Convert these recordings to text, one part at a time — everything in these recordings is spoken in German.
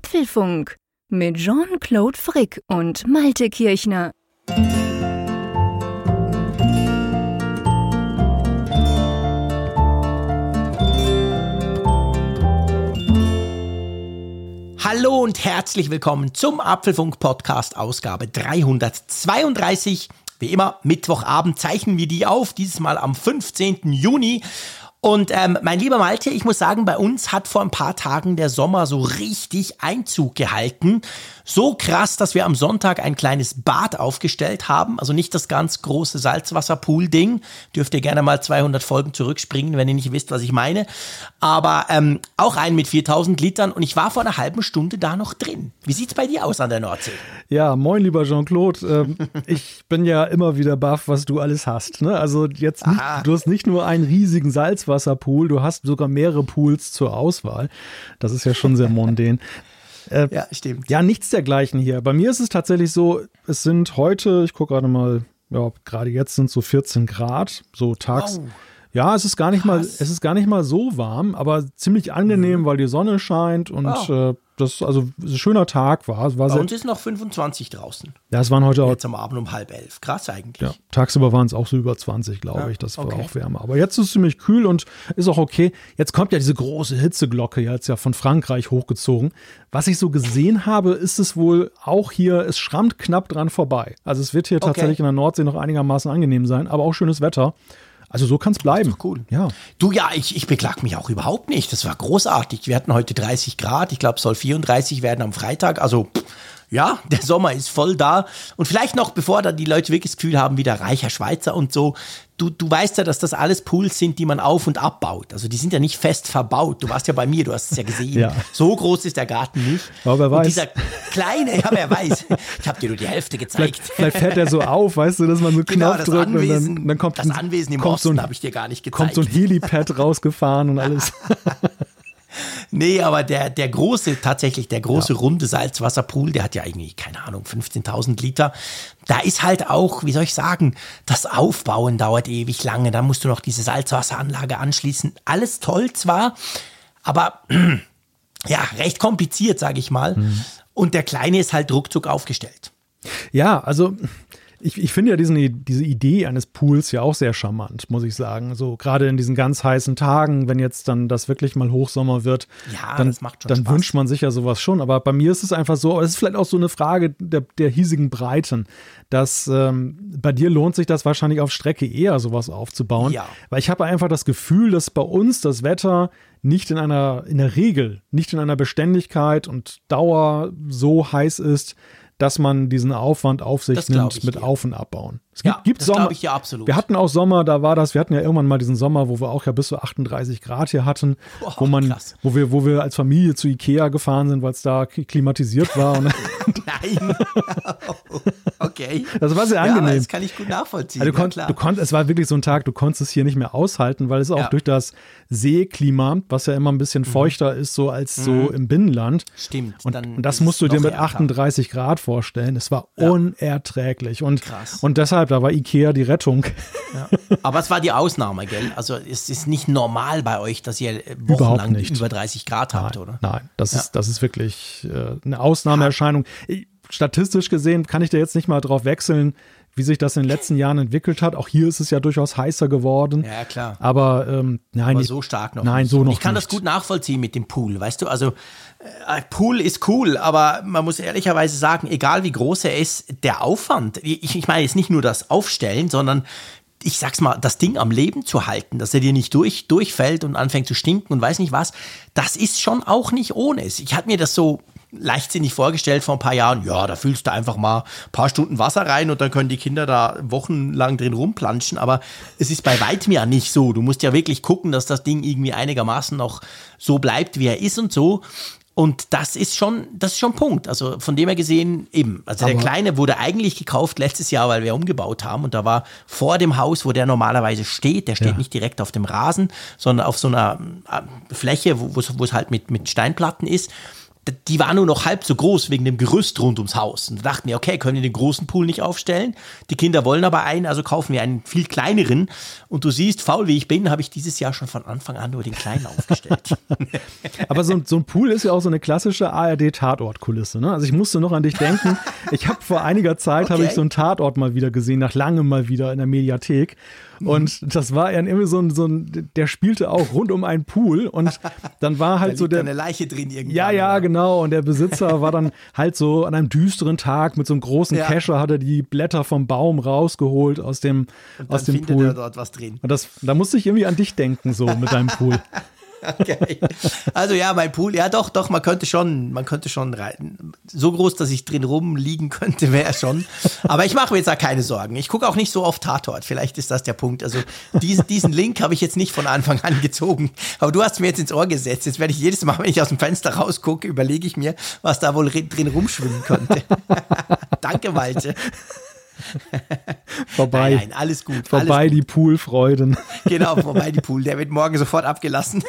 Apfelfunk mit Jean-Claude Frick und Malte Kirchner. Hallo und herzlich willkommen zum Apfelfunk-Podcast, Ausgabe 332. Wie immer, Mittwochabend zeichnen wir die auf, dieses Mal am 15. Juni. Und mein lieber Malte, ich muss sagen, bei uns hat vor ein paar Tagen der Sommer so richtig Einzug gehalten. So krass, dass wir am Sonntag ein kleines Bad aufgestellt haben. Also nicht das ganz große Salzwasserpool-Ding. Dürft ihr gerne mal 200 Folgen zurückspringen, wenn ihr nicht wisst, was ich meine. Aber auch einen mit 4000 Litern. Und ich war vor einer halben Stunde da noch drin. Wie sieht's bei dir aus an der Nordsee? Ja, moin, lieber Jean-Claude. Ich bin ja immer wieder baff, was du alles hast. Ne? Also jetzt nicht, du hast nicht nur einen riesigen Salzwasserpool, du hast sogar mehrere Pools zur Auswahl. Das ist ja schon sehr mondän. Ja, stimmt. Ja, nichts dergleichen hier. Bei mir ist es tatsächlich so, es sind heute, ich gucke gerade mal, ja, gerade jetzt sind es so 14 Grad, so tags. Wow. Ja, es ist gar nicht mal so warm, aber ziemlich angenehm, weil die Sonne scheint und das also ein schöner Tag war. Es war bei uns ist noch 25 draußen. Ja, es waren heute auch. Jetzt am Abend um 10:30. Krass eigentlich. Ja, tagsüber waren es auch so über 20, glaube ich. Das war auch wärmer. Aber jetzt ist es ziemlich kühl und ist auch okay. Jetzt kommt ja diese große Hitzeglocke jetzt ja von Frankreich hochgezogen. Was ich so gesehen habe, ist es wohl auch hier, es schrammt knapp dran vorbei. Also es wird hier tatsächlich in der Nordsee noch einigermaßen angenehm sein, aber auch schönes Wetter. Also so kann es bleiben. Cool. Ja. Du, ja, ich beklag mich auch überhaupt nicht. Das war großartig. Wir hatten heute 30 Grad. Ich glaube, es soll 34 werden am Freitag. Also, ja, der Sommer ist voll da. Und vielleicht noch, bevor da die Leute wirklich das Gefühl haben, wie der reicher Schweizer und so. Du weißt ja, dass das alles Pools sind, die man auf- und abbaut. Also die sind ja nicht fest verbaut. Du warst ja bei mir, du hast es ja gesehen. Ja. So groß ist der Garten nicht. Aber wer weiß. Und dieser kleine, ja, wer weiß. Ich habe dir nur die Hälfte gezeigt. Vielleicht fährt er so auf, weißt du, dass man so genau, Knopf drückt Anwesen, und dann kommt das Anwesen im Osten habe ich dir gar nicht gezeigt. Kommt so ein Helipad rausgefahren und alles. Nee, aber der große runde Salzwasserpool, der hat ja irgendwie, keine Ahnung, 15.000 Liter. Da ist halt auch, wie soll ich sagen, das Aufbauen dauert ewig lange. Da musst du noch diese Salzwasseranlage anschließen. Alles toll zwar, aber ja, recht kompliziert, sage ich mal. Und der Kleine ist halt ruckzuck aufgestellt. Ja, also ich finde ja diese Idee eines Pools ja auch sehr charmant, muss ich sagen. So gerade in diesen ganz heißen Tagen, wenn jetzt dann das wirklich mal Hochsommer wird, ja, das macht schon dann Spaß. Wünscht man sich ja sowas schon. Aber bei mir ist es einfach so, es ist vielleicht auch so eine Frage der hiesigen Breiten, dass bei dir lohnt sich das wahrscheinlich auf Strecke eher sowas aufzubauen. Ja. Weil ich habe einfach das Gefühl, dass bei uns das Wetter nicht in der Regel, nicht in einer Beständigkeit und Dauer so heiß ist, dass man diesen Aufwand auf sich nimmt mit Auf- und Abbauen. Es gibt das Sommer. glaube ich ja absolut. Wir hatten auch Sommer, wir hatten ja irgendwann mal diesen Sommer, wo wir auch ja bis zu 38 Grad hier hatten, wo wir als Familie zu Ikea gefahren sind, weil es da klimatisiert war. Und Nein. Okay. Das war sehr angenehm. Ja, das kann ich gut nachvollziehen. Also es war wirklich so ein Tag, du konntest es hier nicht mehr aushalten, weil es auch durch das Seeklima, was ja immer ein bisschen feuchter ist, so als so im Binnenland. Stimmt. Und das musst du dir mit 38 Grad vorstellen. Es war unerträglich. Und deshalb, da war Ikea die Rettung. Ja. Aber es war die Ausnahme, gell? Also es ist nicht normal bei euch, dass ihr wochenlang über 30 Grad habt, oder? Nein, das ist wirklich eine Ausnahmeerscheinung. Statistisch gesehen kann ich da jetzt nicht mal drauf wechseln, wie sich das in den letzten Jahren entwickelt hat. Auch hier ist es ja durchaus heißer geworden. Ja, klar. Aber nein. Aber so stark noch nein, nicht. So noch nicht. Ich kann das gut nachvollziehen mit dem Pool, weißt du? Also Pool ist cool, aber man muss ehrlicherweise sagen, egal wie groß er ist, der Aufwand, ich meine jetzt nicht nur das Aufstellen, sondern ich sag's mal, das Ding am Leben zu halten, dass er dir nicht durchfällt und anfängt zu stinken und weiß nicht was, das ist schon auch nicht ohne. Ich hatte mir das so leichtsinnig vorgestellt vor ein paar Jahren, ja, da füllst du einfach mal ein paar Stunden Wasser rein und dann können die Kinder da wochenlang drin rumplanschen, aber es ist bei weitem ja nicht so. Du musst ja wirklich gucken, dass das Ding irgendwie einigermaßen noch so bleibt, wie er ist und so. Und das ist schon ein Punkt. Also von dem her gesehen eben. Also der Kleine wurde eigentlich gekauft letztes Jahr, weil wir umgebaut haben. Und da war vor dem Haus, wo der normalerweise steht, der steht nicht direkt auf dem Rasen, sondern auf so einer Fläche, wo es halt mit Steinplatten ist. die war nur noch halb so groß wegen dem Gerüst rund ums Haus. Und da dachten wir, okay, können wir den großen Pool nicht aufstellen? Die Kinder wollen aber einen, also kaufen wir einen viel kleineren. Und du siehst, faul wie ich bin, habe ich dieses Jahr schon von Anfang an nur den kleinen aufgestellt. Aber so ein Pool ist ja auch so eine klassische ARD-Tatortkulisse, ne? Also ich musste noch an dich denken. Ich habe vor einiger Zeit habe ich so einen Tatort mal wieder gesehen, nach langem mal wieder in der Mediathek. Und das war irgendwie so ein, der spielte auch rund um einen Pool und dann war halt so eine Leiche drin irgendwie. Ja, genau. Und der Besitzer war dann halt so an einem düsteren Tag mit so einem großen Kescher, hat er die Blätter vom Baum rausgeholt aus dem Pool. Er dort was drin. Und da musste ich irgendwie an dich denken, so mit deinem Pool. Okay. Also ja, mein Pool, ja doch, man könnte schon rein. So groß, dass ich drin rumliegen könnte, wäre schon. Aber ich mache mir jetzt da keine Sorgen. Ich gucke auch nicht so oft Tatort. Vielleicht ist das der Punkt. Also diesen Link habe ich jetzt nicht von Anfang an gezogen. Aber du hast mir jetzt ins Ohr gesetzt. Jetzt werde ich jedes Mal, wenn ich aus dem Fenster rausgucke, überlege ich mir, was da wohl drin rumschwimmen könnte. Danke, Malte. Vorbei. Nein, alles gut. Vorbei alles gut. Die Poolfreuden. Genau, vorbei die Pool. Der wird morgen sofort abgelassen.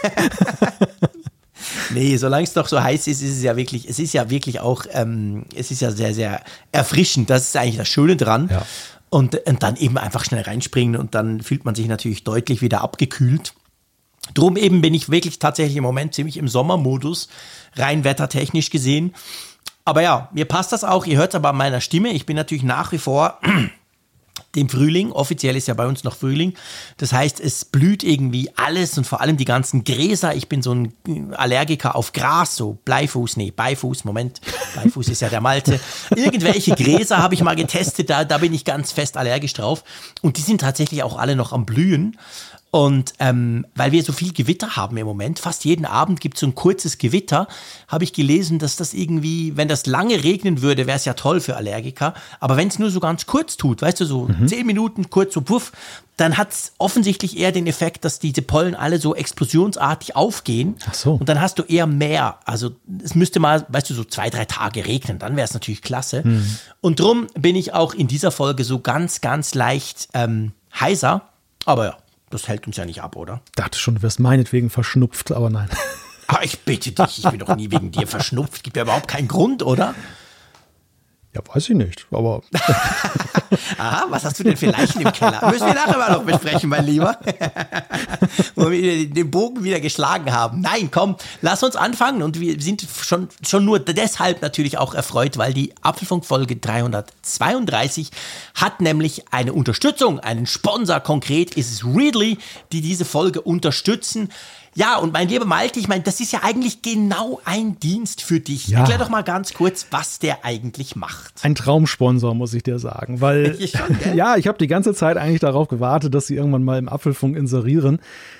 Nee, solange es doch so heiß ist, es ist ja wirklich auch, es ist ja sehr, sehr erfrischend. Das ist eigentlich das Schöne dran. Ja. Und dann eben einfach schnell reinspringen und dann fühlt man sich natürlich deutlich wieder abgekühlt. Drum eben bin ich wirklich tatsächlich im Moment ziemlich im Sommermodus, rein wettertechnisch gesehen. Aber ja, mir passt das auch. Ihr hört es aber an meiner Stimme. Ich bin natürlich nach wie vor dem Frühling. Offiziell ist ja bei uns noch Frühling. Das heißt, es blüht irgendwie alles und vor allem die ganzen Gräser. Ich bin so ein Allergiker auf Gras, so Beifuß ist ja der Malte. Irgendwelche Gräser habe ich mal getestet, da bin ich ganz fest allergisch drauf. Und die sind tatsächlich auch alle noch am Blühen. Und weil wir so viel Gewitter haben im Moment, fast jeden Abend gibt es so ein kurzes Gewitter, habe ich gelesen, dass das irgendwie, wenn das lange regnen würde, wäre es ja toll für Allergiker. Aber wenn es nur so ganz kurz tut, weißt du, so 10 Minuten kurz so puff, dann hat es offensichtlich eher den Effekt, dass diese Pollen alle so explosionsartig aufgehen. Ach so. Und dann hast du eher mehr. Also es müsste mal, weißt du, so 2-3 Tage regnen, dann wäre es natürlich klasse. Und drum bin ich auch in dieser Folge so ganz, ganz leicht heiser. Aber ja. Das hält uns ja nicht ab, oder? Ich dachte schon, du wirst meinetwegen verschnupft, aber nein. Aber ich bitte dich, ich bin doch nie wegen dir verschnupft. Gibt ja überhaupt keinen Grund, oder? Ja, weiß ich nicht, aber... Aha, was hast du denn für Leichen im Keller? Müssen wir nachher mal noch besprechen, mein Lieber. Wo wir den Bogen wieder geschlagen haben. Nein, komm, lass uns anfangen. Und wir sind schon nur deshalb natürlich auch erfreut, weil die Apfelfunk-Folge 332 hat nämlich eine Unterstützung, einen Sponsor. Konkret ist es Readly, die diese Folge unterstützen. Ja, und mein lieber Malte, ich meine, das ist ja eigentlich genau ein Dienst für dich. Ja. Erklär doch mal ganz kurz, was der eigentlich macht. Ein Traumsponsor, muss ich dir sagen, weil ich habe die ganze Zeit eigentlich darauf gewartet, dass sie irgendwann mal im Apfelfunk inserieren.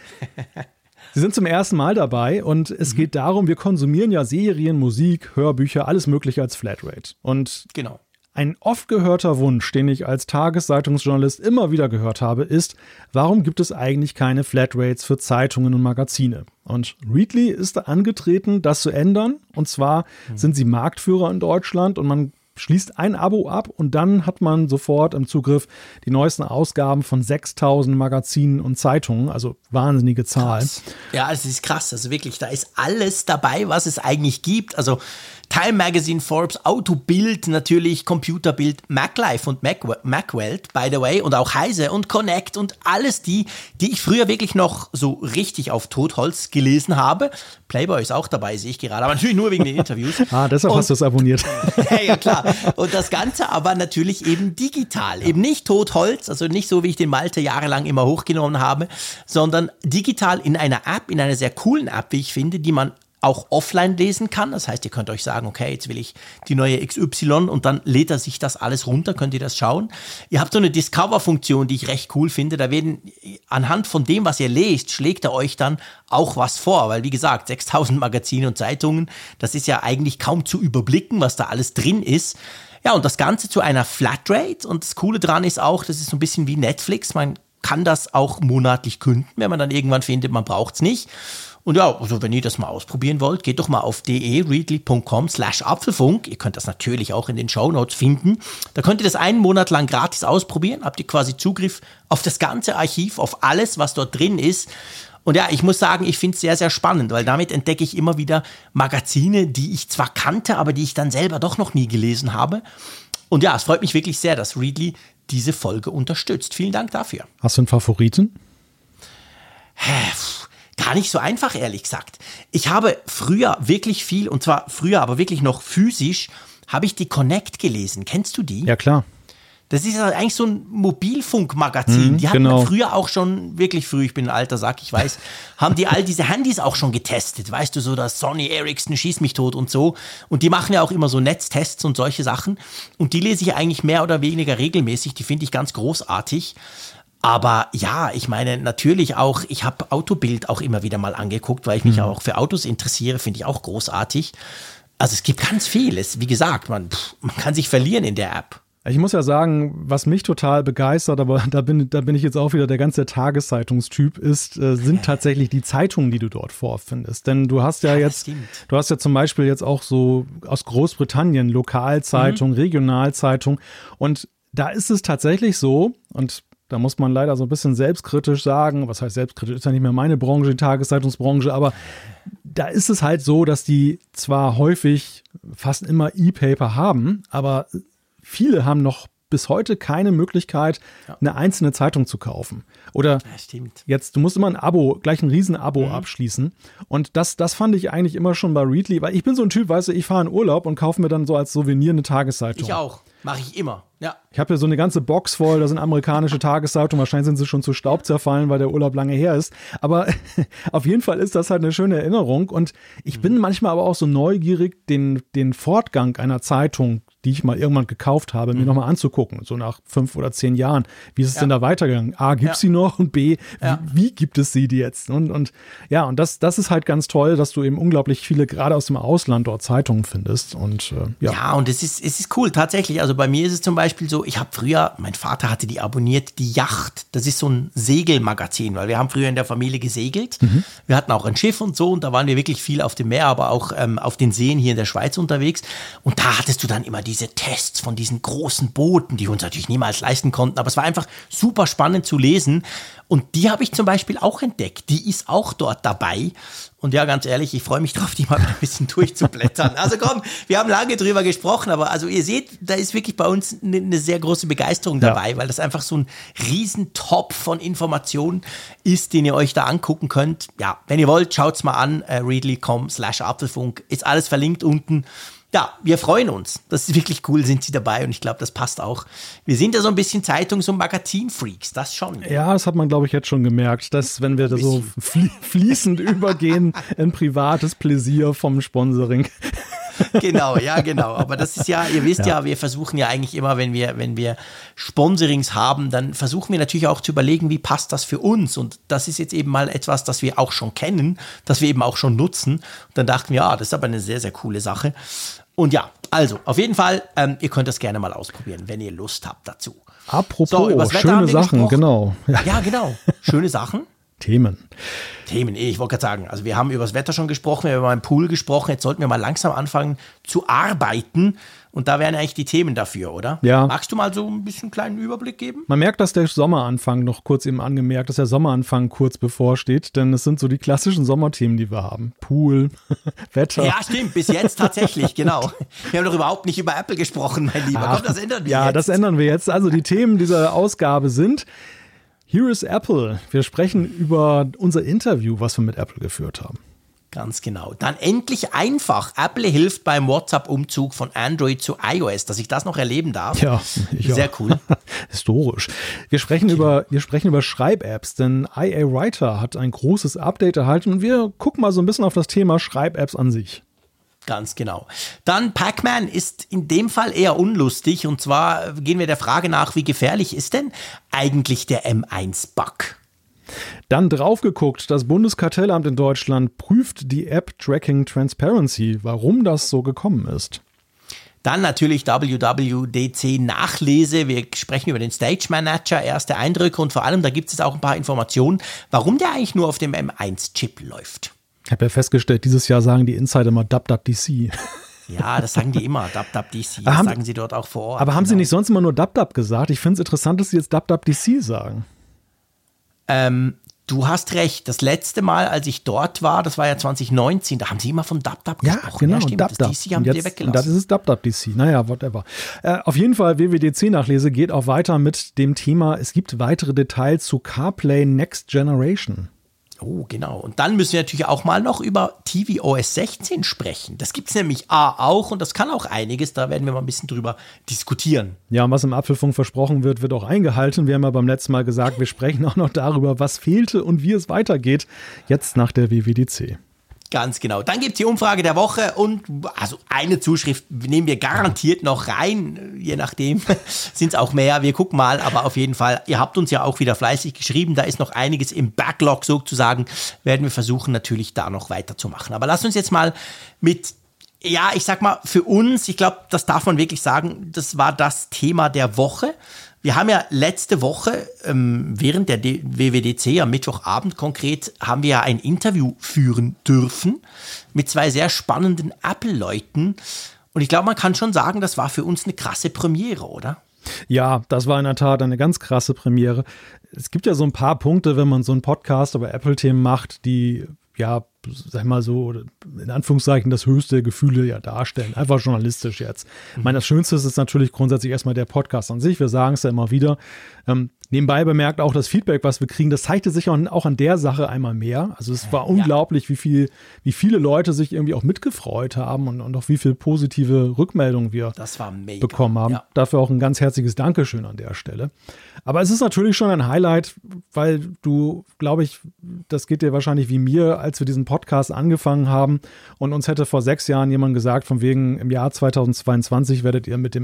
Sie sind zum ersten Mal dabei und es geht darum, wir konsumieren ja Serien, Musik, Hörbücher, alles mögliche als Flatrate. Und genau. Ein oft gehörter Wunsch, den ich als Tageszeitungsjournalist immer wieder gehört habe, ist, warum gibt es eigentlich keine Flatrates für Zeitungen und Magazine? Und Readly ist da angetreten, das zu ändern. Und zwar sind sie Marktführer in Deutschland und man schließt ein Abo ab und dann hat man sofort im Zugriff die neuesten Ausgaben von 6.000 Magazinen und Zeitungen, also wahnsinnige Zahl. Krass. Ja, es ist krass, also wirklich, da ist alles dabei, was es eigentlich gibt, also Time Magazine, Forbes, Autobild, natürlich Computerbild, MacLife und Macworld, by the way, und auch Heise und Connect und alles die ich früher wirklich noch so richtig auf Totholz gelesen habe. Playboy ist auch dabei, sehe ich gerade, aber natürlich nur wegen den Interviews. Deshalb hast du es abonniert. Ja, klar. Und das Ganze aber natürlich eben digital, eben nicht Totholz, also nicht so, wie ich den Malte jahrelang immer hochgenommen habe, sondern digital in einer App, in einer sehr coolen App, wie ich finde, die man auch offline lesen kann. Das heißt, ihr könnt euch sagen, okay, jetzt will ich die neue XY und dann lädt er sich das alles runter, könnt ihr das schauen. Ihr habt so eine Discover-Funktion, die ich recht cool finde. Da werden anhand von dem, was ihr lest, schlägt er euch dann auch was vor. Weil, wie gesagt, 6.000 Magazine und Zeitungen, das ist ja eigentlich kaum zu überblicken, was da alles drin ist. Ja, und das Ganze zu einer Flatrate. Und das Coole dran ist auch, das ist so ein bisschen wie Netflix. Man kann das auch monatlich künden, wenn man dann irgendwann findet, man braucht es nicht. Und ja, also wenn ihr das mal ausprobieren wollt, geht doch mal auf readly.com/Apfelfunk. Ihr könnt das natürlich auch in den Shownotes finden. Da könnt ihr das einen Monat lang gratis ausprobieren. Habt ihr quasi Zugriff auf das ganze Archiv, auf alles, was dort drin ist. Und ja, ich muss sagen, ich finde es sehr, sehr spannend, weil damit entdecke ich immer wieder Magazine, die ich zwar kannte, aber die ich dann selber doch noch nie gelesen habe. Und ja, es freut mich wirklich sehr, dass Readly diese Folge unterstützt. Vielen Dank dafür. Hast du einen Favoriten? Gar nicht so einfach, ehrlich gesagt. Ich habe früher wirklich viel, und zwar früher, aber wirklich noch physisch, habe ich die Connect gelesen. Kennst du die? Ja, klar. Das ist eigentlich so ein Mobilfunkmagazin. Die hatten genau. früher auch schon, wirklich früh, ich bin ein alter Sack, ich weiß, haben die all diese Handys auch schon getestet. Weißt du, so das Sony Ericsson schieß mich tot und so. Und die machen ja auch immer so Netztests und solche Sachen. Und die lese ich eigentlich mehr oder weniger regelmäßig. Die finde ich ganz großartig. Aber ja, ich meine natürlich auch, ich habe Autobild auch immer wieder mal angeguckt, weil ich mich auch für Autos interessiere, finde ich auch großartig. Also es gibt ganz viel. Wie gesagt, man kann sich verlieren in der App. Ich muss ja sagen, was mich total begeistert, aber da bin ich jetzt auch wieder der ganze Tageszeitungstyp sind tatsächlich die Zeitungen, die du dort vorfindest. Denn du hast ja zum Beispiel jetzt auch so aus Großbritannien Lokalzeitung, Regionalzeitung, und da ist es tatsächlich so, und da muss man leider so ein bisschen selbstkritisch sagen, was heißt selbstkritisch, ist ja nicht mehr meine Branche, die Tageszeitungsbranche, aber da ist es halt so, dass die zwar häufig fast immer E-Paper haben, aber viele haben noch bis heute keine Möglichkeit, eine einzelne Zeitung zu kaufen. Oder jetzt, du musst immer gleich ein Riesen-Abo abschließen. Und das fand ich eigentlich immer schon bei Readly, weil ich bin so ein Typ, weißt du, ich fahre in Urlaub und kaufe mir dann so als Souvenir eine Tageszeitung. Ich auch. Mache ich immer, ja. Ich habe hier so eine ganze Box voll, da sind amerikanische Tageszeitungen, wahrscheinlich sind sie schon zu Staub zerfallen, weil der Urlaub lange her ist. Aber auf jeden Fall ist das halt eine schöne Erinnerung. Und ich bin manchmal aber auch so neugierig, den Fortgang einer Zeitung, die ich mal irgendwann gekauft habe, mir nochmal anzugucken, so nach 5 oder 10 Jahren. Wie ist es denn da weitergegangen? A, gibt es sie noch? Und B, wie gibt es sie jetzt? Und das ist halt ganz toll, dass du eben unglaublich viele, gerade aus dem Ausland, dort Zeitungen findest. Und ja, und es ist cool, tatsächlich. Also bei mir ist es zum Beispiel so, ich habe früher, mein Vater hatte die abonniert, die Yacht. Das ist so ein Segelmagazin, weil wir haben früher in der Familie gesegelt. Wir hatten auch ein Schiff und so, und da waren wir wirklich viel auf dem Meer, aber auch auf den Seen hier in der Schweiz unterwegs. Und da hattest du dann immer diese Tests von diesen großen Booten, die wir uns natürlich niemals leisten konnten, aber es war einfach super spannend zu lesen. Und die habe ich zum Beispiel auch entdeckt. Die ist auch dort dabei. Und ja, ganz ehrlich, ich freue mich drauf, die mal ein bisschen durchzublättern. Also komm, wir haben lange drüber gesprochen, aber also ihr seht, da ist wirklich bei uns eine sehr große Begeisterung dabei, weil das einfach so ein Riesentopf von Informationen ist, den ihr euch da angucken könnt. Ja, wenn ihr wollt, schaut's mal an, readly.com/Apfelfunk, ist alles verlinkt unten. Ja, wir freuen uns. Das ist wirklich cool, sind sie dabei, und ich glaube, das passt auch. Wir sind ja so ein bisschen Zeitungs- und Magazin-Freaks, das schon. Ja, das hat man, glaube ich, jetzt schon gemerkt, dass wenn wir da so fließend übergehen in privates Pläsier vom Sponsoring. Genau, ja, genau. Aber das ist ja, ihr wisst ja, wir versuchen ja eigentlich immer, wenn wir Sponsorings haben, dann versuchen wir natürlich auch zu überlegen, wie passt das für uns. Und das ist jetzt eben mal etwas, das wir auch schon kennen, das wir eben auch schon nutzen. Und dann dachten wir, das ist aber eine sehr, sehr coole Sache. Und ja, also auf jeden Fall, ihr könnt das gerne mal ausprobieren, wenn ihr Lust habt dazu. Apropos, schöne Sachen, genau. Ja, genau. Schöne Sachen. Themen, ich wollte gerade sagen, also wir haben über das Wetter schon gesprochen, wir haben über den Pool gesprochen, jetzt sollten wir mal langsam anfangen zu arbeiten, und da wären eigentlich die Themen dafür, oder? Ja. Magst du mal so ein bisschen einen kleinen Überblick geben? Man merkt, dass der Sommeranfang, noch kurz eben angemerkt, dass der Sommeranfang kurz bevorsteht, denn es sind so die klassischen Sommerthemen, die wir haben. Pool, Wetter. Ja, stimmt, bis jetzt tatsächlich, genau. Wir haben doch überhaupt nicht über Apple gesprochen, mein Lieber. Komm, das ändern wir jetzt. Ja, das ändern wir jetzt. Also die Themen dieser Ausgabe sind: Here is Apple. Wir sprechen über unser Interview, was wir mit Apple geführt haben. Ganz genau. Dann endlich einfach. Apple hilft beim WhatsApp-Umzug von Android zu iOS, dass ich das noch erleben darf. Ja, sehr cool. Historisch. Wir sprechen über Schreib-Apps, denn IA Writer hat ein großes Update erhalten, und wir gucken mal so ein bisschen auf das Thema Schreib-Apps an sich. Ganz genau. Dann Pac-Man ist in dem Fall eher unlustig, und zwar gehen wir der Frage nach, wie gefährlich ist denn eigentlich der M1-Bug? Dann drauf geguckt, das Bundeskartellamt in Deutschland prüft die App Tracking Transparency, warum das so gekommen ist. Dann natürlich WWDC Nachlese. Wir sprechen über den Stage Manager, erste Eindrücke, und vor allem, da gibt es auch ein paar Informationen, warum der eigentlich nur auf dem M1-Chip läuft. Ich habe ja festgestellt, dieses Jahr sagen die Insider immer WWDC. Ja, das sagen die immer, WWDC. Das sagen sie dort auch vor Ort. Aber haben sie nicht sonst immer nur WWDC gesagt? Ich finde es interessant, dass sie jetzt WWDC sagen. Du hast recht, das letzte Mal, als ich dort war, das war ja 2019, da haben sie immer von DubDub gesprochen. Ja, genau, stimmt, DubDub. Das DC haben die weggelassen. Und das ist es DubDub DC, naja, whatever. Auf jeden Fall, WWDC-Nachlese geht auch weiter mit dem Thema, es gibt weitere Details zu CarPlay Next Generation. Oh, genau. Und dann müssen wir natürlich auch mal noch über tvOS 16 sprechen. Das gibt es nämlich auch und das kann auch einiges. Da werden wir mal ein bisschen drüber diskutieren. Ja, und was im Apfelfunk versprochen wird, wird auch eingehalten. Wir haben ja beim letzten Mal gesagt, wir sprechen auch noch darüber, was fehlte und wie es weitergeht, jetzt nach der WWDC. Ganz genau. Dann gibt es die Umfrage der Woche und also eine Zuschrift nehmen wir garantiert noch rein, je nachdem sind es auch mehr. Wir gucken mal, aber auf jeden Fall, ihr habt uns ja auch wieder fleißig geschrieben, da ist noch einiges im Backlog sozusagen, werden wir versuchen natürlich da noch weiterzumachen. Aber lasst uns jetzt mal mit, ja, ich sag mal, für uns, ich glaube, das darf man wirklich sagen, das war das Thema der Woche. Wir haben ja letzte Woche, während der WWDC, am Mittwochabend konkret, haben wir ja ein Interview führen dürfen mit zwei sehr spannenden Apple-Leuten. Und ich glaube, man kann schon sagen, das war für uns eine krasse Premiere, oder? Ja, das war in der Tat eine ganz krasse Premiere. Es gibt ja so ein paar Punkte, wenn man so einen Podcast über Apple-Themen macht, die, ja, sag ich mal so, in Anführungszeichen das höchste der Gefühle ja darstellen. Einfach journalistisch jetzt. Ich meine, das Schönste ist natürlich grundsätzlich erstmal der Podcast an sich. Wir sagen es ja immer wieder. Nebenbei bemerkt auch das Feedback, was wir kriegen, das zeigte sich auch an der Sache einmal mehr. Also es war unglaublich, wie viele Leute sich irgendwie auch mitgefreut haben und auch wie viele positive Rückmeldungen wir bekommen haben. Ja. Dafür auch ein ganz herzliches Dankeschön an der Stelle. Aber es ist natürlich schon ein Highlight, weil du, glaube ich, das geht dir wahrscheinlich wie mir, als wir diesen Podcast angefangen haben und uns hätte vor 6 Jahren jemand gesagt, von wegen im Jahr 2022 werdet ihr mit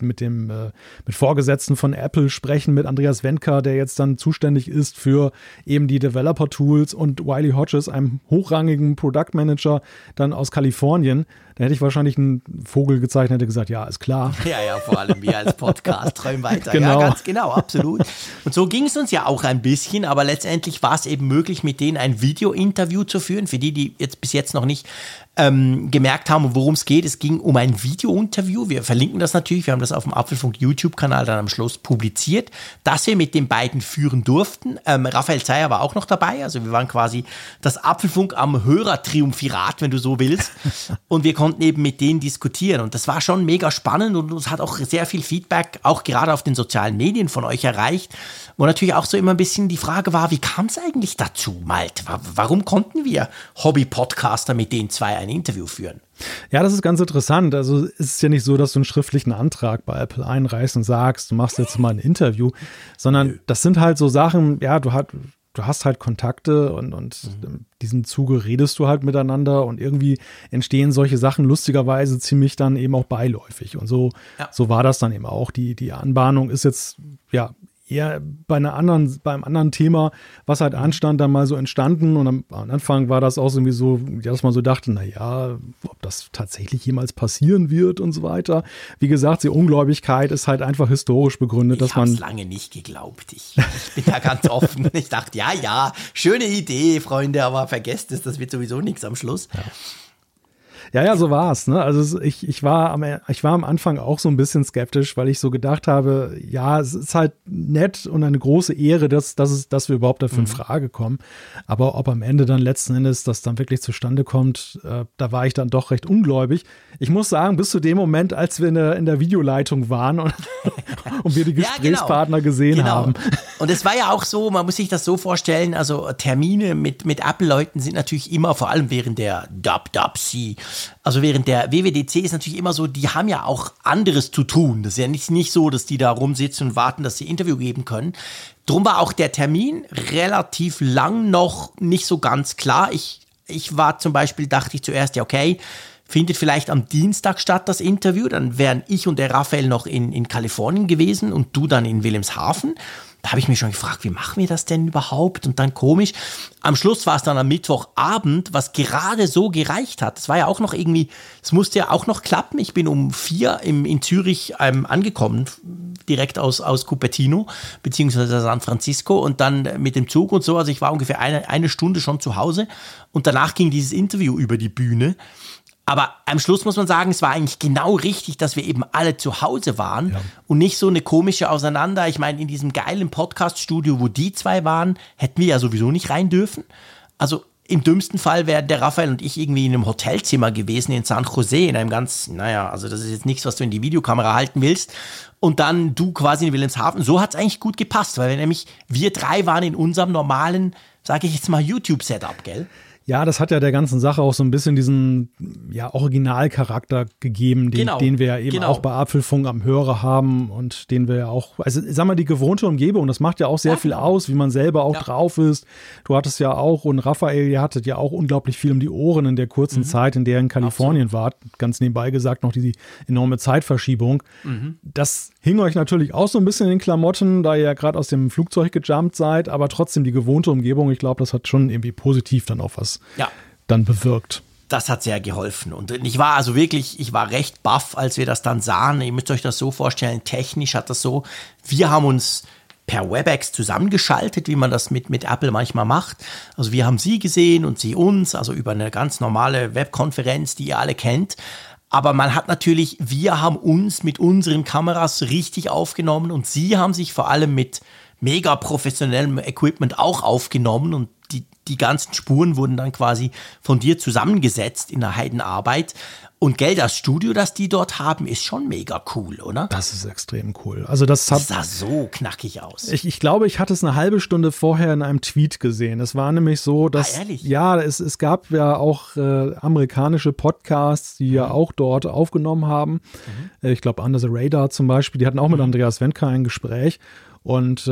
Vorgesetzten von Apple sprechen, mit Andreas Wenker, der jetzt dann zuständig ist für eben die Developer-Tools, und Wiley Hodges, einem hochrangigen Product-Manager dann aus Kalifornien. Da hätte ich wahrscheinlich einen Vogel gezeichnet, hätte gesagt, ja, ist klar. Ja, vor allem wir als Podcast träumen weiter. Genau. Ja, ganz genau, absolut. Und so ging es uns ja auch ein bisschen, aber letztendlich war es eben möglich, mit denen ein Video-Interview zu führen. Für die jetzt bis jetzt noch nicht gemerkt haben, worum es geht. Es ging um ein Video-Interview. Wir verlinken das natürlich. Wir haben das auf dem Apfelfunk YouTube-Kanal dann am Schluss publiziert, dass wir mit den beiden führen durften. Raphael Zeyer war auch noch dabei. Also wir waren quasi das Apfelfunk am Hörertriumphirat, wenn du so willst. Und wir konnten eben mit denen diskutieren. Und das war schon mega spannend und uns hat auch sehr viel Feedback, auch gerade auf den sozialen Medien von euch erreicht, wo natürlich auch so immer ein bisschen die Frage war, wie kam es eigentlich dazu, Malte? Warum konnten wir Hobby-Podcaster mit den zwei ein Interview führen? Ja, das ist ganz interessant. Also es ist ja nicht so, dass du einen schriftlichen Antrag bei Apple einreichst und sagst, du machst jetzt mal ein Interview, sondern das sind halt so Sachen, ja, du hast halt Kontakte und in diesem Zuge redest du halt miteinander und irgendwie entstehen solche Sachen lustigerweise ziemlich dann eben auch beiläufig. Und so war das dann eben auch. Die Anbahnung ist jetzt, ja, eher beim anderen Thema, was halt anstand, dann mal so entstanden. Und am Anfang war das auch irgendwie so, dass man so dachte, naja, ob das tatsächlich jemals passieren wird und so weiter. Wie gesagt, die Ungläubigkeit ist halt einfach historisch begründet, dass man... Ich habe es lange nicht geglaubt. Ich bin da ganz offen. Ich dachte, ja, schöne Idee, Freunde, aber vergesst es, das wird sowieso nichts am Schluss. Ja, so war es. Ne? Also ich war am Anfang auch so ein bisschen skeptisch, weil ich so gedacht habe, ja, es ist halt nett und eine große Ehre, dass wir überhaupt dafür in Frage kommen. Aber ob am Ende dann letzten Endes das dann wirklich zustande kommt, da war ich dann doch recht ungläubig. Ich muss sagen, bis zu dem Moment, als wir in der Videoleitung waren und wir die Gesprächspartner gesehen haben. Und es war ja auch so, man muss sich das so vorstellen, also Termine mit Apple-Leuten sind natürlich immer, vor allem während der WWDC, also während der WWDC ist natürlich immer so, die haben ja auch anderes zu tun. Das ist ja nicht so, dass die da rumsitzen und warten, dass sie Interview geben können. Drum war auch der Termin relativ lang noch nicht so ganz klar. Ich war zum Beispiel, dachte ich zuerst, ja okay, findet vielleicht am Dienstag statt, das Interview. Dann wären ich und der Raphael noch in Kalifornien gewesen und du dann in Wilhelmshaven. Da habe ich mich schon gefragt, wie machen wir das denn überhaupt? Und dann komisch. Am Schluss war es dann am Mittwochabend, was gerade so gereicht hat. Es war ja auch noch irgendwie, es musste ja auch noch klappen. Ich bin um 4 in Zürich angekommen, direkt aus Cupertino, beziehungsweise San Francisco und dann mit dem Zug und so. Also ich war ungefähr eine Stunde schon zu Hause und danach ging dieses Interview über die Bühne. Aber am Schluss muss man sagen, es war eigentlich genau richtig, dass wir eben alle zu Hause waren und nicht so eine komische Auseinander. Ich meine, in diesem geilen Podcast-Studio, wo die zwei waren, hätten wir ja sowieso nicht rein dürfen. Also im dümmsten Fall wären der Raphael und ich irgendwie in einem Hotelzimmer gewesen in San Jose, in einem ganz, also das ist jetzt nichts, was du in die Videokamera halten willst. Und dann du quasi in Wilhelmshaven. So hat es eigentlich gut gepasst, weil wir drei waren in unserem normalen, sage ich jetzt mal, YouTube-Setup, gell? Ja, das hat ja der ganzen Sache auch so ein bisschen diesen Originalcharakter gegeben, den wir ja eben auch bei Apfelfunk am Hörer haben und den wir ja auch, also sag mal, die gewohnte Umgebung, das macht ja auch sehr viel aus, wie man selber auch drauf ist. Du hattest ja auch, und Raphael, ihr hattet ja auch unglaublich viel um die Ohren in der kurzen Zeit, in der ihr in Kalifornien wart. Ganz nebenbei gesagt noch die enorme Zeitverschiebung. Das hing euch natürlich auch so ein bisschen in den Klamotten, da ihr ja gerade aus dem Flugzeug gejumpt seid, aber trotzdem die gewohnte Umgebung, ich glaube, das hat schon irgendwie positiv dann auch was dann bewirkt. Das hat sehr geholfen. Und ich war recht baff, als wir das dann sahen. Ihr müsst euch das so vorstellen, technisch hat das so, wir haben uns per WebEx zusammengeschaltet, wie man das mit Apple manchmal macht. Also wir haben sie gesehen und sie uns, also über eine ganz normale Webkonferenz, die ihr alle kennt. Aber man hat natürlich, wir haben uns mit unseren Kameras richtig aufgenommen und sie haben sich vor allem mit mega professionellem Equipment auch aufgenommen und die ganzen Spuren wurden dann quasi von dir zusammengesetzt in der Heidenarbeit. Und gell, das Studio, das die dort haben, ist schon mega cool, oder? Das ist extrem cool. Also das sah so knackig aus. Ich glaube, ich hatte es eine halbe Stunde vorher in einem Tweet gesehen. Es war nämlich so, dass es gab ja auch amerikanische Podcasts, die ja auch dort aufgenommen haben. Ich glaube, Under the Radar zum Beispiel, die hatten auch mit Andreas Wendker ein Gespräch. Und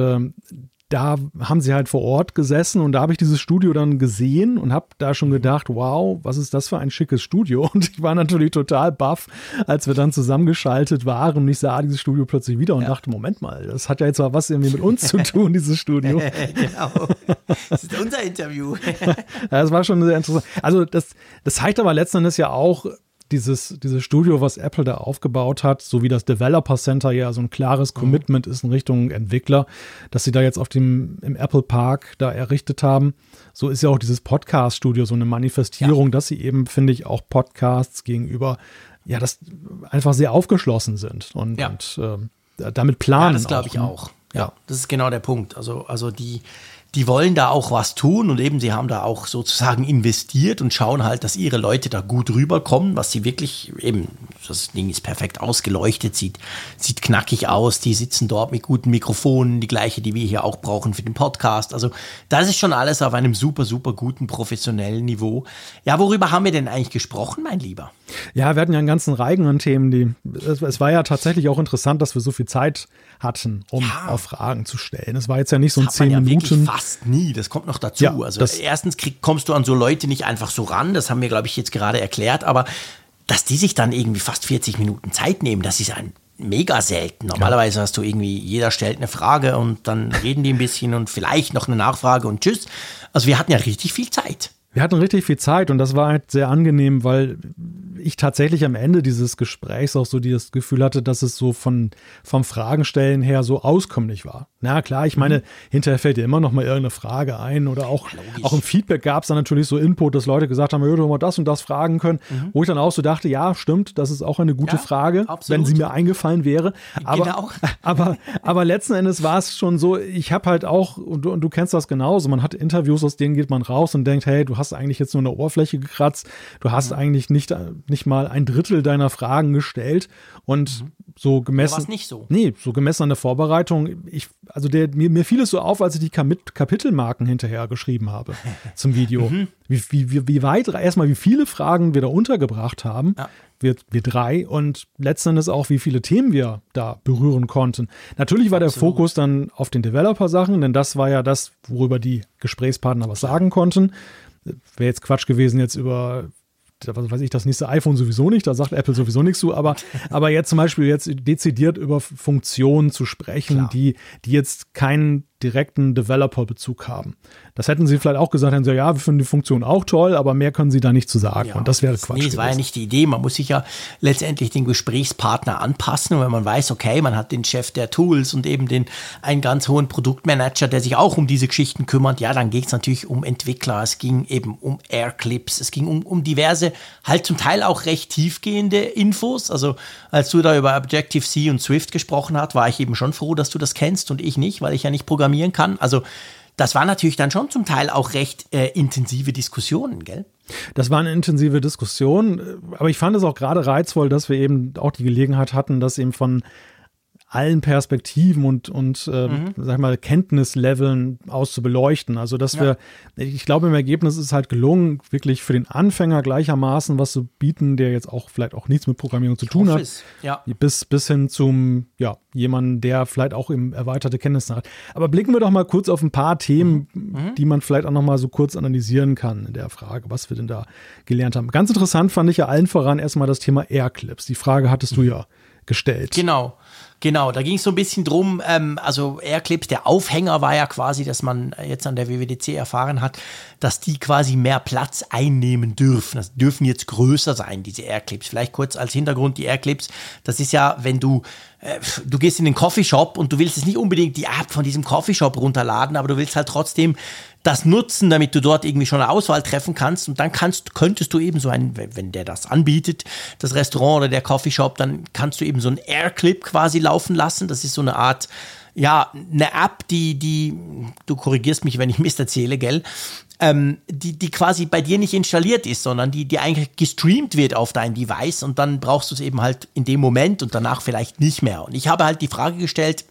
da haben sie halt vor Ort gesessen und da habe ich dieses Studio dann gesehen und habe da schon gedacht, wow, was ist das für ein schickes Studio? Und ich war natürlich total baff, als wir dann zusammengeschaltet waren und ich sah dieses Studio plötzlich wieder und dachte, Moment mal, das hat ja jetzt mal was irgendwie mit uns zu tun, dieses Studio. Genau, das ist unser Interview. Das war schon sehr interessant. Also das zeigt aber letzten Endes ja auch, dieses Studio, was Apple da aufgebaut hat, so wie das Developer Center ja so ein klares Commitment ist in Richtung Entwickler, dass sie da jetzt im Apple Park da errichtet haben. So ist ja auch dieses Podcast-Studio so eine Manifestierung, dass sie eben, finde ich, auch Podcasts gegenüber, das einfach sehr aufgeschlossen sind und damit planen. Ja, das glaube ich auch. Ja, das ist genau der Punkt. Also die wollen da auch was tun und eben sie haben da auch sozusagen investiert und schauen halt, dass ihre Leute da gut rüberkommen, was sie wirklich eben, das Ding ist perfekt ausgeleuchtet, sieht knackig aus, die sitzen dort mit guten Mikrofonen, die gleiche, die wir hier auch brauchen für den Podcast. Also das ist schon alles auf einem super, super guten professionellen Niveau. Ja, worüber haben wir denn eigentlich gesprochen, mein Lieber? Ja, wir hatten ja einen ganzen Reigen an Themen. Es war ja tatsächlich auch interessant, dass wir so viel Zeit hatten, um auf Fragen zu stellen. Es war jetzt ja nicht so ein 10 Minuten. Fast nie, das kommt noch dazu. Ja, also erstens kommst du an so Leute nicht einfach so ran, das haben wir, glaube ich, jetzt gerade erklärt, aber dass die sich dann irgendwie fast 40 Minuten Zeit nehmen, das ist ein mega selten. Normalerweise hast du irgendwie, jeder stellt eine Frage und dann reden die ein bisschen und vielleicht noch eine Nachfrage und tschüss. Also wir hatten ja richtig viel Zeit. Wir hatten richtig viel Zeit und das war halt sehr angenehm, weil ich tatsächlich am Ende dieses Gesprächs auch so das Gefühl hatte, dass es so vom Fragenstellen her so auskömmlich war. Na klar, ich meine, hinterher fällt dir immer noch mal irgendeine Frage ein oder auch im Feedback gab es dann natürlich so Input, dass Leute gesagt haben, wir das und das fragen können, wo ich dann auch so dachte, ja, stimmt, das ist auch eine gute Frage, wenn sie mir eingefallen wäre. Aber letzten Endes war es schon so, ich habe halt auch, und du kennst das genauso, man hat Interviews, aus denen geht man raus und denkt, hey, du hast eigentlich jetzt nur eine Oberfläche gekratzt, du hast eigentlich nicht mal ein Drittel deiner Fragen gestellt und so gemessen. War es nicht so? Nee, so gemessen an der Vorbereitung. Mir fiel es so auf, als ich die Kapitelmarken hinterher geschrieben habe zum Video. Wie weit, erstmal wie viele Fragen wir da untergebracht haben. Ja. Wir drei und letzten Endes auch, wie viele Themen wir da berühren konnten. Natürlich war der Fokus dann auf den Developer-Sachen, denn das war ja das, worüber die Gesprächspartner was sagen konnten. Wäre jetzt Quatsch gewesen, jetzt über, was weiß ich, das nächste iPhone sowieso nicht, da sagt Apple sowieso nichts zu, aber jetzt zum Beispiel jetzt dezidiert über Funktionen zu sprechen, die jetzt kein direkten Developer-Bezug haben. Das hätten sie vielleicht auch gesagt, hätten sie ja, wir finden die Funktion auch toll, aber mehr können sie da nicht zu sagen. Ja, und das wäre Quatsch. Nee, das war ja nicht die Idee. Man muss sich ja letztendlich den Gesprächspartner anpassen. Und wenn man weiß, okay, man hat den Chef der Tools und eben einen ganz hohen Produktmanager, der sich auch um diese Geschichten kümmert, ja, dann geht es natürlich um Entwickler. Es ging eben um Airclips. Es ging um diverse, halt zum Teil auch recht tiefgehende Infos. Also als du da über Objective-C und Swift gesprochen hast, war ich eben schon froh, dass du das kennst und ich nicht, weil ich ja nicht programmieren kann. Also das war natürlich dann schon zum Teil auch recht intensive Diskussionen, gell? Das war eine intensive Diskussion, aber ich fand es auch gerade reizvoll, dass wir eben auch die Gelegenheit hatten, das eben von allen Perspektiven und sag ich mal, Kenntnisleveln aus zu beleuchten. Also, dass ich glaube, im Ergebnis ist halt gelungen, wirklich für den Anfänger gleichermaßen was zu bieten, der jetzt auch vielleicht auch nichts mit Programmierung zu tun hat. Ja. Bis hin zum, jemanden, der vielleicht auch eben erweiterte Kenntnisse hat. Aber blicken wir doch mal kurz auf ein paar Themen, die man vielleicht auch noch mal so kurz analysieren kann in der Frage, was wir denn da gelernt haben. Ganz interessant fand ich ja allen voran erstmal das Thema Airclips. Die Frage hattest du ja gestellt. Genau, da ging es so ein bisschen drum, also Airclips, der Aufhänger war ja quasi, dass man jetzt an der WWDC erfahren hat, dass die quasi mehr Platz einnehmen dürfen. Das dürfen jetzt größer sein, diese Airclips. Vielleicht kurz als Hintergrund, die Airclips, das ist ja, wenn du gehst in den Coffeeshop und du willst jetzt nicht unbedingt die App von diesem Coffeeshop runterladen, aber du willst halt trotzdem das nutzen, damit du dort irgendwie schon eine Auswahl treffen kannst und dann könntest du eben so wenn der das anbietet, das Restaurant oder der Coffeeshop, dann kannst du eben so ein Airclip quasi laufen lassen. Das ist so eine Art, eine App, die du korrigierst mich, wenn ich Mist erzähle, gell? Die quasi bei dir nicht installiert ist, sondern die eigentlich gestreamt wird auf dein Device und dann brauchst du es eben halt in dem Moment und danach vielleicht nicht mehr. Und ich habe halt die Frage gestellt,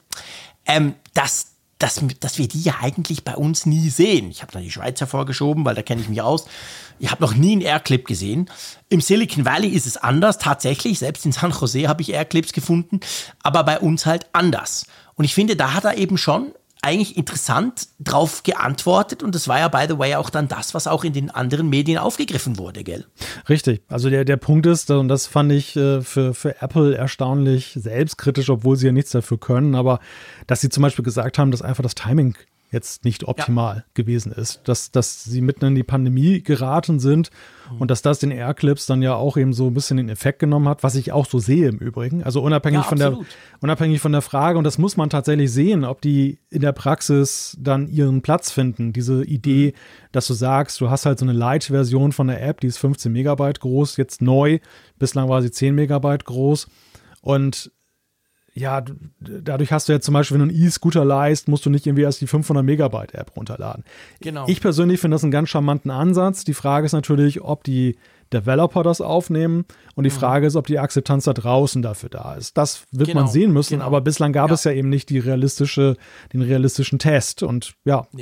dass wir die ja eigentlich bei uns nie sehen. Ich habe da die Schweiz hervorgeschoben, weil da kenne ich mich aus. Ich habe noch nie einen Airclip gesehen. Im Silicon Valley ist es anders, tatsächlich. Selbst in San Jose habe ich Airclips gefunden, aber bei uns halt anders. Und ich finde, da hat er eben schon eigentlich interessant drauf geantwortet und das war ja, by the way, auch dann das, was auch in den anderen Medien aufgegriffen wurde, gell? Richtig, also der Punkt ist, und das fand ich für Apple erstaunlich selbstkritisch, obwohl sie ja nichts dafür können, aber dass sie zum Beispiel gesagt haben, dass einfach das Timing jetzt nicht optimal gewesen ist, dass sie mitten in die Pandemie geraten sind und dass das den Airclips dann ja auch eben so ein bisschen den Effekt genommen hat, was ich auch so sehe im Übrigen. Also unabhängig von der Frage, und das muss man tatsächlich sehen, ob die in der Praxis dann ihren Platz finden. Diese Idee, dass du sagst, du hast halt so eine Light-Version von der App, die ist 15 Megabyte groß, jetzt neu, bislang war sie 10 Megabyte groß und ja, dadurch hast du ja zum Beispiel, wenn du einen E-Scooter leihst, musst du nicht irgendwie erst die 500 Megabyte App runterladen. Genau. Ich persönlich finde das einen ganz charmanten Ansatz. Die Frage ist natürlich, ob die Developer das aufnehmen und die Frage ist, ob die Akzeptanz da draußen dafür da ist. Das wird man sehen müssen, aber bislang gab es ja eben nicht den realistischen Test und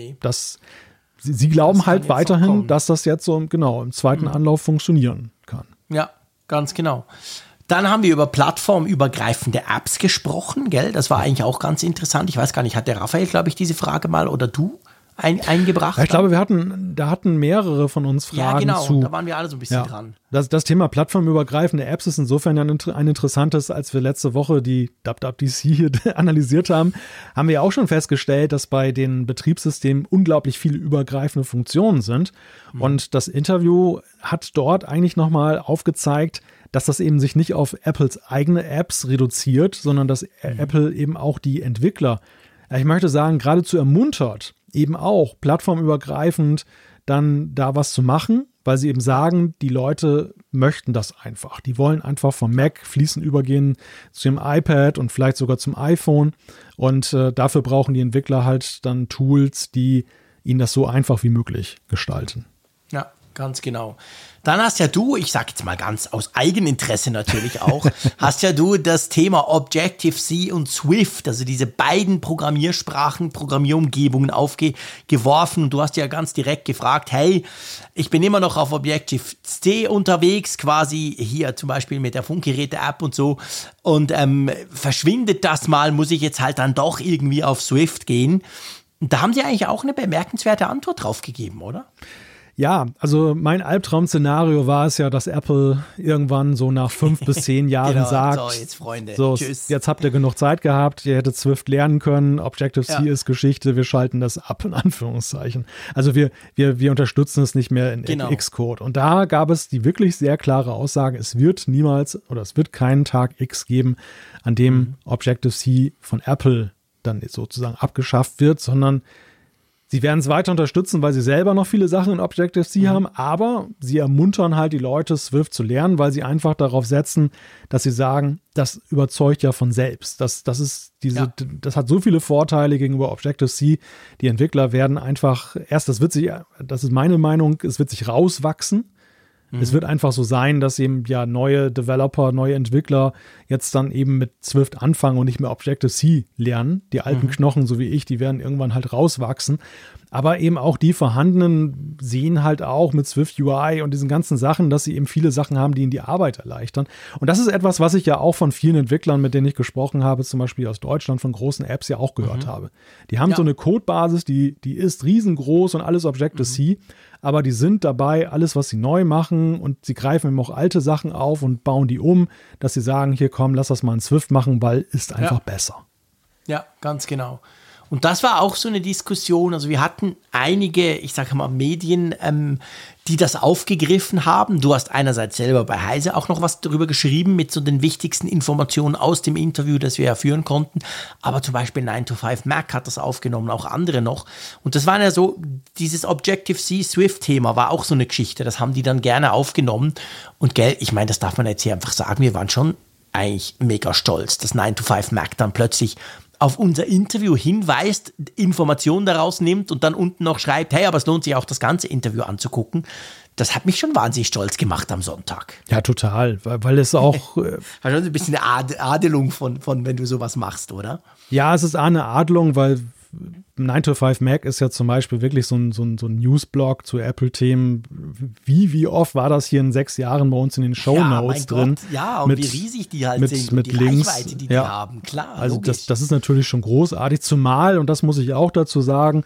sie glauben halt weiterhin, dass das jetzt so im zweiten Anlauf funktionieren kann. Ja, ganz genau. Dann haben wir über plattformübergreifende Apps gesprochen, gell? Das war eigentlich auch ganz interessant. Ich weiß gar nicht, hat der Raphael, glaube ich, diese Frage mal oder du eingebracht? Ja, ich glaube, da hatten mehrere von uns Fragen zu. Da waren wir alle so ein bisschen dran. Das Thema plattformübergreifende Apps ist insofern ja ein interessantes, als wir letzte Woche die WWDC hier analysiert haben wir ja auch schon festgestellt, dass bei den Betriebssystemen unglaublich viele übergreifende Funktionen sind. Und das Interview hat dort eigentlich nochmal aufgezeigt, dass das eben sich nicht auf Apples eigene Apps reduziert, sondern dass Apple eben auch die Entwickler, ich möchte sagen, geradezu ermuntert, eben auch plattformübergreifend dann da was zu machen, weil sie eben sagen, die Leute möchten das einfach. Die wollen einfach vom Mac fließend übergehen zu dem iPad und vielleicht sogar zum iPhone und dafür brauchen die Entwickler halt dann Tools, die ihnen das so einfach wie möglich gestalten. Ja, ganz genau. Dann hast ja du, ich sag jetzt mal ganz aus Eigeninteresse natürlich auch, hast ja du das Thema Objective-C und Swift, also diese beiden Programmiersprachen, Programmierumgebungen aufgeworfen und du hast ja ganz direkt gefragt, hey, ich bin immer noch auf Objective-C unterwegs, quasi hier zum Beispiel mit der Funkgeräte-App und so und verschwindet das mal, muss ich jetzt halt dann doch irgendwie auf Swift gehen. Und da haben sie eigentlich auch eine bemerkenswerte Antwort drauf gegeben, oder? Ja, also mein Albtraum-Szenario war es ja, dass Apple irgendwann so nach 5 bis 10 Jahren sagt, so, jetzt Freunde, tschüss. Jetzt habt ihr genug Zeit gehabt, ihr hättet Swift lernen können, Objective-C ist Geschichte, wir schalten das ab, in Anführungszeichen. Also wir unterstützen es nicht mehr in Xcode. Und da gab es die wirklich sehr klare Aussage, es wird keinen Tag X geben, an dem Objective-C von Apple dann sozusagen abgeschafft wird, sondern sie werden es weiter unterstützen, weil sie selber noch viele Sachen in Objective-C haben, aber sie ermuntern halt die Leute, Swift zu lernen, weil sie einfach darauf setzen, dass sie sagen, das überzeugt ja von selbst. Das hat so viele Vorteile gegenüber Objective-C. Die Entwickler werden einfach das ist meine Meinung, es wird sich rauswachsen. Es wird einfach so sein, dass eben ja neue Developer, neue Entwickler jetzt dann eben mit Swift anfangen und nicht mehr Objective-C lernen. Die alten Knochen, so wie ich, die werden irgendwann halt rauswachsen. Aber eben auch die vorhandenen sehen halt auch mit Swift UI und diesen ganzen Sachen, dass sie eben viele Sachen haben, die ihnen die Arbeit erleichtern. Und das ist etwas, was ich ja auch von vielen Entwicklern, mit denen ich gesprochen habe, zum Beispiel aus Deutschland, von großen Apps ja auch gehört habe. Die haben so eine Codebasis, die ist riesengroß und alles Objective-C, aber die sind dabei, alles, was sie neu machen, und sie greifen eben auch alte Sachen auf und bauen die um, dass sie sagen, hier komm, lass das mal in Swift machen, weil ist einfach besser. Ja, ganz genau. Und das war auch so eine Diskussion, also wir hatten einige, ich sage mal, Medien, die das aufgegriffen haben. Du hast einerseits selber bei Heise auch noch was darüber geschrieben, mit so den wichtigsten Informationen aus dem Interview, das wir ja führen konnten. Aber zum Beispiel 9to5Mac hat das aufgenommen, auch andere noch. Und das war ja so, dieses Objective-C Swift-Thema war auch so eine Geschichte. Das haben die dann gerne aufgenommen. Und ich meine, das darf man jetzt hier einfach sagen, wir waren schon eigentlich mega stolz, dass 9to5Mac dann plötzlich auf unser Interview hinweist, Informationen daraus nimmt und dann unten noch schreibt, hey, aber es lohnt sich auch, das ganze Interview anzugucken. Das hat mich schon wahnsinnig stolz gemacht am Sonntag. Ja, total, weil es auch... Hat schon ein bisschen eine Adelung von, wenn du sowas machst, oder? Ja, es ist eine Adelung, weil 9to5Mac ist ja zum Beispiel wirklich so ein Newsblog zu Apple-Themen. Wie oft war das hier in 6 Jahren bei uns in den Shownotes drin? Ja, und wie riesig die halt sind und die Links. Reichweite, die haben. Klar, also das ist natürlich schon großartig. Zumal, und das muss ich auch dazu sagen,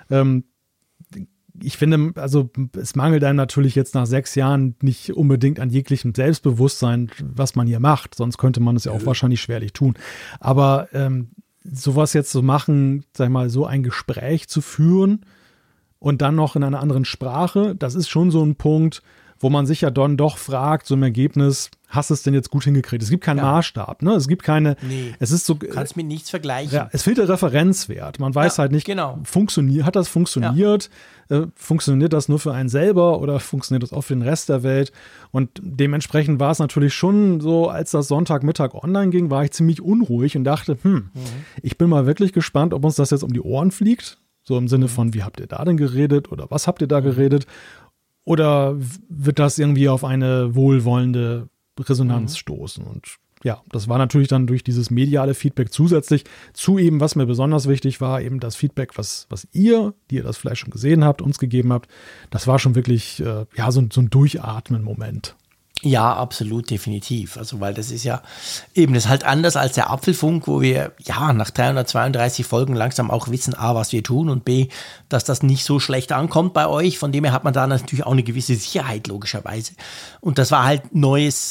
ich finde, also es mangelt einem natürlich jetzt nach 6 Jahren nicht unbedingt an jeglichem Selbstbewusstsein, was man hier macht. Sonst könnte man es ja auch wahrscheinlich schwerlich tun. Aber sowas jetzt zu machen, sag ich mal, so ein Gespräch zu führen und dann noch in einer anderen Sprache, das ist schon so ein Punkt, wo man sich ja dann doch fragt, so im Ergebnis, hast du es denn jetzt gut hingekriegt? Es gibt keinen Maßstab, ne? Es gibt keine, es ist so. Du kannst mit nichts vergleichen. Ja, es fehlt der Referenzwert. Man weiß halt nicht, hat das funktioniert? Funktioniert das nur für einen selber oder funktioniert das auch für den Rest der Welt? Und dementsprechend war es natürlich schon so, als das Sonntagmittag online ging, war ich ziemlich unruhig und dachte, ich bin mal wirklich gespannt, ob uns das jetzt um die Ohren fliegt. So im Sinne von, wie habt ihr da denn geredet oder was habt ihr da geredet? Oder wird das irgendwie auf eine wohlwollende Resonanz stoßen? Und ja, das war natürlich dann durch dieses mediale Feedback zusätzlich zu eben, was mir besonders wichtig war, eben das Feedback, was ihr, die ihr das vielleicht schon gesehen habt, uns gegeben habt. Das war schon wirklich so ein Durchatmen-Moment. Ja, absolut, definitiv. Also, weil das ist ja eben, das ist halt anders als der Apfelfunk, wo wir nach 332 Folgen langsam auch wissen, A, was wir tun und B, dass das nicht so schlecht ankommt bei euch. Von dem her hat man da natürlich auch eine gewisse Sicherheit, logischerweise. Und das war halt was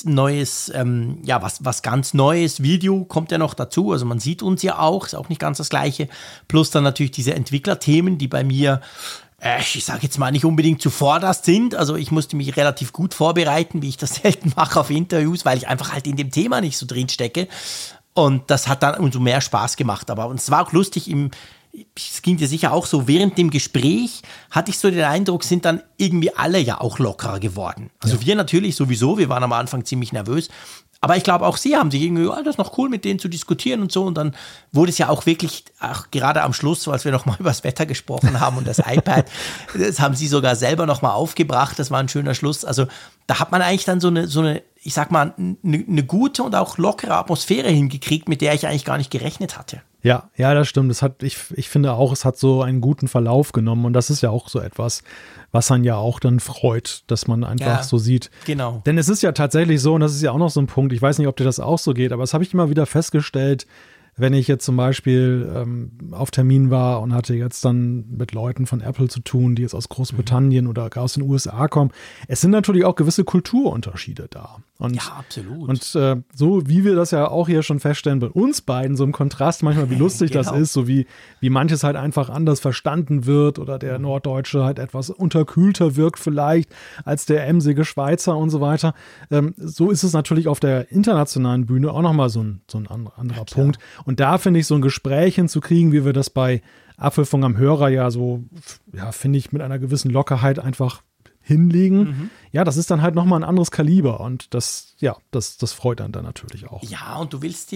ganz Neues. Video kommt ja noch dazu. Also, man sieht uns ja auch, ist auch nicht ganz das Gleiche. Plus dann natürlich diese Entwicklerthemen, die bei mir ich sage jetzt mal nicht unbedingt zuvorderst sind. Also ich musste mich relativ gut vorbereiten, wie ich das selten mache auf Interviews, weil ich einfach halt in dem Thema nicht so drin stecke. Und das hat dann umso mehr Spaß gemacht. Aber es war auch lustig, es ging dir sicher auch so, während dem Gespräch hatte ich so den Eindruck, sind dann irgendwie alle ja auch lockerer geworden. Also wir natürlich sowieso, wir waren am Anfang ziemlich nervös. Aber ich glaube, auch sie haben sich irgendwie, das ist noch cool, mit denen zu diskutieren und so. Und dann wurde es ja auch wirklich, gerade am Schluss, als wir noch mal über das Wetter gesprochen haben und das iPad, das haben sie sogar selber noch mal aufgebracht. Das war ein schöner Schluss. Also da hat man eigentlich dann so eine ich sag mal, eine gute und auch lockere Atmosphäre hingekriegt, mit der ich eigentlich gar nicht gerechnet hatte. Ja, das stimmt. Ich finde auch, es hat so einen guten Verlauf genommen. Und das ist ja auch so etwas, was einen ja auch dann freut, dass man einfach so sieht. Genau. Denn es ist ja tatsächlich so, und das ist ja auch noch so ein Punkt, ich weiß nicht, ob dir das auch so geht, aber das habe ich immer wieder festgestellt, wenn ich jetzt zum Beispiel auf Termin war und hatte jetzt dann mit Leuten von Apple zu tun, die jetzt aus Großbritannien oder gar aus den USA kommen. Es sind natürlich auch gewisse Kulturunterschiede da. Und, ja, absolut. Und so wie wir das ja auch hier schon feststellen bei uns beiden, so im Kontrast manchmal, wie lustig das ist, so wie manches halt einfach anders verstanden wird oder der Norddeutsche halt etwas unterkühlter wirkt vielleicht als der emsige Schweizer und so weiter. So ist es natürlich auf der internationalen Bühne auch nochmal so ein anderer Punkt. Und da finde ich, so ein Gespräch hinzukriegen, wie wir das bei Apfelfunk am Hörer ja so, ja, finde ich, mit einer gewissen Lockerheit einfach hinlegen. Ja, das ist dann halt nochmal ein anderes Kaliber und das freut dann natürlich auch. Ja, und du willst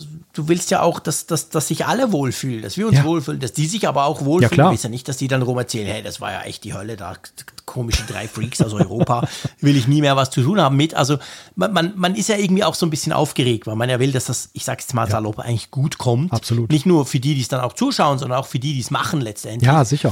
ja auch, dass sich alle wohlfühlen, dass wir uns wohlfühlen, dass die sich aber auch wohlfühlen. Ja, klar. Du willst ja nicht, dass die dann rum erzählen, hey, das war ja echt die Hölle, da komische 3 Freaks aus Europa, will ich nie mehr was zu tun haben mit. Also man ist ja irgendwie auch so ein bisschen aufgeregt, weil man ja will, dass das, ich sag's jetzt mal salopp, eigentlich gut kommt. Absolut. Nicht nur für die es dann auch zuschauen, sondern auch für die es machen letztendlich. Ja, sicher.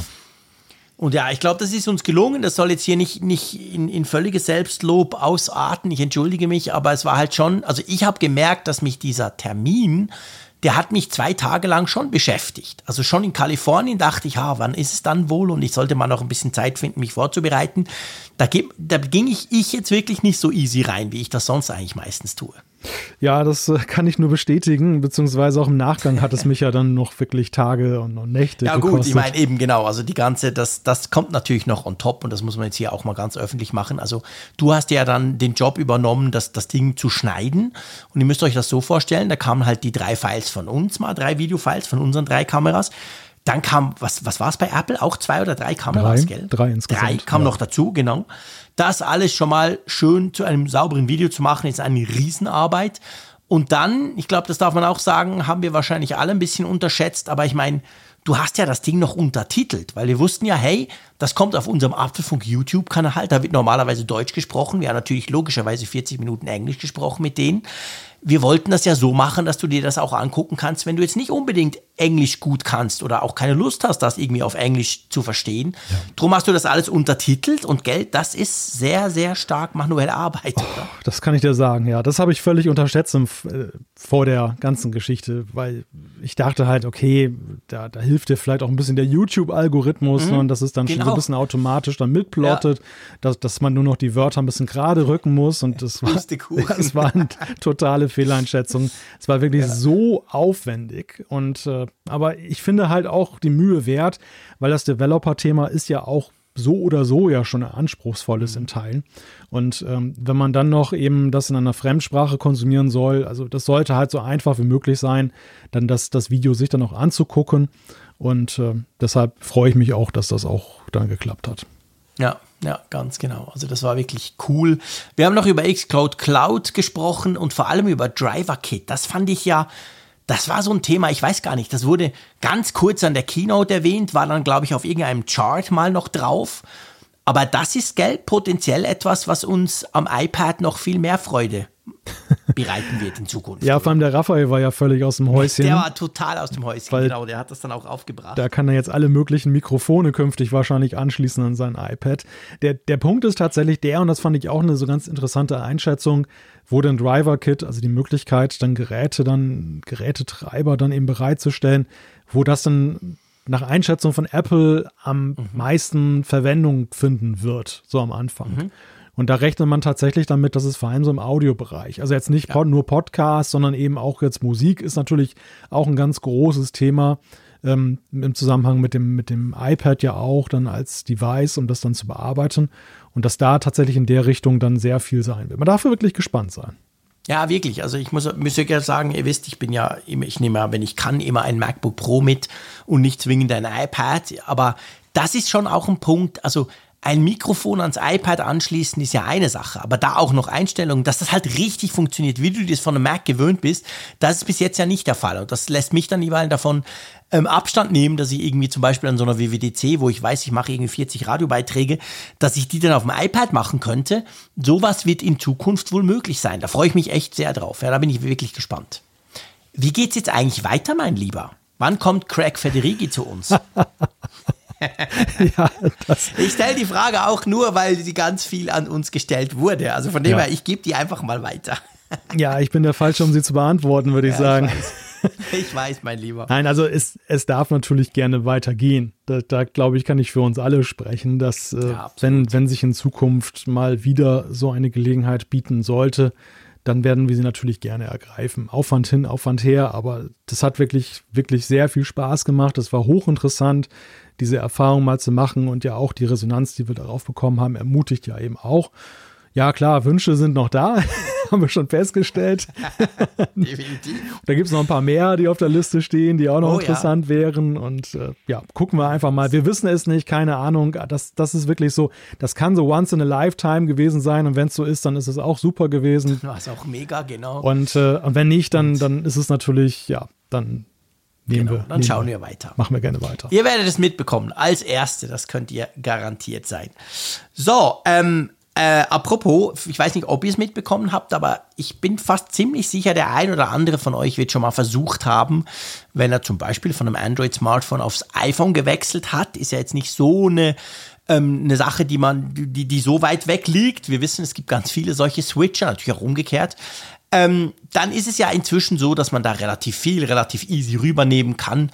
Und ja, ich glaube, das ist uns gelungen. Das soll jetzt hier nicht in völliges Selbstlob ausarten. Ich entschuldige mich, aber es war halt schon, also ich habe gemerkt, dass mich dieser Termin, der hat mich 2 Tage lang schon beschäftigt. Also schon in Kalifornien dachte ich, wann ist es dann wohl? Und ich sollte mal noch ein bisschen Zeit finden, mich vorzubereiten. Da ging ich jetzt wirklich nicht so easy rein, wie ich das sonst eigentlich meistens tue. Ja, das kann ich nur bestätigen, beziehungsweise auch im Nachgang hat es mich ja dann noch wirklich Tage und Nächte gekostet. Ja gut, ich meine eben genau, also die ganze, das kommt natürlich noch on top und das muss man jetzt hier auch mal ganz öffentlich machen. Also du hast ja dann den Job übernommen, das Ding zu schneiden und ihr müsst euch das so vorstellen, da kamen halt die 3 Files von uns, 3 Videofiles von unseren 3 Kameras. Dann kam, was war es bei Apple? Auch 2 oder 3 Kameras, gell? 3 insgesamt. 3 kam noch dazu, genau. Das alles schon mal schön zu einem sauberen Video zu machen, ist eine Riesenarbeit. Und dann, ich glaube, das darf man auch sagen, haben wir wahrscheinlich alle ein bisschen unterschätzt. Aber ich meine, du hast ja das Ding noch untertitelt, weil wir wussten ja, hey, das kommt auf unserem Apfelfunk YouTube-Kanal. Da wird normalerweise Deutsch gesprochen. Wir haben natürlich logischerweise 40 Minuten Englisch gesprochen mit denen. Wir wollten das ja so machen, dass du dir das auch angucken kannst, wenn du jetzt nicht unbedingt Englisch gut kannst oder auch keine Lust hast, das irgendwie auf Englisch zu verstehen. Ja. Drum hast du das alles untertitelt und Geld, das ist sehr, sehr stark manuelle Arbeit. Oder? Das kann ich dir sagen, ja. Das habe ich völlig unterschätzt vor der ganzen Geschichte, weil ich dachte halt, okay, da hilft dir vielleicht auch ein bisschen der YouTube-Algorithmus und das ist dann schon so ein bisschen automatisch dann mitplottet, dass man nur noch die Wörter ein bisschen gerade rücken muss und das war eine totale Fehleinschätzung. Es war wirklich so aufwendig und aber ich finde halt auch die Mühe wert, weil das Developer-Thema ist ja auch so oder so ja schon ein anspruchsvolles in Teilen. Und wenn man dann noch eben das in einer Fremdsprache konsumieren soll, also das sollte halt so einfach wie möglich sein, dann das Video sich dann auch anzugucken. Und deshalb freue ich mich auch, dass das auch dann geklappt hat. Ja, ganz genau. Also das war wirklich cool. Wir haben noch über xCloud Cloud gesprochen und vor allem über Driver Kit. Das fand ich ja, das war so ein Thema, ich weiß gar nicht, das wurde ganz kurz an der Keynote erwähnt, war dann, glaube ich, auf irgendeinem Chart mal noch drauf. Aber das ist, gell, potenziell etwas, was uns am iPad noch viel mehr Freude bereiten wird in Zukunft. Ja, vor allem der Raphael war ja völlig aus dem Häuschen. Der war total aus dem Häuschen, genau, der hat das dann auch aufgebracht. Da kann er jetzt alle möglichen Mikrofone künftig wahrscheinlich anschließen an sein iPad. Der Punkt ist tatsächlich der, und das fand ich auch eine so ganz interessante Einschätzung, wo dann Driver-Kit, also die Möglichkeit, dann Gerätetreiber dann eben bereitzustellen, wo das dann nach Einschätzung von Apple am meisten Verwendung finden wird, so am Anfang. Und da rechnet man tatsächlich damit, dass es vor allem so im Audiobereich, also jetzt nicht nur Podcasts, sondern eben auch jetzt Musik ist natürlich auch ein ganz großes Thema im Zusammenhang mit dem iPad ja auch dann als Device, um das dann zu bearbeiten. Und dass da tatsächlich in der Richtung dann sehr viel sein wird. Man darf wirklich gespannt sein. Ja, wirklich. Also ich muss ja sagen, ihr wisst, ich nehme ja, wenn ich kann, immer ein MacBook Pro mit und nicht zwingend ein iPad. Aber das ist schon auch ein Punkt, also ein Mikrofon ans iPad anschließen ist ja eine Sache, aber da auch noch Einstellungen, dass das halt richtig funktioniert, wie du das von einem Mac gewöhnt bist, das ist bis jetzt ja nicht der Fall. Und das lässt mich dann jeweils davon Abstand nehmen, dass ich irgendwie zum Beispiel an so einer WWDC, wo ich weiß, ich mache irgendwie 40 Radiobeiträge, dass ich die dann auf dem iPad machen könnte. Sowas wird in Zukunft wohl möglich sein. Da freue ich mich echt sehr drauf. Ja, da bin ich wirklich gespannt. Wie geht's jetzt eigentlich weiter, mein Lieber? Wann kommt Craig Federighi zu uns? Ja, ich stelle die Frage auch nur, weil sie ganz viel an uns gestellt wurde. Also von dem her, ich gebe die einfach mal weiter. Ja, ich bin der Falsche, um sie zu beantworten, würde ich sagen. Ich weiß, mein Lieber. Nein, also es darf natürlich gerne weitergehen. Da glaube ich, kann ich für uns alle sprechen, dass wenn sich in Zukunft mal wieder so eine Gelegenheit bieten sollte, dann werden wir sie natürlich gerne ergreifen. Aufwand hin, Aufwand her, aber das hat wirklich, wirklich sehr viel Spaß gemacht. Es war hochinteressant, diese Erfahrung mal zu machen und ja auch die Resonanz, die wir darauf bekommen haben, ermutigt ja eben auch. Ja klar, Wünsche sind noch da, haben wir schon festgestellt. Definitiv. Da gibt es noch ein paar mehr, die auf der Liste stehen, die auch noch interessant wären. Und gucken wir einfach mal. Wir wissen es nicht, keine Ahnung. Das ist wirklich so, das kann so once in a lifetime gewesen sein. Und wenn es so ist, dann ist es auch super gewesen. Das ist auch mega, genau. Und wenn nicht, dann ist es natürlich, dann schauen wir weiter. Machen wir gerne weiter. Ihr werdet es mitbekommen, als Erste, das könnt ihr garantiert sein. So, apropos, ich weiß nicht, ob ihr es mitbekommen habt, aber ich bin fast ziemlich sicher, der ein oder andere von euch wird schon mal versucht haben, wenn er zum Beispiel von einem Android-Smartphone aufs iPhone gewechselt hat, ist ja jetzt nicht so eine Sache, die so weit weg liegt. Wir wissen, es gibt ganz viele solche Switcher, natürlich auch umgekehrt. Dann ist es ja inzwischen so, dass man da relativ easy rübernehmen kann.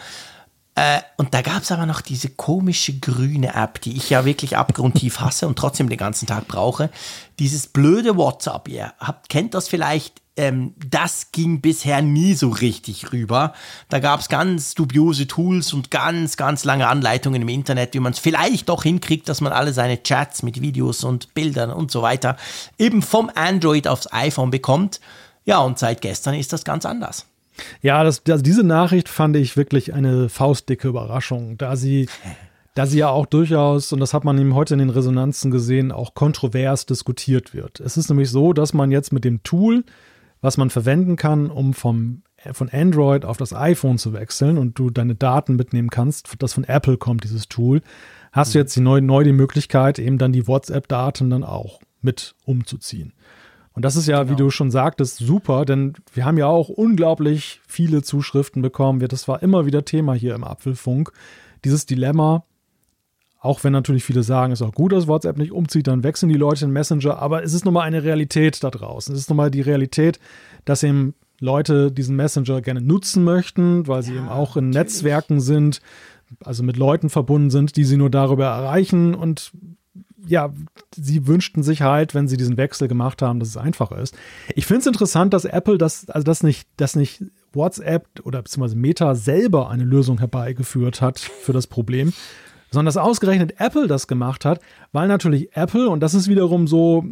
Und da gab es aber noch diese komische grüne App, die ich ja wirklich abgrundtief hasse und trotzdem den ganzen Tag brauche. Dieses blöde WhatsApp, ihr kennt das vielleicht, das ging bisher nie so richtig rüber. Da gab es ganz dubiose Tools und ganz, ganz lange Anleitungen im Internet, wie man es vielleicht doch hinkriegt, dass man alle seine Chats mit Videos und Bildern und so weiter eben vom Android aufs iPhone bekommt. Ja, und seit gestern ist das ganz anders. Ja, diese Nachricht fand ich wirklich eine faustdicke Überraschung, da sie ja auch durchaus, und das hat man eben heute in den Resonanzen gesehen, auch kontrovers diskutiert wird. Es ist nämlich so, dass man jetzt mit dem Tool, was man verwenden kann, um von Android auf das iPhone zu wechseln und du deine Daten mitnehmen kannst, das von Apple kommt, dieses Tool, hast du jetzt neu die Möglichkeit, eben dann die WhatsApp-Daten dann auch mit umzuziehen. Und das ist ja, wie du schon sagtest, super, denn wir haben ja auch unglaublich viele Zuschriften bekommen. Das war immer wieder Thema hier im Apfelfunk. Dieses Dilemma, auch wenn natürlich viele sagen, es ist auch gut, dass WhatsApp nicht umzieht, dann wechseln die Leute in Messenger, aber es ist nun mal eine Realität da draußen. Es ist nun mal die Realität, dass eben Leute diesen Messenger gerne nutzen möchten, weil sie eben auch in Netzwerken sind, also mit Leuten verbunden sind, die sie nur darüber erreichen und ja, sie wünschten sich halt, wenn sie diesen Wechsel gemacht haben, dass es einfacher ist. Ich finde es interessant, dass Apple dass nicht WhatsApp oder beziehungsweise Meta selber eine Lösung herbeigeführt hat für das Problem, sondern dass ausgerechnet Apple das gemacht hat, weil natürlich Apple, und das ist wiederum so,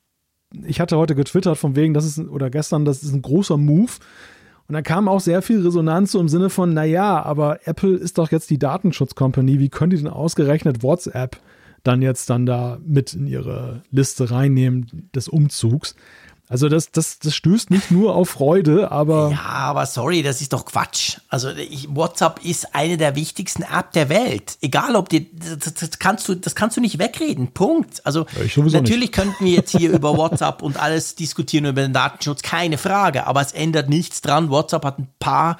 ich hatte heute getwittert von wegen, das ist ein großer Move. Und da kam auch sehr viel Resonanz so im Sinne von, naja, aber Apple ist doch jetzt die Datenschutz-Company, wie können die denn ausgerechnet WhatsApp dann da mit in ihre Liste reinnehmen des Umzugs. Also das stößt nicht nur auf Freude, aber... Ja, aber sorry, das ist doch Quatsch. Also WhatsApp ist eine der wichtigsten Apps der Welt. Egal, ob das kannst du nicht wegreden. Punkt. Also natürlich könnten wir jetzt hier über WhatsApp und alles diskutieren, über den Datenschutz, keine Frage. Aber es ändert nichts dran. WhatsApp hat ein paar,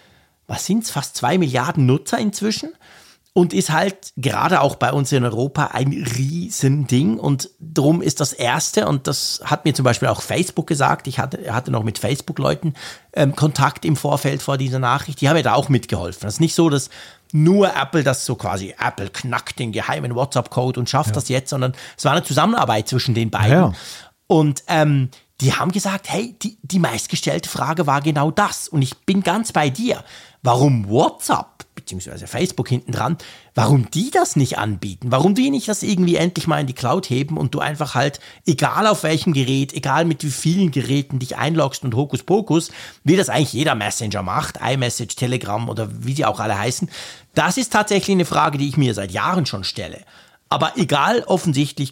fast 2 Milliarden Nutzer inzwischen. Und ist halt gerade auch bei uns in Europa ein Riesending. Und darum ist das Erste, und das hat mir zum Beispiel auch Facebook gesagt, ich hatte noch mit Facebook-Leuten Kontakt im Vorfeld vor dieser Nachricht, die haben mir da auch mitgeholfen. Das ist nicht so, dass nur Apple das so quasi, Apple knackt den geheimen WhatsApp-Code und schafft das jetzt, sondern es war eine Zusammenarbeit zwischen den beiden. Ja. Und die haben gesagt, hey, die meistgestellte Frage war genau das. Und ich bin ganz bei dir. Warum WhatsApp, beziehungsweise Facebook hinten dran, warum die das nicht anbieten? Warum die nicht das irgendwie endlich mal in die Cloud heben und du einfach halt, egal auf welchem Gerät, egal mit wie vielen Geräten dich einloggst und Hokuspokus, wie das eigentlich jeder Messenger macht, iMessage, Telegram oder wie die auch alle heißen, das ist tatsächlich eine Frage, die ich mir seit Jahren schon stelle. Aber egal, offensichtlich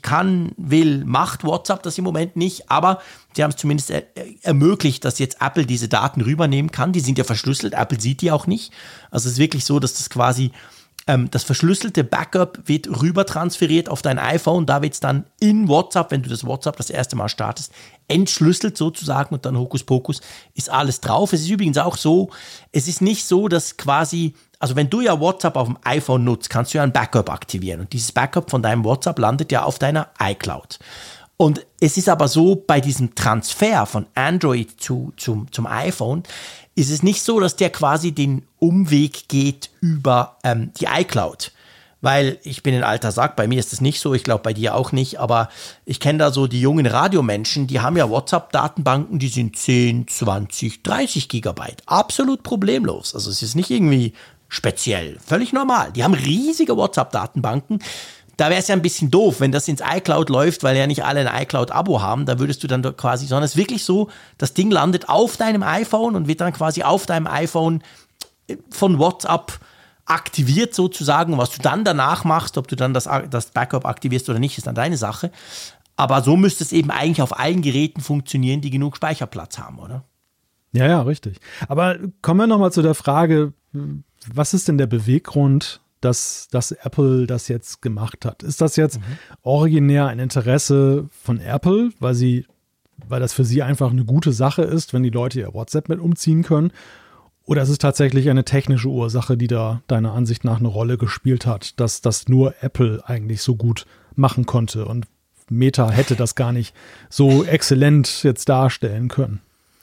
macht WhatsApp das im Moment nicht, aber sie haben es zumindest ermöglicht, dass jetzt Apple diese Daten rübernehmen kann. Die sind ja verschlüsselt, Apple sieht die auch nicht. Also es ist wirklich so, dass das quasi das verschlüsselte Backup wird rüber transferiert auf dein iPhone. Da wird es dann in WhatsApp, wenn du das WhatsApp das erste Mal startest, entschlüsselt sozusagen und dann Hokuspokus ist alles drauf. Es ist übrigens auch so, es ist nicht so, dass quasi... Also wenn du ja WhatsApp auf dem iPhone nutzt, kannst du ja ein Backup aktivieren. Und dieses Backup von deinem WhatsApp landet ja auf deiner iCloud. Und es ist aber so, bei diesem Transfer von Android zum iPhone, ist es nicht so, dass der quasi den Umweg geht über die iCloud. Weil ich bin ein alter Sack, bei mir ist das nicht so, ich glaube bei dir auch nicht, aber ich kenne da so die jungen Radiomenschen, die haben ja WhatsApp-Datenbanken, die sind 10, 20, 30 Gigabyte. Absolut problemlos. Also es ist nicht irgendwie speziell, völlig normal. Die haben riesige WhatsApp-Datenbanken. Da wäre es ja ein bisschen doof, wenn das ins iCloud läuft, weil ja nicht alle ein iCloud-Abo haben, da würdest du dann quasi, sondern es ist wirklich so, das Ding landet auf deinem iPhone und wird dann quasi auf deinem iPhone von WhatsApp aktiviert sozusagen. Und was du dann danach machst, ob du dann das Backup aktivierst oder nicht, ist dann deine Sache. Aber so müsste es eben eigentlich auf allen Geräten funktionieren, die genug Speicherplatz haben, oder? Ja, richtig. Aber kommen wir nochmal zu der Frage, was ist denn der Beweggrund, dass Apple das jetzt gemacht hat? Ist das jetzt originär ein Interesse von Apple, weil das für sie einfach eine gute Sache ist, wenn die Leute ihr WhatsApp mit umziehen können? Oder ist es tatsächlich eine technische Ursache, die da deiner Ansicht nach eine Rolle gespielt hat, dass das nur Apple eigentlich so gut machen konnte und Meta hätte das gar nicht so exzellent jetzt darstellen können?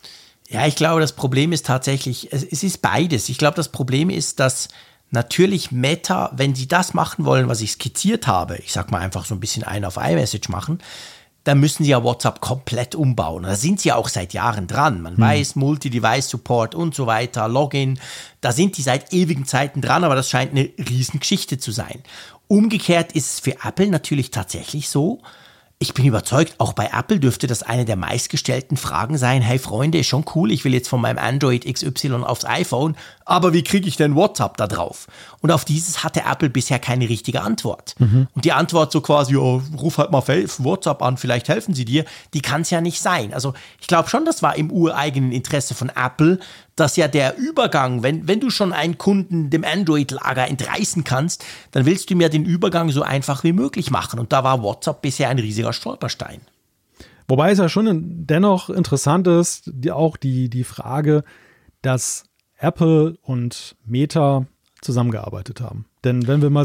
Ja, ich glaube, das Problem ist tatsächlich, es ist beides. Ich glaube, das Problem ist, dass natürlich Meta, wenn sie das machen wollen, was ich skizziert habe, ich sag mal einfach so ein bisschen einen auf iMessage machen, dann müssen sie ja WhatsApp komplett umbauen. Da sind sie ja auch seit Jahren dran. Man weiß, Multi-Device-Support und so weiter, Login, da sind die seit ewigen Zeiten dran, aber das scheint eine Riesengeschichte zu sein. Umgekehrt ist es für Apple natürlich tatsächlich so, ich bin überzeugt, auch bei Apple dürfte das eine der meistgestellten Fragen sein. Hey Freunde, ist schon cool, ich will jetzt von meinem Android XY aufs iPhone, aber wie kriege ich denn WhatsApp da drauf? Und auf dieses hatte Apple bisher keine richtige Antwort. Und die Antwort so quasi, oh, ruf halt mal WhatsApp an, vielleicht helfen sie dir, die kann es ja nicht sein. Also ich glaube schon, das war im ureigenen Interesse von Apple, dass ja der Übergang, wenn du schon einen Kunden dem Android-Lager entreißen kannst, dann willst du ihm ja den Übergang so einfach wie möglich machen. Und da war WhatsApp bisher ein riesiger Stolperstein. Wobei es ja schon dennoch interessant ist, die Frage, dass Apple und Meta zusammengearbeitet haben. Denn wenn wir mal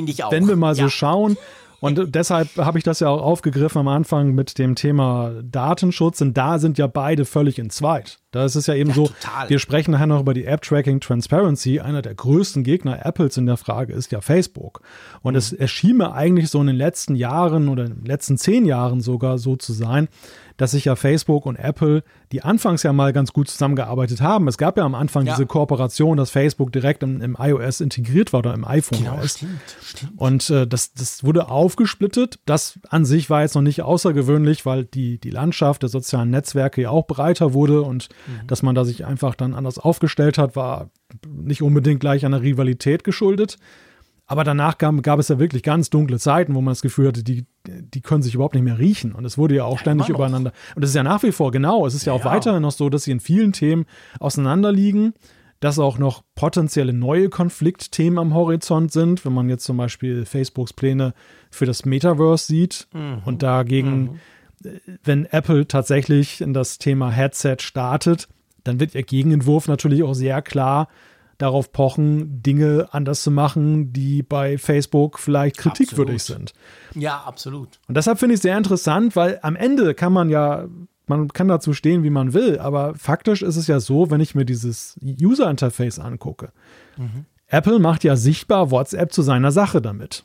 so schauen, und deshalb habe ich das ja auch aufgegriffen am Anfang mit dem Thema Datenschutz, und da sind ja beide völlig entzweit. Da ist es ja eben so, total. Wir sprechen nachher noch über die App Tracking Transparency. Einer der größten Gegner Apples in der Frage ist ja Facebook. Und es erschien mir eigentlich so in den letzten Jahren oder in den letzten 10 Jahren sogar so zu sein, dass sich ja Facebook und Apple, die anfangs ja mal ganz gut zusammengearbeitet haben. Es gab ja am Anfang diese Kooperation, dass Facebook direkt im iOS integriert war oder im iPhone. Genau, OS. stimmt. Und das wurde aufgesplittet. Das an sich war jetzt noch nicht außergewöhnlich, weil die Landschaft der sozialen Netzwerke ja auch breiter wurde und dass man da sich einfach dann anders aufgestellt hat, war nicht unbedingt gleich einer Rivalität geschuldet. Aber danach gab es ja wirklich ganz dunkle Zeiten, wo man das Gefühl hatte, die können sich überhaupt nicht mehr riechen. Und es wurde ja auch ständig übereinander. Und das ist ja nach wie vor, genau. Es ist ja auch weiterhin noch so, dass sie in vielen Themen auseinanderliegen, dass auch noch potenzielle neue Konfliktthemen am Horizont sind. Wenn man jetzt zum Beispiel Facebooks Pläne für das Metaverse sieht und dagegen, wenn Apple tatsächlich in das Thema Headset startet, dann wird ihr Gegenentwurf natürlich auch sehr klar darauf pochen, Dinge anders zu machen, die bei Facebook vielleicht kritikwürdig sind. Ja, absolut. Und deshalb finde ich es sehr interessant, weil am Ende kann man kann dazu stehen, wie man will, aber faktisch ist es ja so, wenn ich mir dieses User-Interface angucke. Apple macht ja sichtbar WhatsApp zu seiner Sache damit.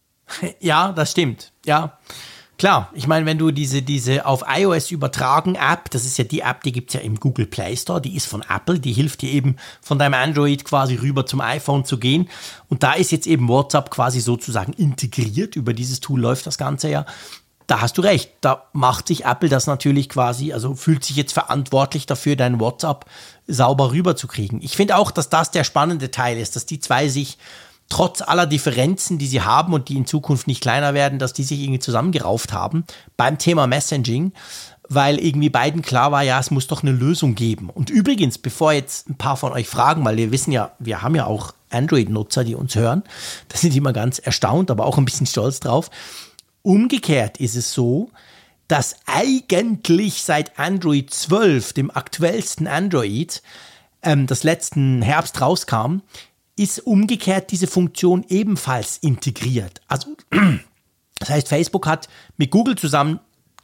Ja, das stimmt. Ja. Klar, ich meine, wenn du diese auf iOS übertragen App, das ist ja die App, die gibt es ja im Google Play Store, die ist von Apple, die hilft dir eben von deinem Android quasi rüber zum iPhone zu gehen. Und da ist jetzt eben WhatsApp quasi sozusagen integriert, über dieses Tool läuft das Ganze ja. Da hast du recht, da macht sich Apple das natürlich quasi, also fühlt sich jetzt verantwortlich dafür, dein WhatsApp sauber rüberzukriegen. Ich finde auch, dass das der spannende Teil ist, dass die zwei sich trotz aller Differenzen, die sie haben und die in Zukunft nicht kleiner werden, dass die sich irgendwie zusammengerauft haben beim Thema Messaging, weil irgendwie beiden klar war, ja, es muss doch eine Lösung geben. Und übrigens, bevor jetzt ein paar von euch fragen, weil wir wissen ja, wir haben ja auch Android-Nutzer, die uns hören, da sind die immer ganz erstaunt, aber auch ein bisschen stolz drauf. Umgekehrt ist es so, dass eigentlich seit Android 12, dem aktuellsten Android, das letzten Herbst rauskam, ist umgekehrt diese Funktion ebenfalls integriert. Also, das heißt, Facebook hat mit Google zusammen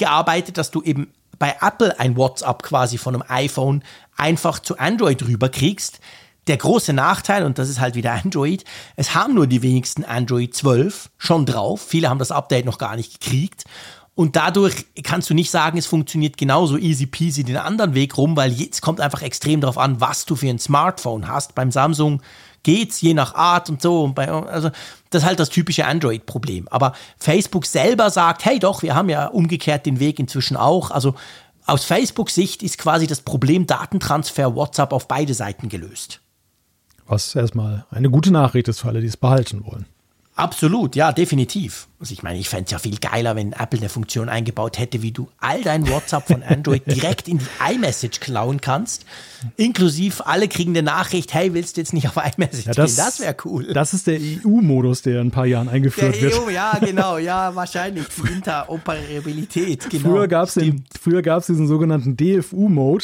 nachgearbeitet, dass du eben bei Apple ein WhatsApp quasi von einem iPhone einfach zu Android rüberkriegst. Der große Nachteil, und das ist halt wieder Android, es haben nur die wenigsten Android 12 schon drauf. Viele haben das Update noch gar nicht gekriegt. Und dadurch kannst du nicht sagen, es funktioniert genauso easy peasy den anderen Weg rum, weil es kommt einfach extrem darauf an, was du für ein Smartphone hast. Beim Samsung geht's je nach Art und so. Und also das ist halt das typische Android-Problem. Aber Facebook selber sagt, hey doch, wir haben ja umgekehrt den Weg inzwischen auch. Also aus Facebook-Sicht ist quasi das Problem Datentransfer WhatsApp auf beide Seiten gelöst. Was erstmal eine gute Nachricht ist für alle, die es behalten wollen. Absolut, ja, definitiv. Also ich meine, ich fände es ja viel geiler, wenn Apple eine Funktion eingebaut hätte, wie du all dein WhatsApp von Android direkt in die iMessage klauen kannst. Inklusive alle kriegen eine Nachricht, hey, willst du jetzt nicht auf iMessage gehen? Das wäre cool. Das ist der EU-Modus, der in ein paar Jahren eingeführt wird. Der EU, ja, genau, ja, wahrscheinlich. Die Interoperabilität, genau. Früher gab's diesen sogenannten DFU-Mode,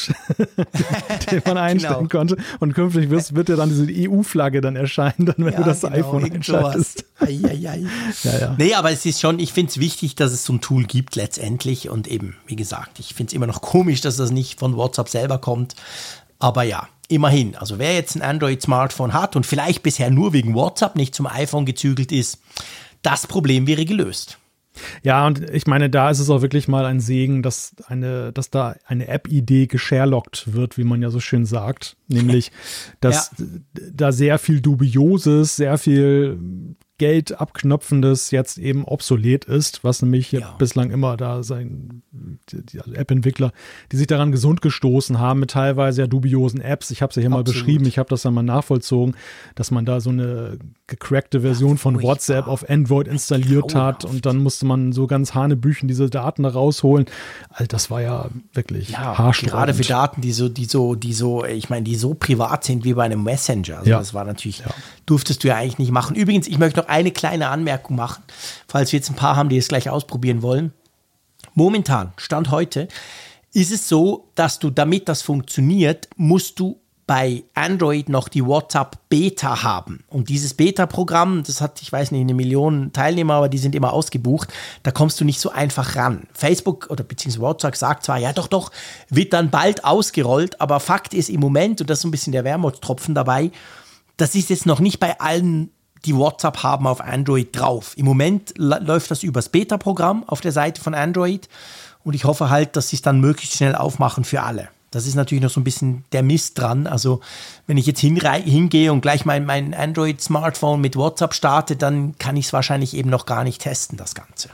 den man einstellen konnte. Und künftig wird ja dann diese EU-Flagge dann erscheinen, dann, wenn du das iPhone einschaltest. Ja. Nee, aber es ist schon, ich finde es wichtig, dass es so ein Tool gibt letztendlich und eben, wie gesagt, ich finde es immer noch komisch, dass das nicht von WhatsApp selber kommt, aber ja, immerhin, also wer jetzt ein Android-Smartphone hat und vielleicht bisher nur wegen WhatsApp nicht zum iPhone gezügelt ist, das Problem wäre gelöst. Ja, und ich meine, da ist es auch wirklich mal ein Segen, dass da eine App-Idee gesharelockt wird, wie man ja so schön sagt. Nämlich, dass da sehr viel Dubioses, sehr viel Geld abknöpfendes jetzt eben obsolet ist, was nämlich bislang immer da die App-Entwickler, die sich daran gesund gestoßen haben mit teilweise ja dubiosen Apps. Ich habe es ja hier mal beschrieben, ich habe das dann mal nachvollzogen, dass man da so eine gecrackte Version von WhatsApp auf Android installiert hat und dann musste man so ganz hanebüchen diese Daten da rausholen. Also das war ja wirklich haarsträubend. Gerade für Daten, die so privat sind wie bei einem Messenger. Also das war natürlich, durftest du ja eigentlich nicht machen. Übrigens, ich möchte noch eine kleine Anmerkung machen, falls wir jetzt ein paar haben, die es gleich ausprobieren wollen. Momentan, Stand heute, ist es so, dass du, damit das funktioniert, musst du bei Android noch die WhatsApp Beta haben. Und dieses Beta-Programm, das hat, ich weiß nicht, 1 Million Teilnehmer, aber die sind immer ausgebucht. Da kommst du nicht so einfach ran. Facebook oder beziehungsweise WhatsApp sagt zwar, ja doch, wird dann bald ausgerollt, aber Fakt ist im Moment, und das ist so ein bisschen der Wermutstropfen dabei, das ist jetzt noch nicht bei allen, die WhatsApp haben, auf Android drauf. Im Moment läuft das übers Beta-Programm auf der Seite von Android und ich hoffe halt, dass sie es dann möglichst schnell aufmachen für alle. Das ist natürlich noch so ein bisschen der Mist dran. Also wenn ich jetzt hingehe und gleich mein Android-Smartphone mit WhatsApp starte, dann kann ich es wahrscheinlich eben noch gar nicht testen, das Ganze.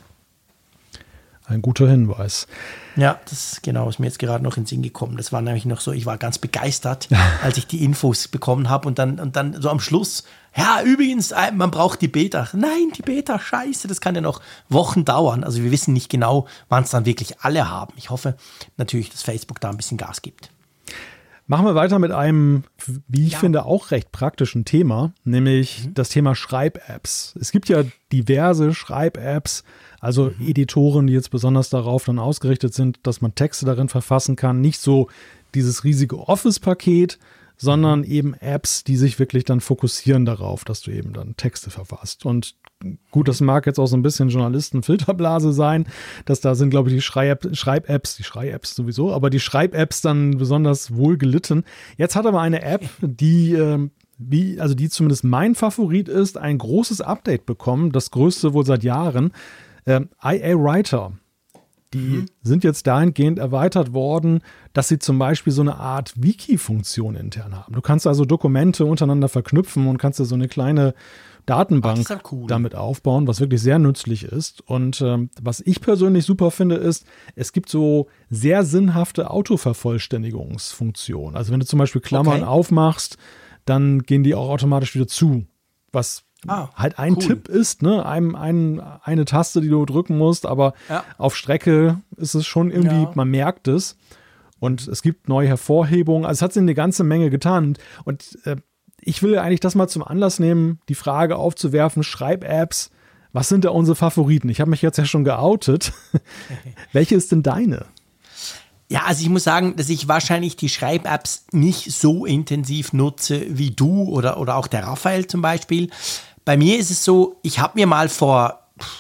Ein guter Hinweis. Ja, das genau, ist mir jetzt gerade noch in den Sinn gekommen. Das war nämlich noch so, ich war ganz begeistert, als ich die Infos bekommen habe und dann so am Schluss, ja, übrigens, man braucht die Beta. Nein, die Beta, scheiße, das kann ja noch Wochen dauern. Also wir wissen nicht genau, wann es dann wirklich alle haben. Ich hoffe natürlich, dass Facebook da ein bisschen Gas gibt. Machen wir weiter mit einem, wie ich finde, auch recht praktischen Thema, nämlich das Thema Schreib-Apps. Es gibt ja diverse Schreib-Apps, also Editoren, die jetzt besonders darauf dann ausgerichtet sind, dass man Texte darin verfassen kann. Nicht so dieses riesige Office-Paket, sondern eben Apps, die sich wirklich dann fokussieren darauf, dass du eben dann Texte verfasst. Und gut, das mag jetzt auch so ein bisschen Journalisten-Filterblase sein, dass da sind, glaube ich, die Schreib-Apps sowieso, aber die Schreib-Apps dann besonders wohl gelitten. Jetzt hat aber eine App, die zumindest mein Favorit ist, ein großes Update bekommen, das größte wohl seit Jahren, IA Writer. Die sind jetzt dahingehend erweitert worden, dass sie zum Beispiel so eine Art Wiki-Funktion intern haben. Du kannst also Dokumente untereinander verknüpfen und kannst dir so eine kleine Datenbank damit aufbauen, was wirklich sehr nützlich ist. Und was ich persönlich super finde, ist, es gibt so sehr sinnhafte Autovervollständigungsfunktionen. Also wenn du zum Beispiel Klammern aufmachst, dann gehen die auch automatisch wieder zu, was halt ein Tipp ist, ne? Eine Taste, die du drücken musst, aber auf Strecke ist es schon irgendwie, man merkt es. Und es gibt neue Hervorhebungen. Also es hat sich eine ganze Menge getan. Und ich will eigentlich das mal zum Anlass nehmen, die Frage aufzuwerfen, Schreib-Apps, was sind da unsere Favoriten? Ich habe mich jetzt ja schon geoutet. Welche ist denn deine? Ja, also ich muss sagen, dass ich wahrscheinlich die Schreib-Apps nicht so intensiv nutze wie du oder auch der Raphael zum Beispiel. Bei mir ist es so, ich habe mir mal vor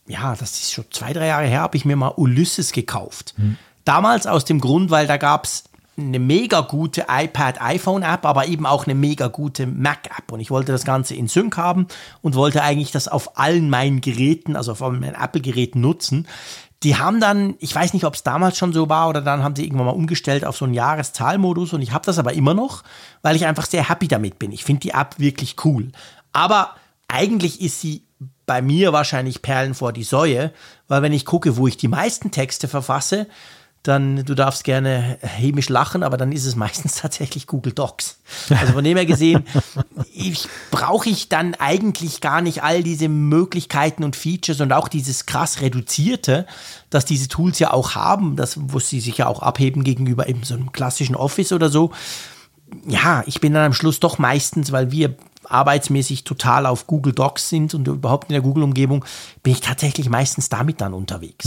das ist schon 2-3 Jahre her, habe ich mir mal Ulysses gekauft. Damals aus dem Grund, weil da gab es eine mega gute iPad-iPhone-App, aber eben auch eine mega gute Mac-App. Und ich wollte das Ganze in Sync haben und wollte eigentlich das auf allen meinen Geräten, also auf meinen Apple-Geräten nutzen. Die haben dann, ich weiß nicht, ob es damals schon so war oder dann haben sie irgendwann mal umgestellt auf so einen Jahreszahlmodus und ich habe das aber immer noch, weil ich einfach sehr happy damit bin. Ich finde die App wirklich cool. Aber eigentlich ist sie bei mir wahrscheinlich Perlen vor die Säue, weil wenn ich gucke, wo ich die meisten Texte verfasse, dann, du darfst gerne hämisch lachen, aber dann ist es meistens tatsächlich Google Docs. Also von dem her gesehen, brauche ich dann eigentlich gar nicht all diese Möglichkeiten und Features und auch dieses krass Reduzierte, dass diese Tools ja auch haben, wo sie sich ja auch abheben gegenüber eben so einem klassischen Office oder so. Ja, ich bin dann am Schluss doch meistens, weil wir arbeitsmäßig total auf Google Docs sind und überhaupt in der Google-Umgebung, bin ich tatsächlich meistens damit dann unterwegs.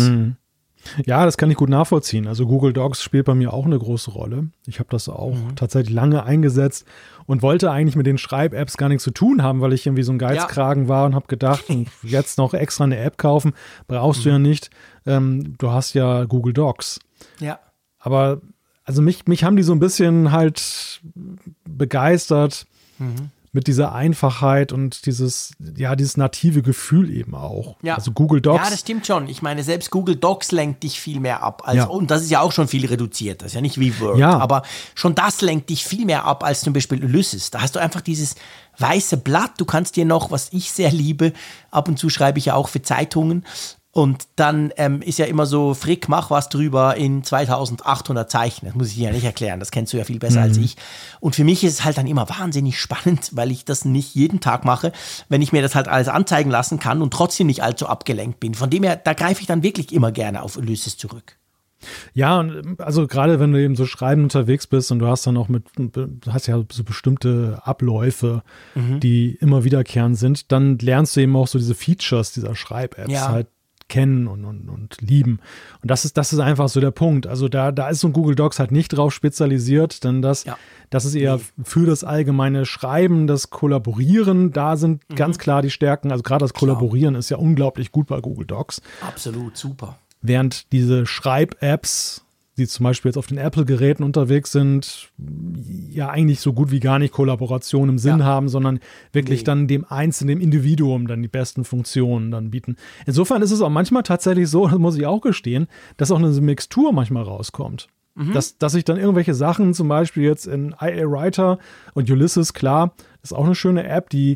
Ja, das kann ich gut nachvollziehen. Also Google Docs spielt bei mir auch eine große Rolle. Ich habe das auch tatsächlich lange eingesetzt und wollte eigentlich mit den Schreib-Apps gar nichts zu tun haben, weil ich irgendwie so ein Geizkragen war und habe gedacht, jetzt noch extra eine App kaufen, brauchst du ja nicht. Du hast ja Google Docs. Ja. Aber also mich haben die so ein bisschen halt begeistert mit dieser Einfachheit und dieses native Gefühl eben auch. Ja. Also Google Docs. Ja, das stimmt schon. Ich meine, selbst Google Docs lenkt dich viel mehr ab. Und das ist ja auch schon viel reduziert. Das ist ja nicht wie Word. Ja. Aber schon das lenkt dich viel mehr ab als zum Beispiel Ulysses. Da hast du einfach dieses weiße Blatt. Du kannst dir noch, was ich sehr liebe, ab und zu schreibe ich ja auch für Zeitungen. Und dann ist ja immer so, Frick, mach was drüber in 2800 Zeichen. Das muss ich dir ja nicht erklären, das kennst du ja viel besser als ich. Und für mich ist es halt dann immer wahnsinnig spannend, weil ich das nicht jeden Tag mache, wenn ich mir das halt alles anzeigen lassen kann und trotzdem nicht allzu abgelenkt bin. Von dem her, da greife ich dann wirklich immer gerne auf Ulysses zurück. Ja, und also gerade wenn du eben so schreiben unterwegs bist und du hast dann auch hast ja so bestimmte Abläufe, die immer wiederkehrend sind, dann lernst du eben auch so diese Features dieser Schreib-Apps halt kennen und lieben. Und das ist einfach so der Punkt. Also da ist so ein Google Docs halt nicht drauf spezialisiert, denn das ist eher für das allgemeine Schreiben, das Kollaborieren, da sind ganz klar die Stärken. Also gerade das Kollaborieren ist ja unglaublich gut bei Google Docs. Absolut, super. Während diese Schreib-Apps, die zum Beispiel jetzt auf den Apple-Geräten unterwegs sind, ja eigentlich so gut wie gar nicht Kollaboration im Sinn haben, sondern wirklich dann dem Einzelnen, dem Individuum dann die besten Funktionen dann bieten. Insofern ist es auch manchmal tatsächlich so, das muss ich auch gestehen, dass auch eine Mixtur manchmal rauskommt. Dass ich dann irgendwelche Sachen, zum Beispiel jetzt in IA Writer und Ulysses, klar, das ist auch eine schöne App, die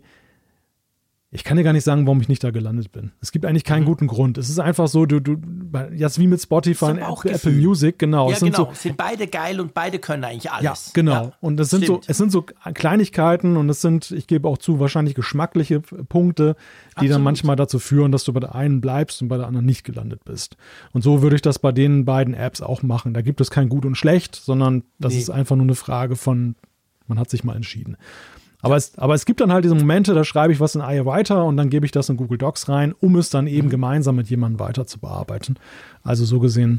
ich kann dir gar nicht sagen, warum ich nicht da gelandet bin. Es gibt eigentlich keinen guten Grund. Es ist einfach so, jetzt wie mit Spotify und Apple Music, genau. Ja, sind beide geil und beide können eigentlich alles. Ja, genau. Ja, und es sind so Kleinigkeiten und ich gebe auch zu, wahrscheinlich geschmackliche Punkte, die dann manchmal dazu führen, dass du bei der einen bleibst und bei der anderen nicht gelandet bist. Und so würde ich das bei den beiden Apps auch machen. Da gibt es kein Gut und Schlecht, sondern das ist einfach nur eine Frage von, man hat sich mal entschieden. Aber es gibt dann halt diese Momente, da schreibe ich was in IA Writer und dann gebe ich das in Google Docs rein, um es dann eben gemeinsam mit jemandem weiter zu bearbeiten. Also so gesehen,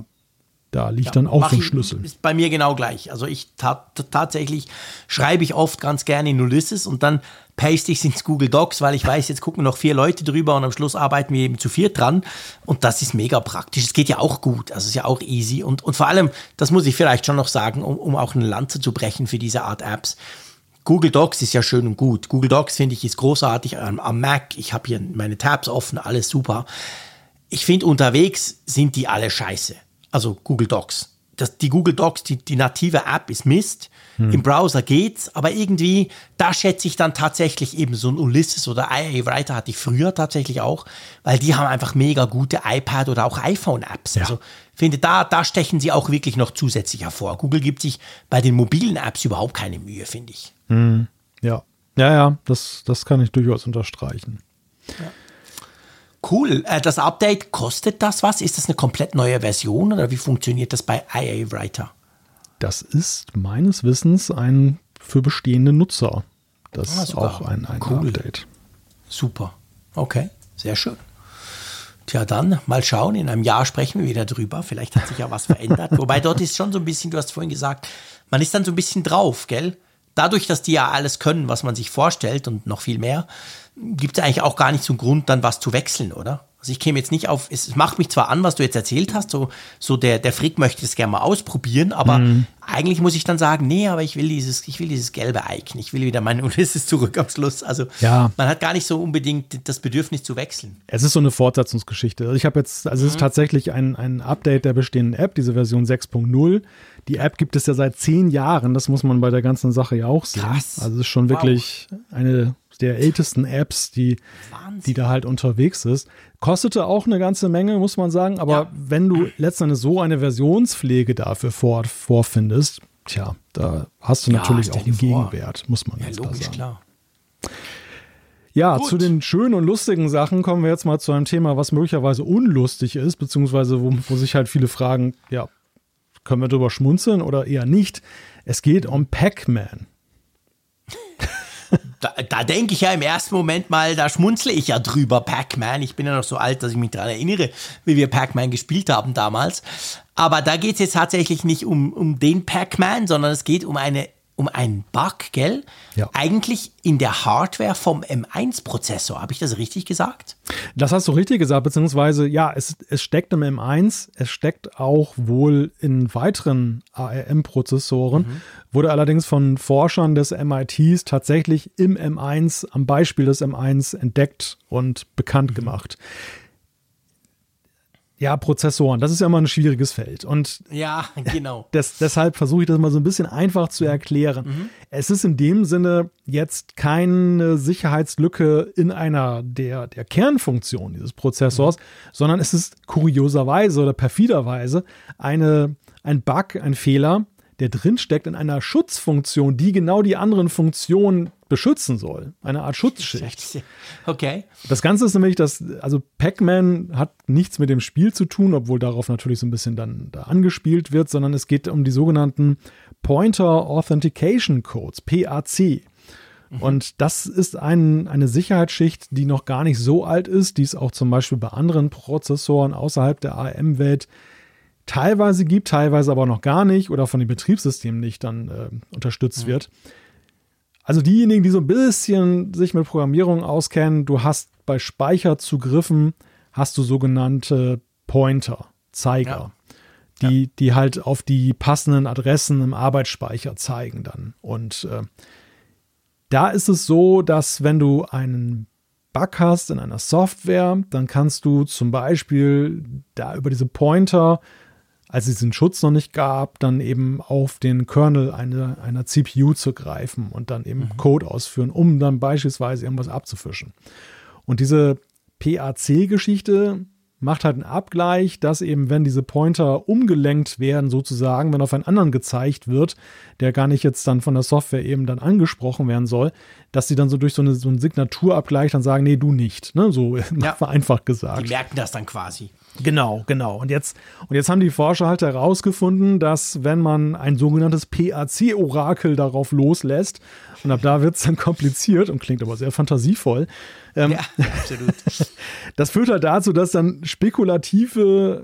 da liegt dann auch so ein Schlüssel. Ist bei mir genau gleich. Also tatsächlich schreibe ich oft ganz gerne in Ulysses und dann paste ich es ins Google Docs, weil ich weiß, jetzt gucken noch 4 Leute drüber und am Schluss arbeiten wir eben zu 4 dran und das ist mega praktisch. Es geht ja auch gut, also ist ja auch easy und vor allem, das muss ich vielleicht schon noch sagen, um auch eine Lanze zu brechen für diese Art Apps. Google Docs ist ja schön und gut. Google Docs, finde ich, ist großartig am Mac. Ich habe hier meine Tabs offen, alles super. Ich finde, unterwegs sind die alle scheiße. Also Google Docs. Die Google Docs, die native App ist Mist. Im Browser geht's, aber irgendwie, da schätze ich dann tatsächlich eben so ein Ulysses oder IA Writer hatte ich früher tatsächlich auch, weil die haben einfach mega gute iPad- oder auch iPhone-Apps. Ja. Also finde, da stechen sie auch wirklich noch zusätzlich hervor. Google gibt sich bei den mobilen Apps überhaupt keine Mühe, finde ich. Ja, das kann ich durchaus unterstreichen. Ja. Cool. Das Update, kostet das was? Ist das eine komplett neue Version oder wie funktioniert das bei IA Writer? Das ist meines Wissens ein für bestehende Nutzer. Das ist auch ein cool Update. Super. Okay, sehr schön. Tja, dann mal schauen. In einem Jahr sprechen wir wieder drüber. Vielleicht hat sich ja was verändert. Wobei dort ist schon so ein bisschen, du hast vorhin gesagt, man ist dann so ein bisschen drauf, gell? dadurch, dass die ja alles können, was man sich vorstellt und noch viel mehr, gibt es eigentlich auch gar nicht so einen Grund, dann was zu wechseln, oder? Also ich käme jetzt nicht auf, es macht mich zwar an, was du jetzt erzählt hast, so der Frick möchte es gerne mal ausprobieren, aber eigentlich muss ich dann sagen, nee, aber ich will dieses gelbe Icon, ich will wieder mein Ulysses zurück am Schluss. Also man hat gar nicht so unbedingt das Bedürfnis zu wechseln. Es ist so eine Fortsetzungsgeschichte. Ich habe jetzt, also es ist tatsächlich ein Update der bestehenden App, diese Version 6.0. Die App gibt es ja seit 10 Jahren, das muss man bei der ganzen Sache ja auch sehen. Krass. Also es ist schon wirklich eine der ältesten Apps, die da halt unterwegs ist. Kostete auch eine ganze Menge, muss man sagen, aber wenn du letztendlich so eine Versionspflege dafür vorfindest, da hast du natürlich auch einen Gegenwert, muss man ganz klar sagen. Klar. Ja, gut. Zu den schönen und lustigen Sachen kommen wir jetzt mal zu einem Thema, was möglicherweise unlustig ist, beziehungsweise wo sich halt viele fragen, können wir drüber schmunzeln oder eher nicht? Es geht um Pac-Man. Da denke ich ja im ersten Moment mal, da schmunzle ich ja drüber, Pac-Man. Ich bin ja noch so alt, dass ich mich daran erinnere, wie wir Pac-Man gespielt haben damals. Aber da geht es jetzt tatsächlich nicht um den Pac-Man, sondern es geht um einen Bug, gell? Ja. Eigentlich in der Hardware vom M1-Prozessor. Habe ich das richtig gesagt? Das hast du richtig gesagt, beziehungsweise es steckt im M1, es steckt auch wohl in weiteren ARM-Prozessoren, wurde allerdings von Forschern des MITs tatsächlich im M1, am Beispiel des M1 entdeckt und bekannt gemacht. Ja, Prozessoren, das ist ja immer ein schwieriges Feld. Und ja, genau. Deshalb versuche ich das mal so ein bisschen einfach zu erklären. Es ist in dem Sinne jetzt keine Sicherheitslücke in einer der Kernfunktionen dieses Prozessors, sondern es ist kurioserweise oder perfiderweise ein Bug, ein Fehler, der drinsteckt in einer Schutzfunktion, die genau die anderen Funktionen beschützen soll. Eine Art Schutzschicht. Okay. Das Ganze ist nämlich, also Pac-Man hat nichts mit dem Spiel zu tun, obwohl darauf natürlich so ein bisschen dann da angespielt wird, sondern es geht um die sogenannten Pointer Authentication Codes, PAC. Und das ist eine Sicherheitsschicht, die noch gar nicht so alt ist, die es auch zum Beispiel bei anderen Prozessoren außerhalb der ARM-Welt teilweise gibt, teilweise aber noch gar nicht oder von den Betriebssystemen nicht dann unterstützt wird. Also diejenigen, die so ein bisschen sich mit Programmierung auskennen, du hast bei Speicherzugriffen hast du sogenannte Pointer, Zeiger, die halt auf die passenden Adressen im Arbeitsspeicher zeigen dann. Und da ist es so, dass wenn du einen Bug hast in einer Software, dann kannst du zum Beispiel da über diese Pointer, als es diesen Schutz noch nicht gab, dann eben auf den Kernel einer CPU zugreifen und dann eben Code ausführen, um dann beispielsweise irgendwas abzufischen. Und diese PAC-Geschichte macht halt einen Abgleich, dass eben, wenn diese Pointer umgelenkt werden, sozusagen, wenn auf einen anderen gezeigt wird, der gar nicht jetzt dann von der Software eben dann angesprochen werden soll, dass sie dann so durch so einen Signaturabgleich dann sagen, nee, du nicht. Ne? So vereinfacht gesagt. Die merken das dann quasi. Genau. Und jetzt haben die Forscher halt herausgefunden, dass wenn man ein sogenanntes PAC-Orakel darauf loslässt, und ab da wird es dann kompliziert und klingt aber sehr fantasievoll. Ja, absolut. Das führt halt dazu, dass dann spekulativ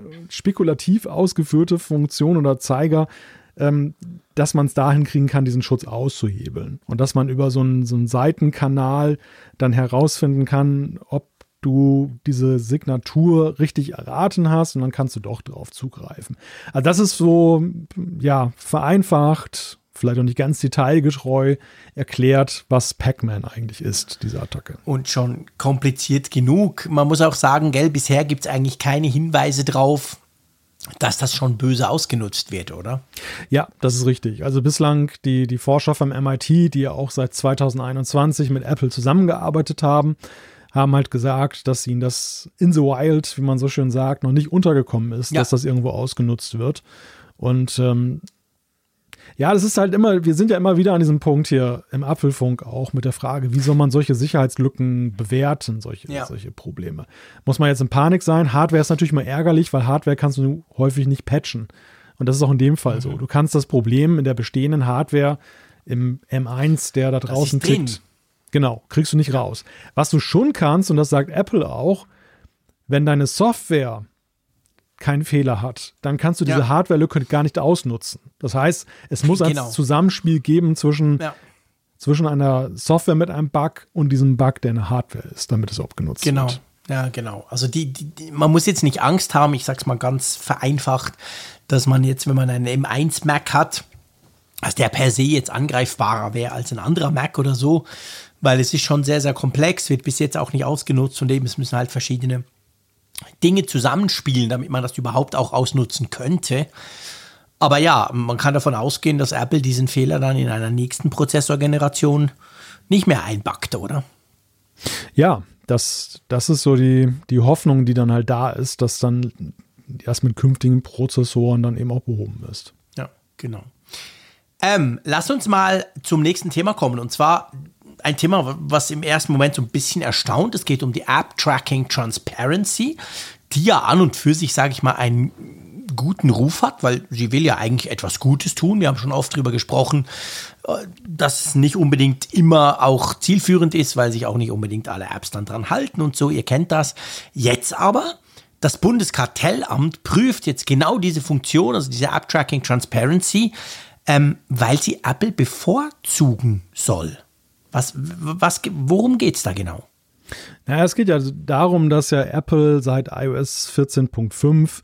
ausgeführte Funktionen oder Zeiger, dass man es dahin kriegen kann, diesen Schutz auszuhebeln. Und dass man über so einen Seitenkanal dann herausfinden kann, ob du diese Signatur richtig erraten hast und dann kannst du doch drauf zugreifen. Also das ist so, vereinfacht, vielleicht auch nicht ganz detailgetreu erklärt, was Pac-Man eigentlich ist, diese Attacke. Und schon kompliziert genug. Man muss auch sagen, bisher gibt es eigentlich keine Hinweise drauf, dass das schon böse ausgenutzt wird, oder? Ja, das ist richtig. Also bislang die Forscher vom MIT, die ja auch seit 2021 mit Apple zusammengearbeitet haben halt gesagt, dass ihnen das in the wild, wie man so schön sagt, noch nicht untergekommen ist, dass das irgendwo ausgenutzt wird. Und das ist halt immer, wir sind ja immer wieder an diesem Punkt hier im Apfelfunk auch mit der Frage, wie soll man solche Sicherheitslücken bewerten, solche Probleme. Muss man jetzt in Panik sein? Hardware ist natürlich mal ärgerlich, weil Hardware kannst du häufig nicht patchen. Und das ist auch in dem Fall so. Du kannst das Problem in der bestehenden Hardware im M1, der da draußen tickt, genau, kriegst du nicht raus. Was du schon kannst, und das sagt Apple auch, wenn deine Software keinen Fehler hat, dann kannst du diese Hardware-Lücke gar nicht ausnutzen. Das heißt, es muss ein Zusammenspiel geben zwischen zwischen einer Software mit einem Bug und diesem Bug, der eine Hardware ist, damit es überhaupt genutzt wird. Genau. Ja, genau. Also man muss jetzt nicht Angst haben, ich sag's mal ganz vereinfacht, dass man jetzt, wenn man einen M1 Mac hat, dass der per se jetzt angreifbarer wäre als ein anderer Mac oder so, weil es ist schon sehr, sehr komplex, wird bis jetzt auch nicht ausgenutzt und eben es müssen halt verschiedene Dinge zusammenspielen, damit man das überhaupt auch ausnutzen könnte. Aber ja, man kann davon ausgehen, dass Apple diesen Fehler dann in einer nächsten Prozessorgeneration nicht mehr einbackt, oder? Ja, das ist so die Hoffnung, die dann halt da ist, dass dann erst mit künftigen Prozessoren dann eben auch behoben ist. Ja, genau. Lass uns mal zum nächsten Thema kommen. Und zwar ein Thema, was im ersten Moment so ein bisschen erstaunt. Es geht um die App Tracking Transparency, die ja an und für sich, sage ich mal, einen guten Ruf hat, weil sie will ja eigentlich etwas Gutes tun. Wir haben schon oft darüber gesprochen, dass es nicht unbedingt immer auch zielführend ist, weil sich auch nicht unbedingt alle Apps dann dran halten und so. Ihr kennt das. Jetzt aber, das Bundeskartellamt prüft jetzt genau diese Funktion, also diese App Tracking Transparency, weil sie Apple bevorzugen soll. Worum geht es da genau? Naja, es geht ja darum, dass ja Apple seit iOS 14.5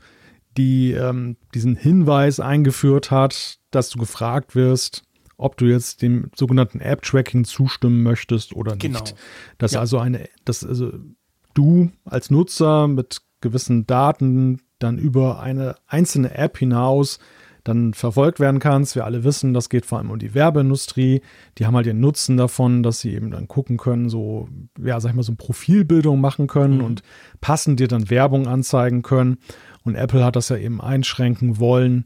diesen Hinweis eingeführt hat, dass du gefragt wirst, ob du jetzt dem sogenannten App-Tracking zustimmen möchtest oder nicht. Genau. Dass also du als Nutzer mit gewissen Daten dann über eine einzelne App hinaus dann verfolgt werden kannst. Wir alle wissen, das geht vor allem um die Werbeindustrie. Die haben halt den Nutzen davon, dass sie eben dann gucken können, so, ja, sag ich mal, so eine Profilbildung machen können und passend dir dann Werbung anzeigen können. Und Apple hat das ja eben einschränken wollen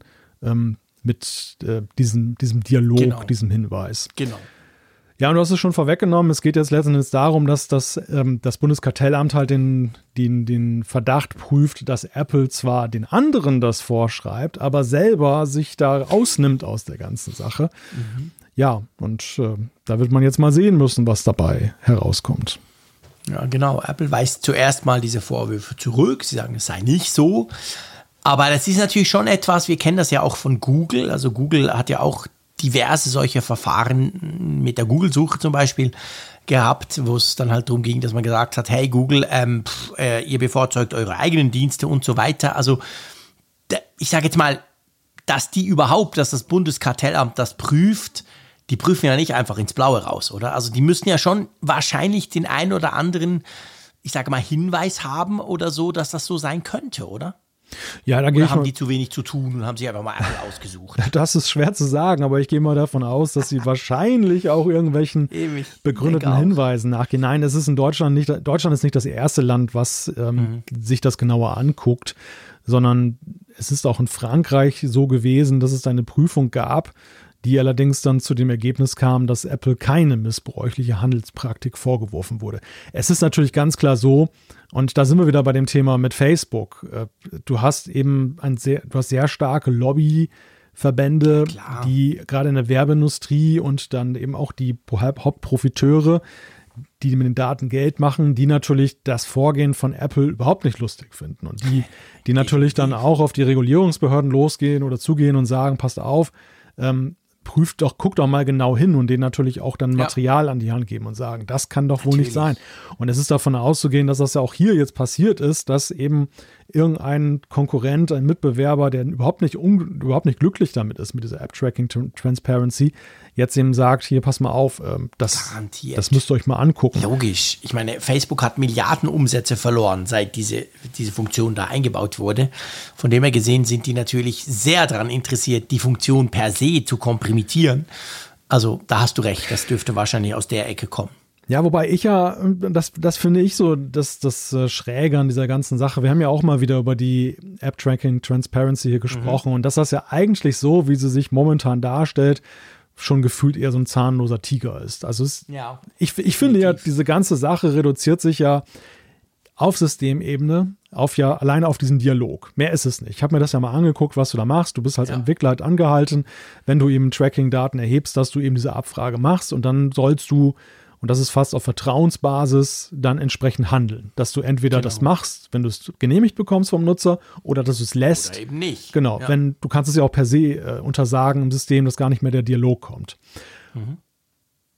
mit diesem Dialog, genau, diesem Hinweis. Genau. Ja, und du hast es schon vorweggenommen. Es geht jetzt letztendlich darum, dass das Bundeskartellamt halt den Verdacht prüft, dass Apple zwar den anderen das vorschreibt, aber selber sich da rausnimmt aus der ganzen Sache. Ja, und da wird man jetzt mal sehen müssen, was dabei herauskommt. Ja, genau. Apple weist zuerst mal diese Vorwürfe zurück. Sie sagen, es sei nicht so. Aber das ist natürlich schon etwas, wir kennen das ja auch von Google. Also Google hat ja auch diverse solche Verfahren mit der Google-Suche zum Beispiel gehabt, wo es dann halt darum ging, dass man gesagt hat, hey Google, ihr bevorzugt eure eigenen Dienste und so weiter. Also ich sage jetzt mal, dass das Bundeskartellamt das prüft, die prüfen ja nicht einfach ins Blaue raus, oder? Also die müssen ja schon wahrscheinlich den einen oder anderen, ich sage mal, Hinweis haben oder so, dass das so sein könnte, oder? Ja, da oder haben die zu wenig zu tun und haben sich einfach mal Apple ausgesucht? Das ist schwer zu sagen, aber ich gehe mal davon aus, dass sie wahrscheinlich auch irgendwelchen begründeten Hinweisen nachgehen. Nein, es ist in Deutschland nicht das erste Land, was sich das genauer anguckt, sondern es ist auch in Frankreich so gewesen, dass es eine Prüfung gab, die allerdings dann zu dem Ergebnis kam, dass Apple keine missbräuchliche Handelspraktik vorgeworfen wurde. Es ist natürlich ganz klar so, und da sind wir wieder bei dem Thema mit Facebook. Du hast eben sehr starke Lobbyverbände, die gerade in der Werbeindustrie und dann eben auch die Hauptprofiteure, die mit den Daten Geld machen, die natürlich das Vorgehen von Apple überhaupt nicht lustig finden und die natürlich dann auch auf die Regulierungsbehörden losgehen oder zugehen und sagen, passt auf, guck doch mal genau hin und denen natürlich auch dann Material an die Hand geben und sagen, das kann doch wohl nicht sein. Und es ist davon auszugehen, dass das ja auch hier jetzt passiert ist, dass eben irgendein Konkurrent, ein Mitbewerber, der überhaupt nicht glücklich damit ist, mit dieser App-Tracking Transparency, jetzt eben sagt, hier, pass mal auf, das müsst ihr euch mal angucken. Logisch. Ich meine, Facebook hat Milliarden Umsätze verloren, seit diese Funktion da eingebaut wurde. Von dem her gesehen sind die natürlich sehr daran interessiert, die Funktion per se zu komprimieren. Also da hast du recht, das dürfte wahrscheinlich aus der Ecke kommen. Ja, wobei das finde ich so, das Schräge an dieser ganzen Sache. Wir haben ja auch mal wieder über die App-Tracking Transparency hier gesprochen und dass das ja eigentlich so, wie sie sich momentan darstellt, schon gefühlt eher so ein zahnloser Tiger ist. Also ich finde ja, diese ganze Sache reduziert sich ja auf Systemebene, alleine auf diesen Dialog. Mehr ist es nicht. Ich habe mir das ja mal angeguckt, was du da machst. Du bist als Entwickler halt angehalten, wenn du eben Tracking-Daten erhebst, dass du eben diese Abfrage machst und dann sollst du, und das ist fast auf Vertrauensbasis, dann entsprechend handeln. Dass du entweder das machst, wenn du es genehmigt bekommst vom Nutzer, oder dass du es lässt. Oder eben nicht. Genau, du kannst es ja auch per se untersagen im System, dass gar nicht mehr der Dialog kommt.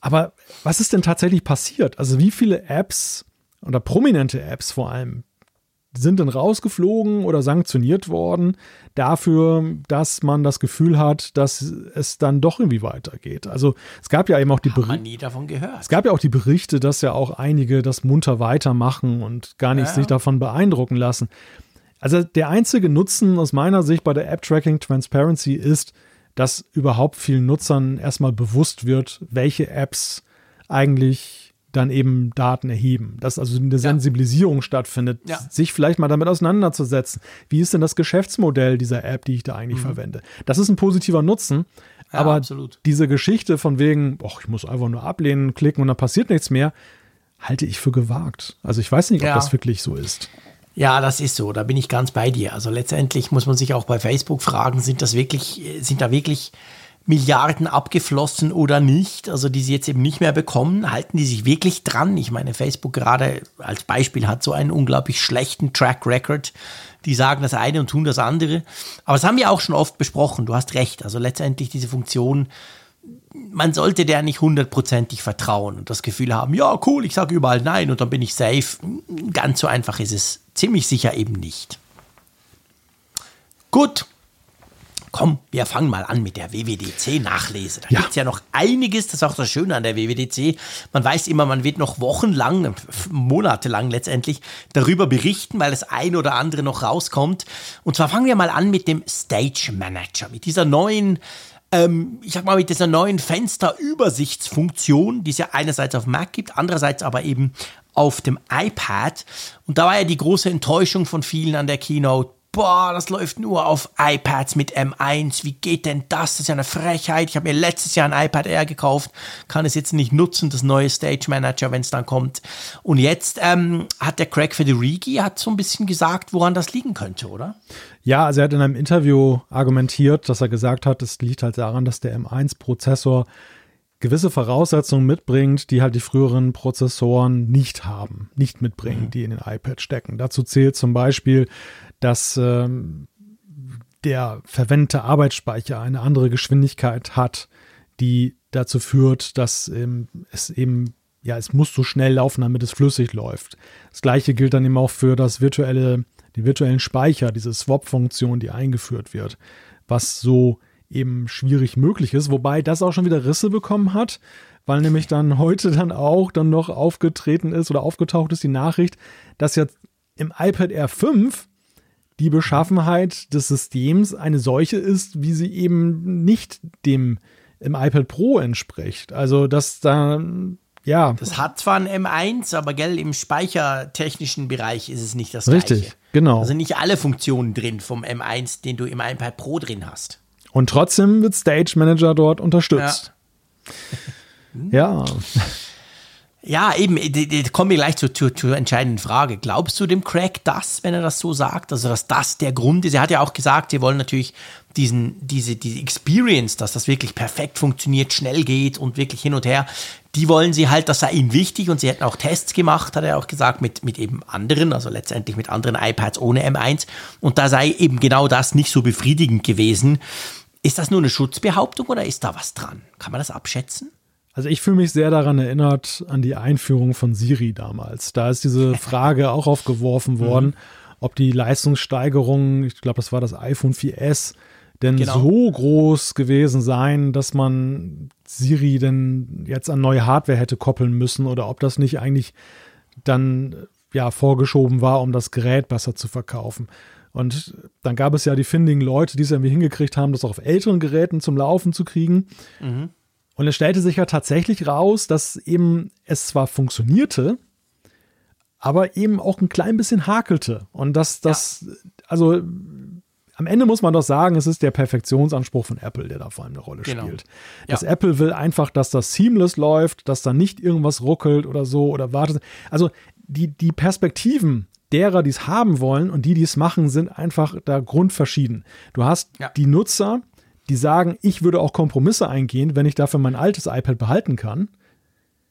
Aber was ist denn tatsächlich passiert? Also wie viele Apps oder prominente Apps vor allem sind denn rausgeflogen oder sanktioniert worden dafür, dass man das Gefühl hat, dass es dann doch irgendwie weitergeht? Also es gab ja eben auch die Berichte. Nie davon gehört. Es gab ja auch die Berichte, dass ja auch einige das munter weitermachen und gar nicht sich davon beeindrucken lassen. Also der einzige Nutzen aus meiner Sicht bei der App Tracking Transparency ist, dass überhaupt vielen Nutzern erstmal bewusst wird, welche Apps eigentlich dann eben Daten erheben. Dass also eine Sensibilisierung stattfindet, sich vielleicht mal damit auseinanderzusetzen. Wie ist denn das Geschäftsmodell dieser App, die ich da eigentlich verwende? Das ist ein positiver Nutzen, aber diese Geschichte von wegen, ich muss einfach nur ablehnen, klicken und dann passiert nichts mehr, halte ich für gewagt. Also ich weiß nicht, ob das wirklich so ist. Ja, das ist so, da bin ich ganz bei dir. Also letztendlich muss man sich auch bei Facebook fragen, sind da wirklich Milliarden abgeflossen oder nicht, also die sie jetzt eben nicht mehr bekommen, halten die sich wirklich dran? Ich meine, Facebook gerade als Beispiel hat so einen unglaublich schlechten Track Record. Die sagen das eine und tun das andere. Aber das haben wir auch schon oft besprochen, du hast recht. Also letztendlich diese Funktion, man sollte der nicht 100%ig vertrauen und das Gefühl haben, ja cool, ich sage überall nein und dann bin ich safe. Ganz so einfach ist es ziemlich sicher eben nicht. Gut. Komm, wir fangen mal an mit der WWDC-Nachlese. Da gibt es ja noch einiges, das ist auch das Schöne an der WWDC. Man weiß immer, man wird noch wochenlang, monatelang letztendlich darüber berichten, weil das ein oder andere noch rauskommt. Und zwar fangen wir mal an mit dem Stage Manager, mit dieser neuen mit dieser neuen Fensterübersichtsfunktion, die es ja einerseits auf Mac gibt, andererseits aber eben auf dem iPad. Und da war ja die große Enttäuschung von vielen an der Keynote. Boah, das läuft nur auf iPads mit M1. Wie geht denn das? Das ist ja eine Frechheit. Ich habe mir letztes Jahr ein iPad Air gekauft, kann es jetzt nicht nutzen, das neue Stage Manager, wenn es dann kommt. Und jetzt hat der Craig Federighi so ein bisschen gesagt, woran das liegen könnte, oder? Ja, also er hat in einem Interview argumentiert, dass er gesagt hat, es liegt halt daran, dass der M1-Prozessor gewisse Voraussetzungen mitbringt, die halt die früheren Prozessoren nicht mitbringen, die in den iPad stecken. Dazu zählt zum Beispiel, dass der verwendete Arbeitsspeicher eine andere Geschwindigkeit hat, die dazu führt, dass es muss so schnell laufen, damit es flüssig läuft. Das Gleiche gilt dann eben auch für die virtuellen Speicher, diese Swap-Funktion, die eingeführt wird, was so eben schwierig möglich ist, wobei das auch schon wieder Risse bekommen hat, weil nämlich dann heute dann noch aufgetaucht ist die Nachricht, dass jetzt im iPad Air 5 die Beschaffenheit des Systems eine solche ist, wie sie eben nicht dem im iPad Pro entspricht. Also dass da das hat zwar ein M1, aber im speichertechnischen Bereich ist es nicht das Gleiche. Richtig, genau. Also nicht alle Funktionen drin vom M1, den du im iPad Pro drin hast. Und trotzdem wird Stage Manager dort unterstützt. Ja. Ja, eben, kommen wir gleich zur entscheidenden Frage. Glaubst du dem Craig das, wenn er das so sagt? Also, dass das der Grund ist? Er hat ja auch gesagt, sie wollen natürlich diese Experience, dass das wirklich perfekt funktioniert, schnell geht und wirklich hin und her, die wollen sie halt, das sei ihnen wichtig und sie hätten auch Tests gemacht, hat er auch gesagt, mit eben anderen, also letztendlich mit anderen iPads ohne M1 und da sei eben genau das nicht so befriedigend gewesen. Ist das nur eine Schutzbehauptung oder ist da was dran? Kann man das abschätzen? Also ich fühle mich sehr daran erinnert an die Einführung von Siri damals. Da ist diese Frage auch aufgeworfen worden, ob die Leistungssteigerung, ich glaube, das war das iPhone 4S, denn so groß gewesen sein, dass man Siri denn jetzt an neue Hardware hätte koppeln müssen oder ob das nicht eigentlich dann vorgeschoben war, um das Gerät besser zu verkaufen. Und dann gab es ja die findigen Leute, die es irgendwie hingekriegt haben, das auch auf älteren Geräten zum Laufen zu kriegen. Und es stellte sich ja tatsächlich raus, dass eben es zwar funktionierte, aber eben auch ein klein bisschen hakelte. Und also am Ende muss man doch sagen, es ist der Perfektionsanspruch von Apple, der da vor allem eine Rolle spielt. Dass Apple will einfach, dass das seamless läuft, dass da nicht irgendwas ruckelt oder so oder wartet. Also die Perspektiven derer, die es haben wollen und die es machen, sind einfach da grundverschieden. Du hast die Nutzer, die sagen, ich würde auch Kompromisse eingehen, wenn ich dafür mein altes iPad behalten kann.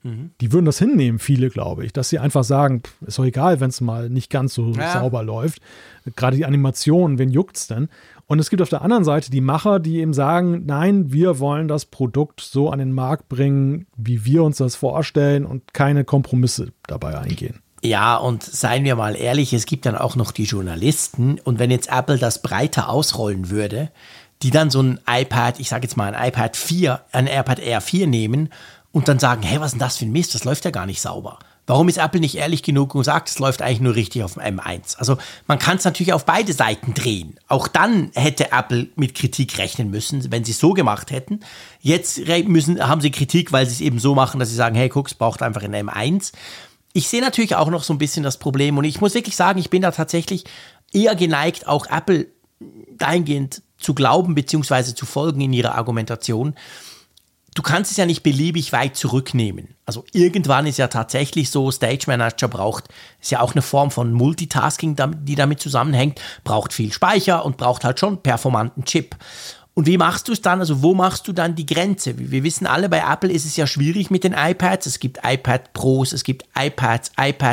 Die würden das hinnehmen, viele, glaube ich, dass sie einfach sagen, ist doch egal, wenn es mal nicht ganz so sauber läuft. Gerade die Animationen, wen juckt's denn? Und es gibt auf der anderen Seite die Macher, die eben sagen, nein, wir wollen das Produkt so an den Markt bringen, wie wir uns das vorstellen und keine Kompromisse dabei eingehen. Ja, und seien wir mal ehrlich, es gibt dann auch noch die Journalisten. Und wenn jetzt Apple das breiter ausrollen würde, die dann so ein iPad, ich sage jetzt mal ein iPad Air 4 nehmen und dann sagen, hey, was ist denn das für ein Mist, das läuft ja gar nicht sauber. Warum ist Apple nicht ehrlich genug und sagt, es läuft eigentlich nur richtig auf dem M1? Also man kann es natürlich auf beide Seiten drehen. Auch dann hätte Apple mit Kritik rechnen müssen, wenn sie es so gemacht hätten. Jetzt haben sie Kritik, weil sie es eben so machen, dass sie sagen, hey, guck, es braucht einfach ein M1. Ich sehe natürlich auch noch so ein bisschen das Problem und ich muss wirklich sagen, ich bin da tatsächlich eher geneigt, auch Apple dahingehend zu glauben bzw. zu folgen in ihrer Argumentation. Du kannst es ja nicht beliebig weit zurücknehmen. Also irgendwann ist ja tatsächlich so, Stage Manager ist ja auch eine Form von Multitasking, die damit zusammenhängt, braucht viel Speicher und braucht halt schon performanten Chip. Und wie machst du es dann? Also wo machst du dann die Grenze? Wir wissen alle, bei Apple ist es ja schwierig mit den iPads. Es gibt iPad Pros, es gibt iPads,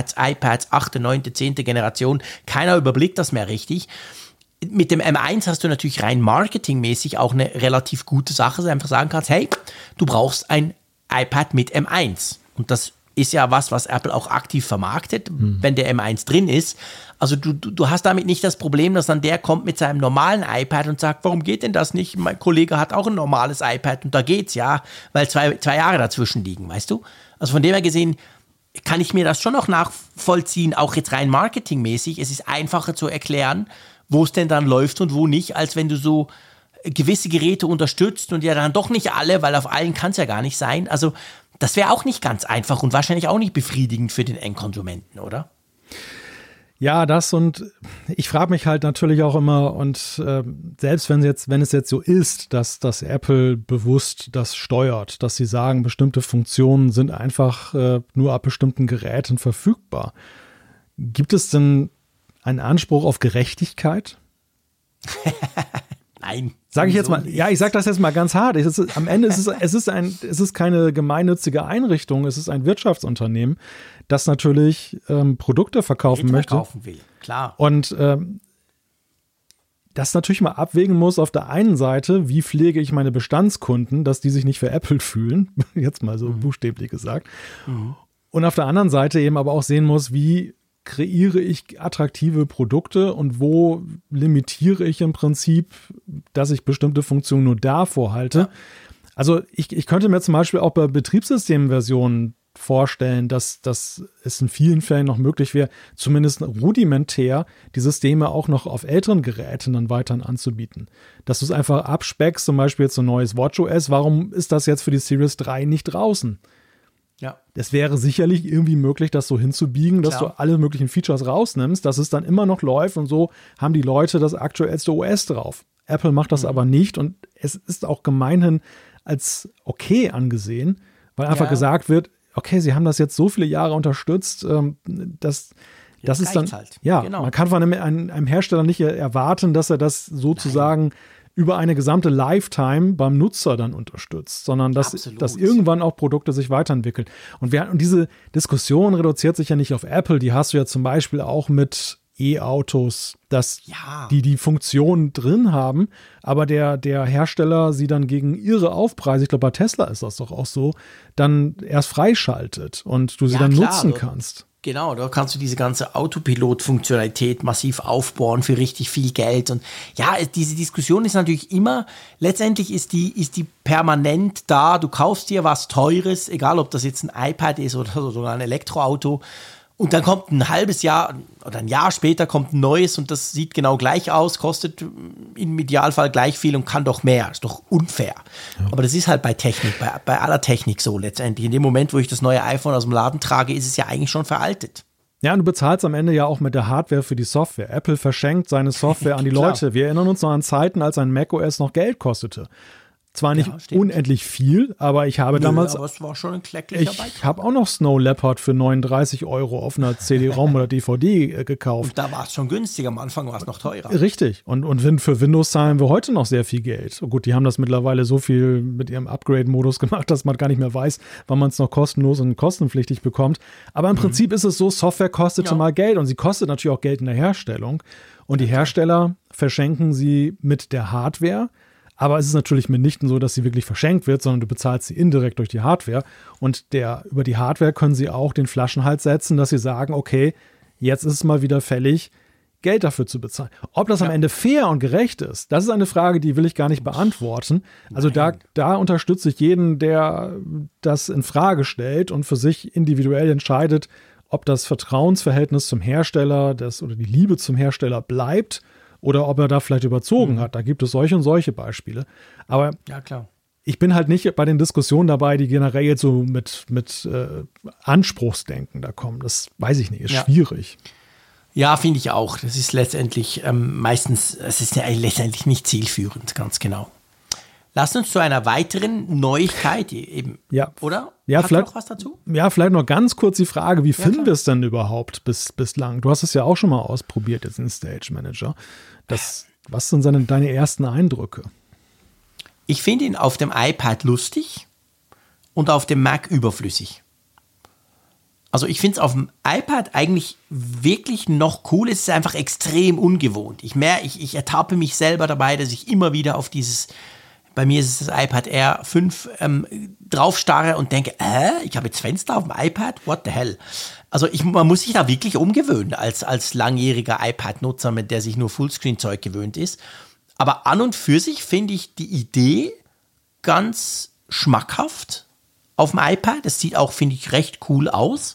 8., 9., 10. Generation. Keiner überblickt das mehr richtig. Mit dem M1 hast du natürlich rein marketingmäßig auch eine relativ gute Sache, dass du einfach sagen kannst, hey, du brauchst ein iPad mit M1. Und das ist ja was Apple auch aktiv vermarktet, wenn der M1 drin ist. Also du hast damit nicht das Problem, dass dann der kommt mit seinem normalen iPad und sagt, warum geht denn das nicht? Mein Kollege hat auch ein normales iPad und da geht's, ja, weil zwei Jahre dazwischen liegen, weißt du? Also von dem her gesehen kann ich mir das schon noch nachvollziehen, auch jetzt rein marketingmäßig. Es ist einfacher zu erklären, wo es denn dann läuft und wo nicht, als wenn du so gewisse Geräte unterstützt und ja dann doch nicht alle, weil auf allen kann es ja gar nicht sein. Also das wäre auch nicht ganz einfach und wahrscheinlich auch nicht befriedigend für den Endkonsumenten, oder? Ja, das und ich frage mich halt natürlich auch immer und selbst wenn es jetzt so ist, dass Apple bewusst das steuert, dass sie sagen, bestimmte Funktionen sind einfach nur ab bestimmten Geräten verfügbar. Gibt es denn einen Anspruch auf Gerechtigkeit? Nein. Sage ich jetzt mal, ja, ich sage das jetzt mal ganz hart. Am Ende ist es keine gemeinnützige Einrichtung, es ist ein Wirtschaftsunternehmen, das natürlich Produkte verkaufen möchte. Verkaufen will, klar. Und das natürlich mal abwägen muss auf der einen Seite, wie pflege ich meine Bestandskunden, dass die sich nicht veräppelt fühlen, jetzt mal so buchstäblich gesagt. Und auf der anderen Seite eben aber auch sehen muss, wie kreiere ich attraktive Produkte und wo limitiere ich im Prinzip, dass ich bestimmte Funktionen nur da vorhalte. Ja. Also ich könnte mir zum Beispiel auch bei Betriebssystemversionen vorstellen, dass es in vielen Fällen noch möglich wäre, zumindest rudimentär die Systeme auch noch auf älteren Geräten dann weiterhin anzubieten. Dass du es einfach abspeckst, zum Beispiel jetzt so ein neues WatchOS, warum ist das jetzt für die Series 3 nicht draußen? Ja. Es wäre sicherlich irgendwie möglich, das so hinzubiegen, dass du alle möglichen Features rausnimmst, dass es dann immer noch läuft und so haben die Leute das aktuellste OS drauf. Apple macht das aber nicht und es ist auch gemeinhin als okay angesehen, weil einfach gesagt wird, okay, sie haben das jetzt so viele Jahre unterstützt, das ist dann, halt. Ja, genau. Man kann von einem Hersteller nicht erwarten, dass er das sozusagen über eine gesamte Lifetime beim Nutzer dann unterstützt, sondern dass irgendwann auch Produkte sich weiterentwickeln. Und diese Diskussion reduziert sich ja nicht auf Apple, die hast du ja zum Beispiel auch mit E-Autos, dass die Funktion drin haben, aber der Hersteller sie dann gegen ihre Aufpreise, ich glaube bei Tesla ist das doch auch so, dann erst freischaltet und du sie dann nutzen kannst. Genau, da kannst du diese ganze Autopilot-Funktionalität massiv aufbauen für richtig viel Geld. Und ja, diese Diskussion ist natürlich immer, letztendlich ist die permanent da. Du kaufst dir was Teures, egal ob das jetzt ein iPad ist oder sogar ein Elektroauto. Und dann kommt ein halbes Jahr oder ein Jahr später kommt ein neues und das sieht genau gleich aus, kostet im Idealfall gleich viel und kann doch mehr. Ist doch unfair. Ja. Aber das ist halt bei Technik, bei aller Technik so letztendlich. In dem Moment, wo ich das neue iPhone aus dem Laden trage, ist es ja eigentlich schon veraltet. Ja, und du bezahlst am Ende ja auch mit der Hardware für die Software. Apple verschenkt seine Software an die Leute. Wir erinnern uns noch an Zeiten, als ein macOS noch Geld kostete. Zwar nicht unendlich viel, aber ich habe damals. Aber es war schon ein kläglicher Beitrag. Ich habe auch noch Snow Leopard für 39 € auf einer CD-ROM oder DVD gekauft. Und da war es schon günstig, am Anfang war es noch teurer. Richtig. Und für Windows zahlen wir heute noch sehr viel Geld. Gut, die haben das mittlerweile so viel mit ihrem Upgrade-Modus gemacht, dass man gar nicht mehr weiß, wann man es noch kostenlos und kostenpflichtig bekommt. Aber im Prinzip ist es so, Software kostet mal Geld und sie kostet natürlich auch Geld in der Herstellung. Und die Hersteller verschenken sie mit der Hardware. Aber es ist natürlich mitnichten so, dass sie wirklich verschenkt wird, sondern du bezahlst sie indirekt durch die Hardware. Und über die Hardware können sie auch den Flaschenhals setzen, dass sie sagen, okay, jetzt ist es mal wieder fällig, Geld dafür zu bezahlen. Ob das am Ende fair und gerecht ist, das ist eine Frage, die will ich gar nicht beantworten. Also da unterstütze ich jeden, der das in Frage stellt und für sich individuell entscheidet, ob das Vertrauensverhältnis zum Hersteller oder die Liebe zum Hersteller bleibt oder ob er da vielleicht überzogen hat. Da gibt es solche und solche Beispiele. Aber klar. Ich bin halt nicht bei den Diskussionen dabei, die generell jetzt so mit Anspruchsdenken da kommen. Das weiß ich nicht, ist schwierig. Ja, finde ich auch. Das ist letztendlich es ist ja letztendlich nicht zielführend, ganz genau. Lass uns zu einer weiteren Neuigkeit eben, oder? Ja, hast vielleicht du noch was dazu? Ja, vielleicht noch ganz kurz die Frage, wie finden wir es denn überhaupt bislang? Du hast es ja auch schon mal ausprobiert jetzt in Stage Manager. Was sind deine ersten Eindrücke? Ich finde ihn auf dem iPad lustig und auf dem Mac überflüssig. Also ich finde es auf dem iPad eigentlich wirklich noch cool. Es ist einfach extrem ungewohnt. Ich ertappe mich selber dabei, dass ich immer wieder auf bei mir ist es das iPad Air 5, draufstarre und denke, ich habe jetzt Fenster auf dem iPad? What the hell? Also man muss sich da wirklich umgewöhnen als langjähriger iPad-Nutzer, mit der sich nur Fullscreen-Zeug gewöhnt ist. Aber an und für sich finde ich die Idee ganz schmackhaft auf dem iPad. Das sieht auch, finde ich, recht cool aus.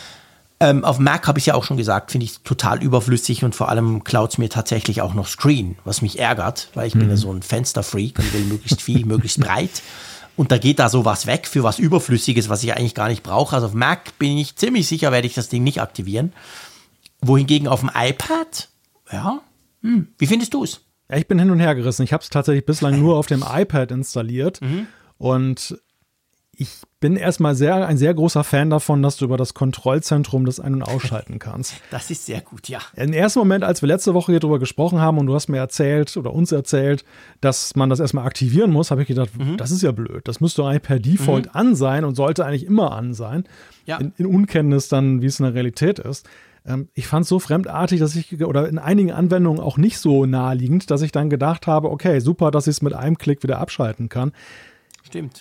Auf Mac habe ich ja auch schon gesagt, finde ich total überflüssig und vor allem klaut es mir tatsächlich auch noch Screen, was mich ärgert, weil ich bin ja so ein Fensterfreak und will möglichst viel, möglichst breit. Und da geht da sowas weg für was Überflüssiges, was ich eigentlich gar nicht brauche. Also auf Mac bin ich ziemlich sicher, werde ich das Ding nicht aktivieren. Wohingegen auf dem iPad, wie findest du es? Ja, ich bin hin und her gerissen. Ich habe es tatsächlich bislang nur auf dem iPad installiert und ich bin erstmal ein sehr großer Fan davon, dass du über das Kontrollzentrum das ein- und ausschalten kannst. Das ist sehr gut, ja. Im ersten Moment, als wir letzte Woche hier drüber gesprochen haben und du hast mir erzählt oder uns erzählt, dass man das erstmal aktivieren muss, habe ich gedacht, das ist ja blöd. Das müsste eigentlich per Default an sein und sollte eigentlich immer an sein. Ja. In Unkenntnis dann, wie es in der Realität ist. Ich fand es so fremdartig, oder in einigen Anwendungen auch nicht so naheliegend, dass ich dann gedacht habe, okay, super, dass ich es mit einem Klick wieder abschalten kann. Stimmt.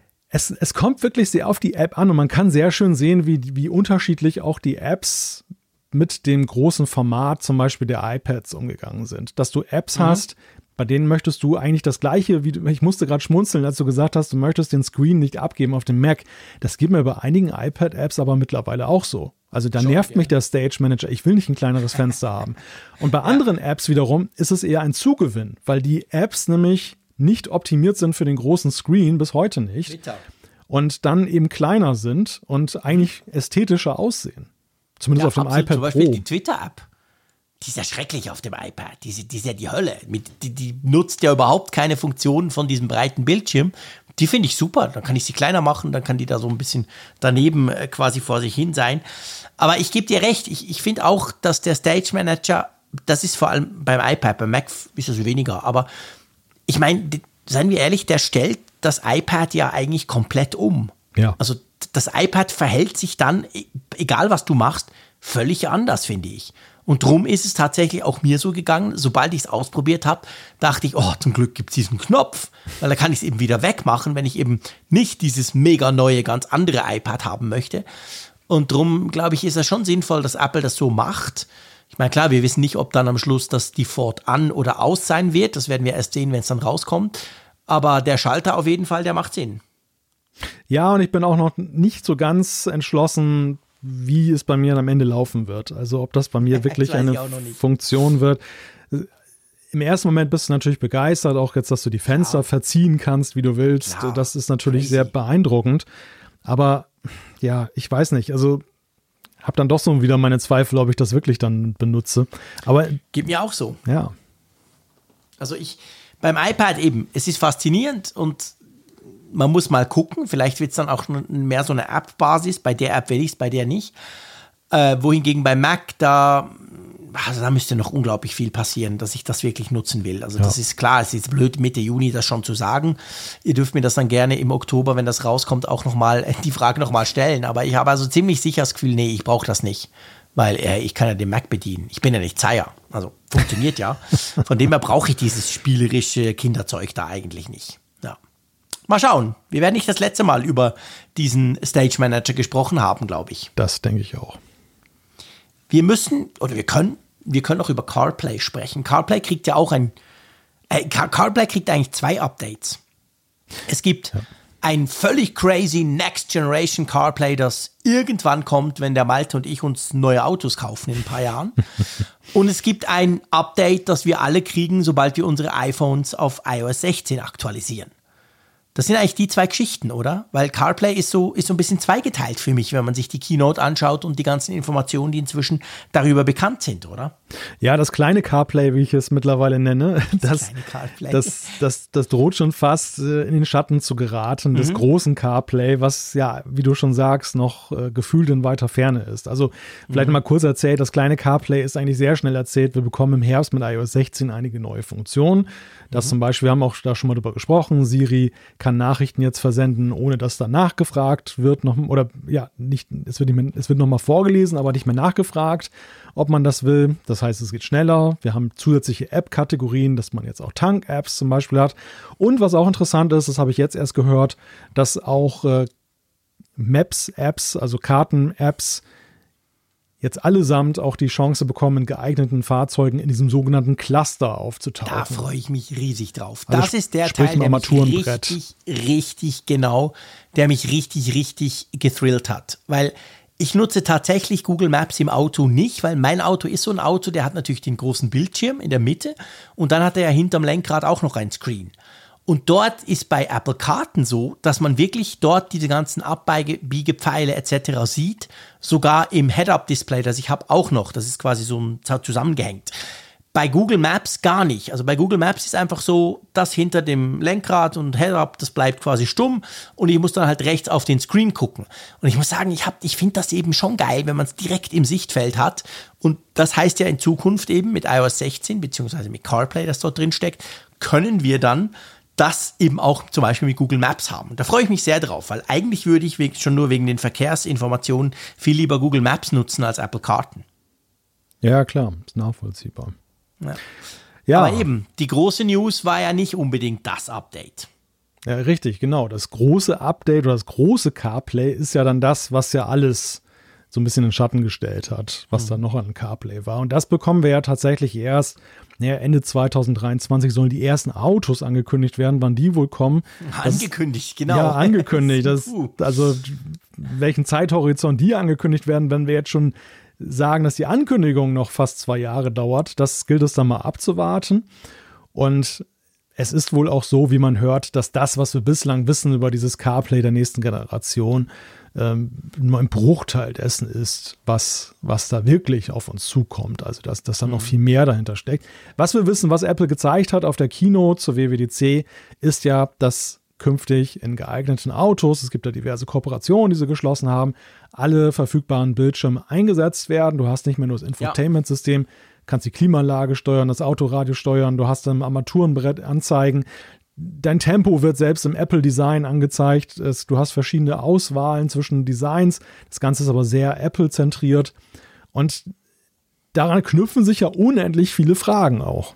Es kommt wirklich sehr auf die App an und man kann sehr schön sehen, wie unterschiedlich auch die Apps mit dem großen Format zum Beispiel der iPads umgegangen sind. Dass du Apps hast, bei denen möchtest du eigentlich das Gleiche, ich musste gerade schmunzeln, als du gesagt hast, du möchtest den Screen nicht abgeben auf dem Mac. Das geht mir bei einigen iPad-Apps aber mittlerweile auch so. Also da nervt mich der Stage Manager, ich will nicht ein kleineres Fenster haben. Und bei anderen Apps wiederum ist es eher ein Zugewinn, weil die Apps nämlich nicht optimiert sind für den großen Screen, bis heute nicht. Bitte. Und dann eben kleiner sind und eigentlich ästhetischer aussehen. Zumindest auf dem iPad Pro. Zum Beispiel die Twitter-App. Die ist ja schrecklich auf dem iPad. Die ist ja die Hölle. Die nutzt ja überhaupt keine Funktionen von diesem breiten Bildschirm. Die finde ich super. Dann kann ich sie kleiner machen, dann kann die da so ein bisschen daneben quasi vor sich hin sein. Aber ich gebe dir recht, ich finde auch, dass der Stage Manager, das ist vor allem beim iPad, beim Mac ist das weniger, aber ich meine, seien wir ehrlich, der stellt das iPad ja eigentlich komplett um. Ja. Also das iPad verhält sich dann, egal was du machst, völlig anders, finde ich. Und drum ist es tatsächlich auch mir so gegangen, sobald ich es ausprobiert habe, dachte ich, zum Glück gibt es diesen Knopf, weil da kann ich es eben wieder wegmachen, wenn ich eben nicht dieses mega neue, ganz andere iPad haben möchte. Und drum, glaube ich, ist es schon sinnvoll, dass Apple das so macht. Ich meine, klar, wir wissen nicht, ob dann am Schluss das Default an oder aus sein wird. Das werden wir erst sehen, wenn es dann rauskommt. Aber der Schalter auf jeden Fall, der macht Sinn. Ja, und ich bin auch noch nicht so ganz entschlossen, wie es bei mir am Ende laufen wird. Also ob das bei mir wirklich eine Funktion wird. Im ersten Moment bist du natürlich begeistert, auch jetzt, dass du die Fenster verziehen kannst, wie du willst. Ja, das ist natürlich sehr beeindruckend. Aber ja, ich weiß nicht. Also habe dann doch so wieder meine Zweifel, ob ich das wirklich dann benutze. Aber geht mir auch so. Ja. Also beim iPad eben, es ist faszinierend und man muss mal gucken, vielleicht wird es dann auch mehr so eine App-Basis, bei der App will ich es, bei der nicht. Wohingegen bei Mac, da müsste noch unglaublich viel passieren, dass ich das wirklich nutzen will. Also das ist klar, es ist blöd, Mitte Juni das schon zu sagen. Ihr dürft mir das dann gerne im Oktober, wenn das rauskommt, auch nochmal die Frage nochmal stellen. Aber ich habe also ziemlich sicher das Gefühl, nee, ich brauche das nicht. Weil ich kann ja den Mac bedienen. Ich bin ja nicht Zeier. Also funktioniert ja. Von dem her brauche ich dieses spielerische Kinderzeug da eigentlich nicht. Ja. Mal schauen. Wir werden nicht das letzte Mal über diesen Stage Manager gesprochen haben, glaube ich. Das denke ich auch. Wir können auch über CarPlay sprechen. CarPlay kriegt ja auch CarPlay kriegt eigentlich 2 Updates. Es gibt ein völlig crazy Next Generation CarPlay, das irgendwann kommt, wenn der Malte und ich uns neue Autos kaufen in ein paar Jahren. Und es gibt ein Update, das wir alle kriegen, sobald wir unsere iPhones auf iOS 16 aktualisieren. Das sind eigentlich die 2 Geschichten, oder? Weil CarPlay ist so ein bisschen zweigeteilt für mich, wenn man sich die Keynote anschaut und die ganzen Informationen, die inzwischen darüber bekannt sind, oder? Ja, das kleine CarPlay, wie ich es mittlerweile nenne, das droht schon fast in den Schatten zu geraten des großen CarPlay, was ja, wie du schon sagst, noch gefühlt in weiter Ferne ist. Also vielleicht mal kurz erzählt, das kleine CarPlay ist eigentlich sehr schnell erzählt. Wir bekommen im Herbst mit iOS 16 einige neue Funktionen. Das zum Beispiel, wir haben auch da schon mal drüber gesprochen, Siri kann Nachrichten jetzt versenden, ohne dass da nachgefragt wird, es wird nochmal vorgelesen, aber nicht mehr nachgefragt, ob man das will. Das heißt, es geht schneller. Wir haben zusätzliche App-Kategorien, dass man jetzt auch Tank-Apps zum Beispiel hat. Und was auch interessant ist, das habe ich jetzt erst gehört, dass auch Maps-Apps, also Karten-Apps, jetzt allesamt auch die Chance bekommen, in geeigneten Fahrzeugen in diesem sogenannten Cluster aufzutauchen. Da freue ich mich riesig drauf. Also das ist der Teil, der mich richtig gethrillt hat. Weil ich nutze tatsächlich Google Maps im Auto nicht, weil mein Auto ist so ein Auto, der hat natürlich den großen Bildschirm in der Mitte und dann hat er ja hinterm Lenkrad auch noch ein Screen. Und dort ist bei Apple Karten so, dass man wirklich dort diese ganzen Abbiegepfeile etc. sieht, sogar im Head-Up-Display, das ich habe, auch noch. Das ist quasi so zusammengehängt. Bei Google Maps gar nicht. Also bei Google Maps ist einfach so, das hinter dem Lenkrad und Head-Up, das bleibt quasi stumm und ich muss dann halt rechts auf den Screen gucken. Und ich muss sagen, ich finde das eben schon geil, wenn man es direkt im Sichtfeld hat. Und das heißt ja in Zukunft eben mit iOS 16 beziehungsweise mit CarPlay, das dort drin steckt, können wir dann das eben auch zum Beispiel mit Google Maps haben. Und da freue ich mich sehr drauf, weil eigentlich würde ich schon nur wegen den Verkehrsinformationen viel lieber Google Maps nutzen als Apple Karten. Ja, klar, ist nachvollziehbar. Ja. Aber eben, die große News war ja nicht unbedingt das Update. Ja, richtig, genau. Das große Update oder das große CarPlay ist ja dann das, was ja alles so ein bisschen in den Schatten gestellt hat, was da noch an CarPlay war. Und das bekommen wir ja tatsächlich erst Ende 2023 sollen die ersten Autos angekündigt werden, wann die wohl kommen. Angekündigt, genau. Ja, angekündigt. Also welchen Zeithorizont die angekündigt werden, wenn wir jetzt schon sagen, dass die Ankündigung noch fast 2 Jahre dauert, das gilt es dann mal abzuwarten. Und es ist wohl auch so, wie man hört, dass das, was wir bislang wissen über dieses CarPlay der nächsten Generation, nur ein Bruchteil dessen ist, was da wirklich auf uns zukommt. Also dass da noch viel mehr dahinter steckt. Was wir wissen, was Apple gezeigt hat auf der Keynote zur WWDC, ist ja, dass künftig in geeigneten Autos, es gibt ja diverse Kooperationen, die sie geschlossen haben, alle verfügbaren Bildschirme eingesetzt werden. Du hast nicht mehr nur das Infotainment-System, kannst die Klimaanlage steuern, das Autoradio steuern, du hast ein Armaturenbrett anzeigen. Dein Tempo wird selbst im Apple-Design angezeigt. Du hast verschiedene Auswahlen zwischen Designs. Das Ganze ist aber sehr Apple-zentriert. Und daran knüpfen sich ja unendlich viele Fragen auch.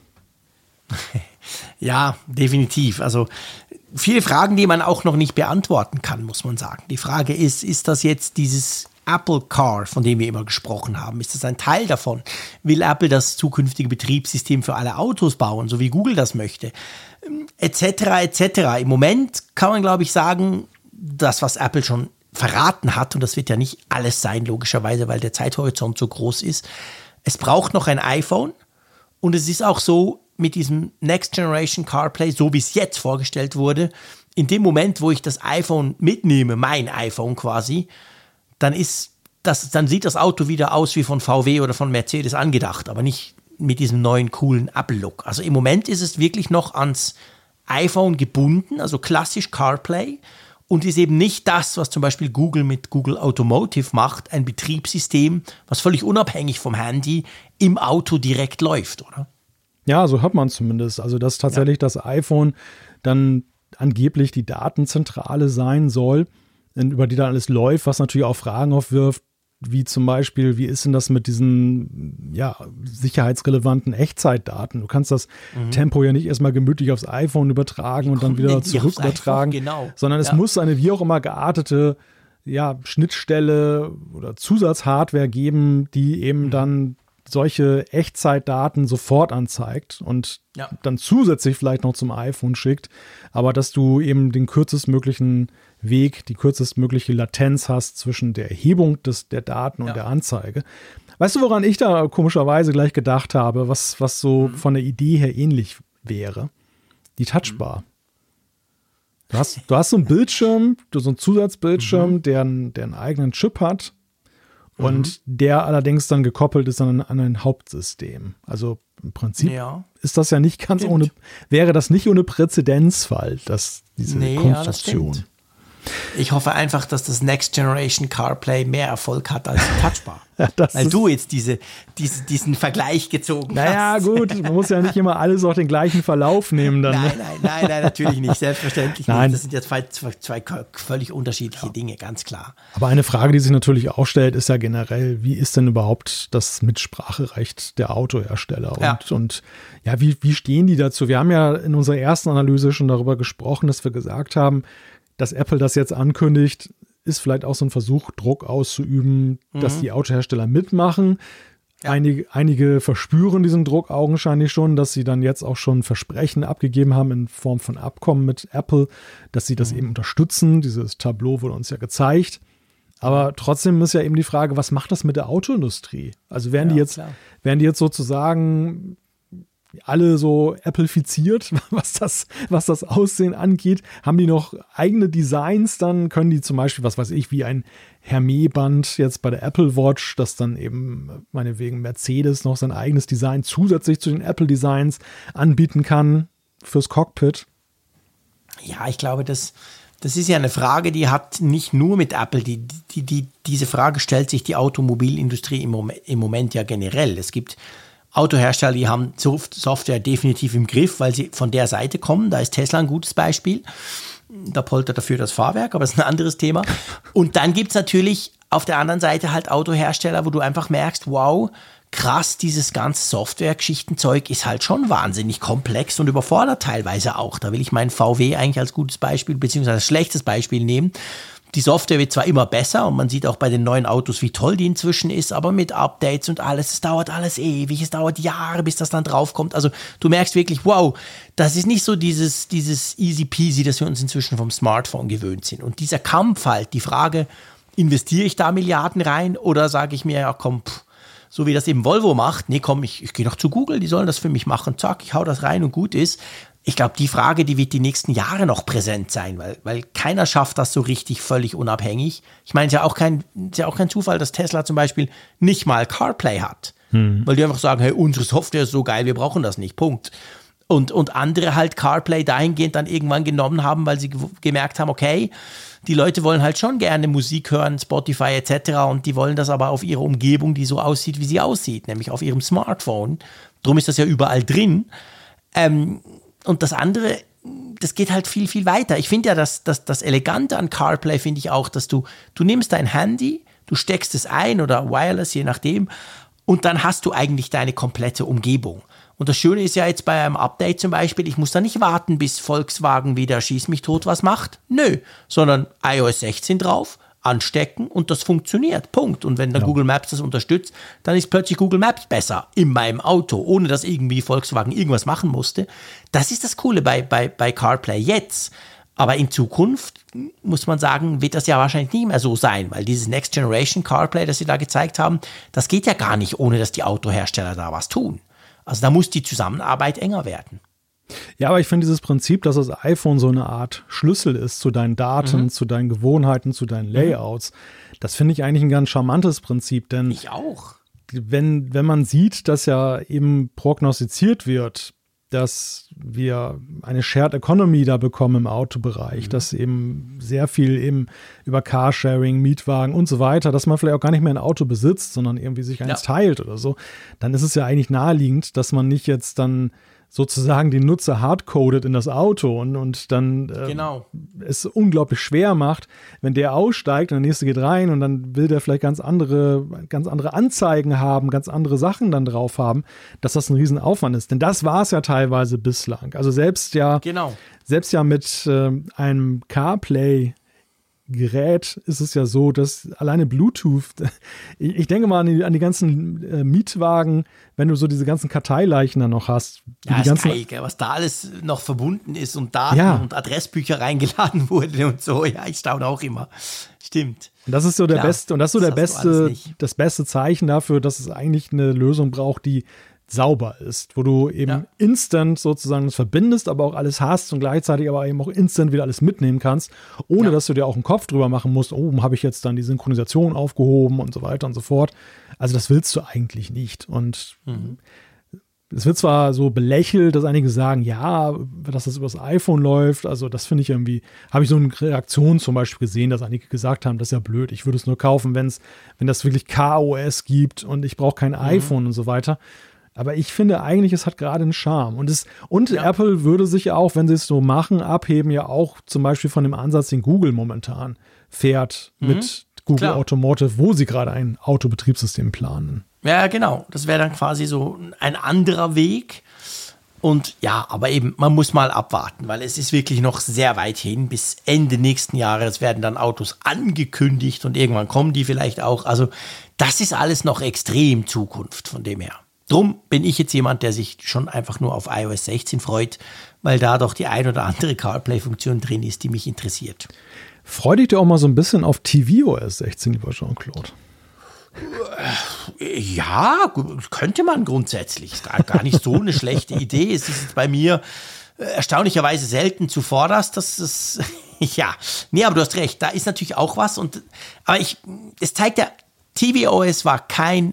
Ja, definitiv. Also viele Fragen, die man auch noch nicht beantworten kann, muss man sagen. Die Frage ist das jetzt dieses Apple Car, von dem wir immer gesprochen haben? Ist das ein Teil davon? Will Apple das zukünftige Betriebssystem für alle Autos bauen, so wie Google das möchte? Etc. Im Moment kann man, glaube ich, sagen, das, was Apple schon verraten hat, und das wird ja nicht alles sein, logischerweise, weil der Zeithorizont so groß ist, es braucht noch ein iPhone und es ist auch so mit diesem Next Generation CarPlay, so wie es jetzt vorgestellt wurde, in dem Moment, wo ich das iPhone mitnehme, mein iPhone quasi, dann sieht das Auto wieder aus wie von VW oder von Mercedes angedacht, aber nicht mit diesem neuen coolen Apple-Look. Also im Moment ist es wirklich noch ans iPhone gebunden, also klassisch CarPlay, und ist eben nicht das, was zum Beispiel Google mit Google Automotive macht, ein Betriebssystem, was völlig unabhängig vom Handy im Auto direkt läuft, oder? Ja, so hört man zumindest. Also, dass tatsächlich das iPhone dann angeblich die Datenzentrale sein soll, über die dann alles läuft, was natürlich auch Fragen aufwirft, wie zum Beispiel, wie ist denn das mit diesen sicherheitsrelevanten Echtzeitdaten? Du kannst das Tempo ja nicht erstmal gemütlich aufs iPhone übertragen und dann wieder zurück übertragen, sondern es muss eine wie auch immer geartete Schnittstelle oder Zusatzhardware geben, die eben dann solche Echtzeitdaten sofort anzeigt und dann zusätzlich vielleicht noch zum iPhone schickt, aber dass du eben den kürzestmöglichen Weg, die kürzestmögliche Latenz hast zwischen der Erhebung der Daten und der Anzeige. Weißt du, woran ich da komischerweise gleich gedacht habe, was so von der Idee her ähnlich wäre? Die Touchbar. Du hast so einen Bildschirm, so einen Zusatzbildschirm, der einen eigenen Chip hat und der allerdings dann gekoppelt ist an ein Hauptsystem. Also im Prinzip ist das ja nicht ganz wäre das nicht ohne Präzedenzfall, diese Konstruktion. Ich hoffe einfach, dass das Next Generation CarPlay mehr Erfolg hat als die Touchbar. Weil du jetzt diesen Vergleich gezogen hast. Naja, gut, man muss ja nicht immer alles auf den gleichen Verlauf nehmen. Dann, Nein, natürlich nicht, selbstverständlich nicht. Das sind ja zwei völlig unterschiedliche Dinge, ganz klar. Aber eine Frage, die sich natürlich auch stellt, ist ja generell, wie ist denn überhaupt das Mitspracherecht der Autohersteller? Und wie stehen die dazu? Wir haben ja in unserer ersten Analyse schon darüber gesprochen, dass wir gesagt haben, dass Apple das jetzt ankündigt, ist vielleicht auch so ein Versuch, Druck auszuüben, dass die Autohersteller mitmachen. Ja. Einige verspüren diesen Druck augenscheinlich schon, dass sie dann jetzt auch schon Versprechen abgegeben haben in Form von Abkommen mit Apple, dass sie das eben unterstützen. Dieses Tableau wurde uns ja gezeigt. Aber trotzdem ist ja eben die Frage, was macht das mit der Autoindustrie? Also werden die jetzt sozusagen alle so Apple-fiziert, was das Aussehen angeht? Haben die noch eigene Designs? Dann können die zum Beispiel, was weiß ich, wie ein Hermès-Band jetzt bei der Apple Watch, das dann eben meinetwegen Mercedes noch sein eigenes Design zusätzlich zu den Apple-Designs anbieten kann fürs Cockpit. Ja, ich glaube, das ist ja eine Frage, die hat nicht nur mit Apple, diese Frage stellt sich die Automobilindustrie im Moment ja generell. Es gibt Autohersteller, die haben Software definitiv im Griff, weil sie von der Seite kommen. Da ist Tesla ein gutes Beispiel. Da poltert dafür das Fahrwerk, aber das ist ein anderes Thema. Und dann gibt es natürlich auf der anderen Seite halt Autohersteller, wo du einfach merkst, wow, krass, dieses ganze Software-Geschichtenzeug ist halt schon wahnsinnig komplex und überfordert teilweise auch. Da will ich meinen VW eigentlich als gutes Beispiel, beziehungsweise als schlechtes Beispiel nehmen. Die Software wird zwar immer besser und man sieht auch bei den neuen Autos, wie toll die inzwischen ist, aber mit Updates und alles, es dauert alles ewig, es dauert Jahre, bis das dann draufkommt. Also du merkst wirklich, wow, das ist nicht so dieses easy peasy, das wir uns inzwischen vom Smartphone gewöhnt sind. Und dieser Kampf halt, die Frage, investiere ich da Milliarden rein oder sage ich mir, ja komm, so wie das eben Volvo macht, nee komm, ich gehe doch zu Google, die sollen das für mich machen, zack, ich hau das rein und gut ist. Ich glaube, die Frage, die wird die nächsten Jahre noch präsent sein, weil keiner schafft das so richtig völlig unabhängig. Ich meine, es ist ja auch kein Zufall, dass Tesla zum Beispiel nicht mal CarPlay hat. Weil die einfach sagen, hey, unsere Software ist so geil, wir brauchen das nicht, Punkt. Und andere halt CarPlay dahingehend dann irgendwann genommen haben, weil sie gemerkt haben, okay, die Leute wollen halt schon gerne Musik hören, Spotify etc. und die wollen das aber auf ihrer Umgebung, die so aussieht, wie sie aussieht, nämlich auf ihrem Smartphone. Drum ist das ja überall drin. Und das andere, das geht halt viel, viel weiter. Ich finde ja, das Elegante an CarPlay finde ich auch, dass du nimmst dein Handy, du steckst es ein oder wireless, je nachdem, und dann hast du eigentlich deine komplette Umgebung. Und das Schöne ist ja jetzt bei einem Update zum Beispiel, ich muss da nicht warten, bis Volkswagen wieder schieß mich tot was macht. Nö, sondern iOS 16 drauf, anstecken und das funktioniert. Punkt. Und wenn dann Google Maps das unterstützt, dann ist plötzlich Google Maps besser in meinem Auto, ohne dass irgendwie Volkswagen irgendwas machen musste. Das ist das Coole bei CarPlay jetzt. Aber in Zukunft, muss man sagen, wird das ja wahrscheinlich nicht mehr so sein, weil dieses Next Generation CarPlay, das sie da gezeigt haben, das geht ja gar nicht, ohne dass die Autohersteller da was tun. Also da muss die Zusammenarbeit enger werden. Ja, aber ich finde dieses Prinzip, dass das iPhone so eine Art Schlüssel ist zu deinen Daten, zu deinen Gewohnheiten, zu deinen Layouts, das finde ich eigentlich ein ganz charmantes Prinzip, denn ich auch. wenn man sieht, dass ja eben prognostiziert wird, dass wir eine Shared Economy da bekommen im Autobereich, dass eben sehr viel eben über Carsharing, Mietwagen und so weiter, dass man vielleicht auch gar nicht mehr ein Auto besitzt, sondern irgendwie sich eins teilt oder so, dann ist es ja eigentlich naheliegend, dass man nicht jetzt dann sozusagen den Nutzer hardcodet in das Auto und dann es unglaublich schwer macht, wenn der aussteigt und der nächste geht rein und dann will der vielleicht ganz andere Anzeigen haben, ganz andere Sachen dann drauf haben, dass das ein Riesenaufwand ist. Denn das war es ja teilweise bislang. Also selbst ja mit einem CarPlay Gerät ist es ja so, dass alleine Bluetooth, ich denke mal an die ganzen Mietwagen, wenn du so diese ganzen Karteileichen dann noch hast. Ist geil, was da alles noch verbunden ist und Daten und Adressbücher reingeladen wurden und so. Ja, ich staune auch immer. Stimmt. Und das ist so das beste Zeichen dafür, dass es eigentlich eine Lösung braucht, die sauber ist, wo du eben instant sozusagen das verbindest, aber auch alles hast und gleichzeitig aber eben auch instant wieder alles mitnehmen kannst, ohne dass du dir auch einen Kopf drüber machen musst, habe ich jetzt dann die Synchronisation aufgehoben und so weiter und so fort. Also das willst du eigentlich nicht. Und es wird zwar so belächelt, dass einige sagen, ja, dass das über das iPhone läuft, also das finde ich irgendwie, habe ich so eine Reaktion zum Beispiel gesehen, dass einige gesagt haben, das ist ja blöd, ich würde es nur kaufen, wenn das wirklich KOS gibt und ich brauche kein iPhone und so weiter. Aber ich finde eigentlich, es hat gerade einen Charme. Und Apple würde sich ja auch, wenn sie es so machen, abheben ja auch zum Beispiel von dem Ansatz, den Google momentan fährt mit Google Automotive, wo sie gerade ein Autobetriebssystem planen. Ja, genau. Das wäre dann quasi so ein anderer Weg. Und ja, aber eben, man muss mal abwarten, weil es ist wirklich noch sehr weit hin, bis Ende nächsten Jahres werden dann Autos angekündigt und irgendwann kommen die vielleicht auch. Also das ist alles noch extrem Zukunft von dem her. Drum bin ich jetzt jemand, der sich schon einfach nur auf iOS 16 freut, weil da doch die ein oder andere CarPlay-Funktion drin ist, die mich interessiert. Freu dich doch auch mal so ein bisschen auf tvOS 16, lieber Jean-Claude. Ja, könnte man grundsätzlich. Ist gar nicht so eine schlechte Idee. Es ist jetzt bei mir erstaunlicherweise selten zuvorderst, dass es, aber du hast recht, da ist natürlich auch was. Aber es zeigt ja, tvOS war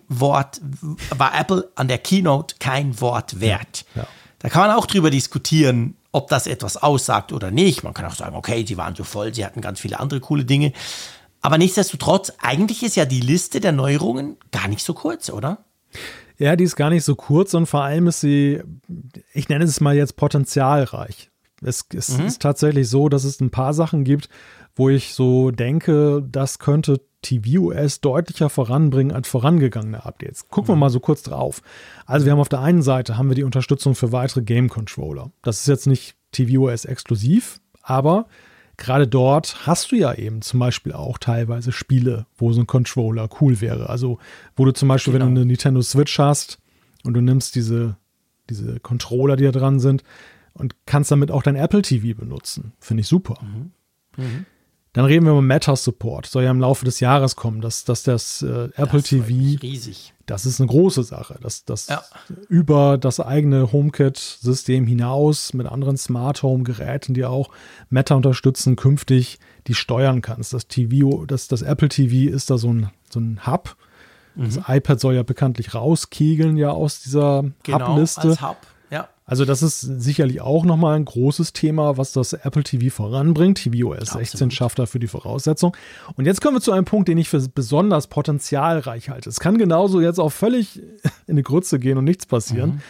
Apple an der Keynote kein Wort wert. Ja. Da kann man auch drüber diskutieren, ob das etwas aussagt oder nicht. Man kann auch sagen, okay, sie waren so voll, sie hatten ganz viele andere coole Dinge. Aber nichtsdestotrotz, eigentlich ist ja die Liste der Neuerungen gar nicht so kurz, oder? Ja, die ist gar nicht so kurz und vor allem ist sie, ich nenne es mal jetzt potenzialreich. Es ist tatsächlich so, dass es ein paar Sachen gibt, wo ich so denke, das könnte tvOS deutlicher voranbringen als vorangegangene Updates. Gucken wir mal so kurz drauf. Also wir haben auf der einen Seite die Unterstützung für weitere Game-Controller. Das ist jetzt nicht tvOS exklusiv, aber gerade dort hast du ja eben zum Beispiel auch teilweise Spiele, wo so ein Controller cool wäre. Also wo du zum Beispiel, wenn du eine Nintendo Switch hast und du nimmst diese Controller, die da dran sind und kannst damit auch dein Apple TV benutzen. Finde ich super. Dann reden wir über Meta-Support. Soll ja im Laufe des Jahres kommen, dass das Apple TV, riesig. Das ist eine große Sache, dass über das eigene HomeKit-System hinaus mit anderen Smart-Home-Geräten, die auch Meta unterstützen, künftig die steuern kannst. Das Apple TV ist da so ein Hub. Das iPad soll ja bekanntlich rauskegeln aus dieser Hub-Liste. Als Hub. Also das ist sicherlich auch nochmal ein großes Thema, was das Apple TV voranbringt. tvOS 16 schafft dafür die Voraussetzung. Und jetzt kommen wir zu einem Punkt, den ich für besonders potenzialreich halte. Es kann genauso jetzt auch völlig in die Grütze gehen und nichts passieren.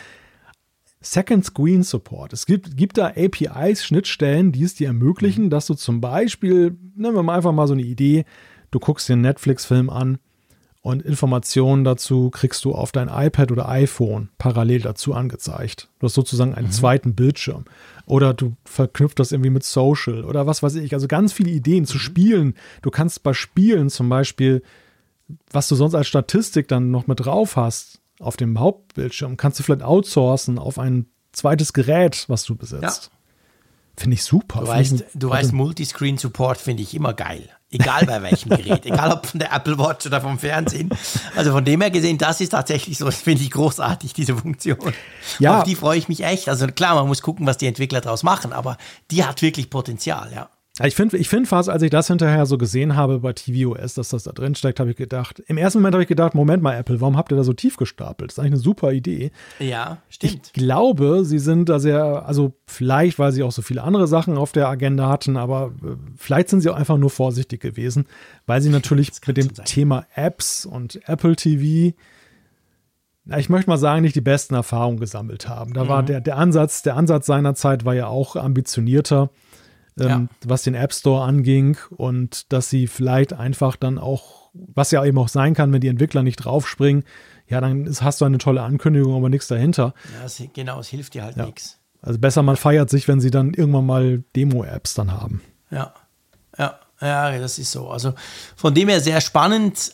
Second Screen Support. Es gibt da APIs, Schnittstellen, die es dir ermöglichen, dass du zum Beispiel, nehmen wir mal einfach mal so eine Idee, du guckst dir einen Netflix-Film an, und Informationen dazu kriegst du auf dein iPad oder iPhone parallel dazu angezeigt. Du hast sozusagen einen zweiten Bildschirm. Oder du verknüpft das irgendwie mit Social oder was weiß ich. Also ganz viele Ideen zu Spielen. Du kannst bei Spielen zum Beispiel, was du sonst als Statistik dann noch mit drauf hast, auf dem Hauptbildschirm, kannst du vielleicht outsourcen auf ein zweites Gerät, was du besitzt. Ja. Finde ich super. Du weißt, Multiscreen-Support finde ich immer geil. Egal bei welchem Gerät. Egal ob von der Apple Watch oder vom Fernsehen. Also von dem her gesehen, das ist tatsächlich so, das finde ich großartig, diese Funktion. Ja. Auf die freue ich mich echt. Also klar, man muss gucken, was die Entwickler daraus machen, aber die hat wirklich Potenzial, ja. Ich find fast, als ich das hinterher so gesehen habe bei tvOS, dass das da drin steckt, habe ich gedacht, im ersten Moment habe ich gedacht, Moment mal, Apple, warum habt ihr da so tief gestapelt? Das ist eigentlich eine super Idee. Ja, stimmt. Ich glaube, sie sind da sehr, also vielleicht, weil sie auch so viele andere Sachen auf der Agenda hatten, aber vielleicht sind sie auch einfach nur vorsichtig gewesen, weil sie natürlich mit dem Thema Apps und Apple TV, ich möchte mal sagen, nicht die besten Erfahrungen gesammelt haben. Da war der Ansatz seinerzeit war ja auch ambitionierter. Was den App Store anging und dass sie vielleicht einfach dann auch, was ja eben auch sein kann, wenn die Entwickler nicht draufspringen, ja, dann hast du eine tolle Ankündigung, aber nichts dahinter. Ja, es hilft dir halt nichts. Also besser, man feiert sich, wenn sie dann irgendwann mal Demo-Apps dann haben. Ja, das ist so. Also von dem her sehr spannend.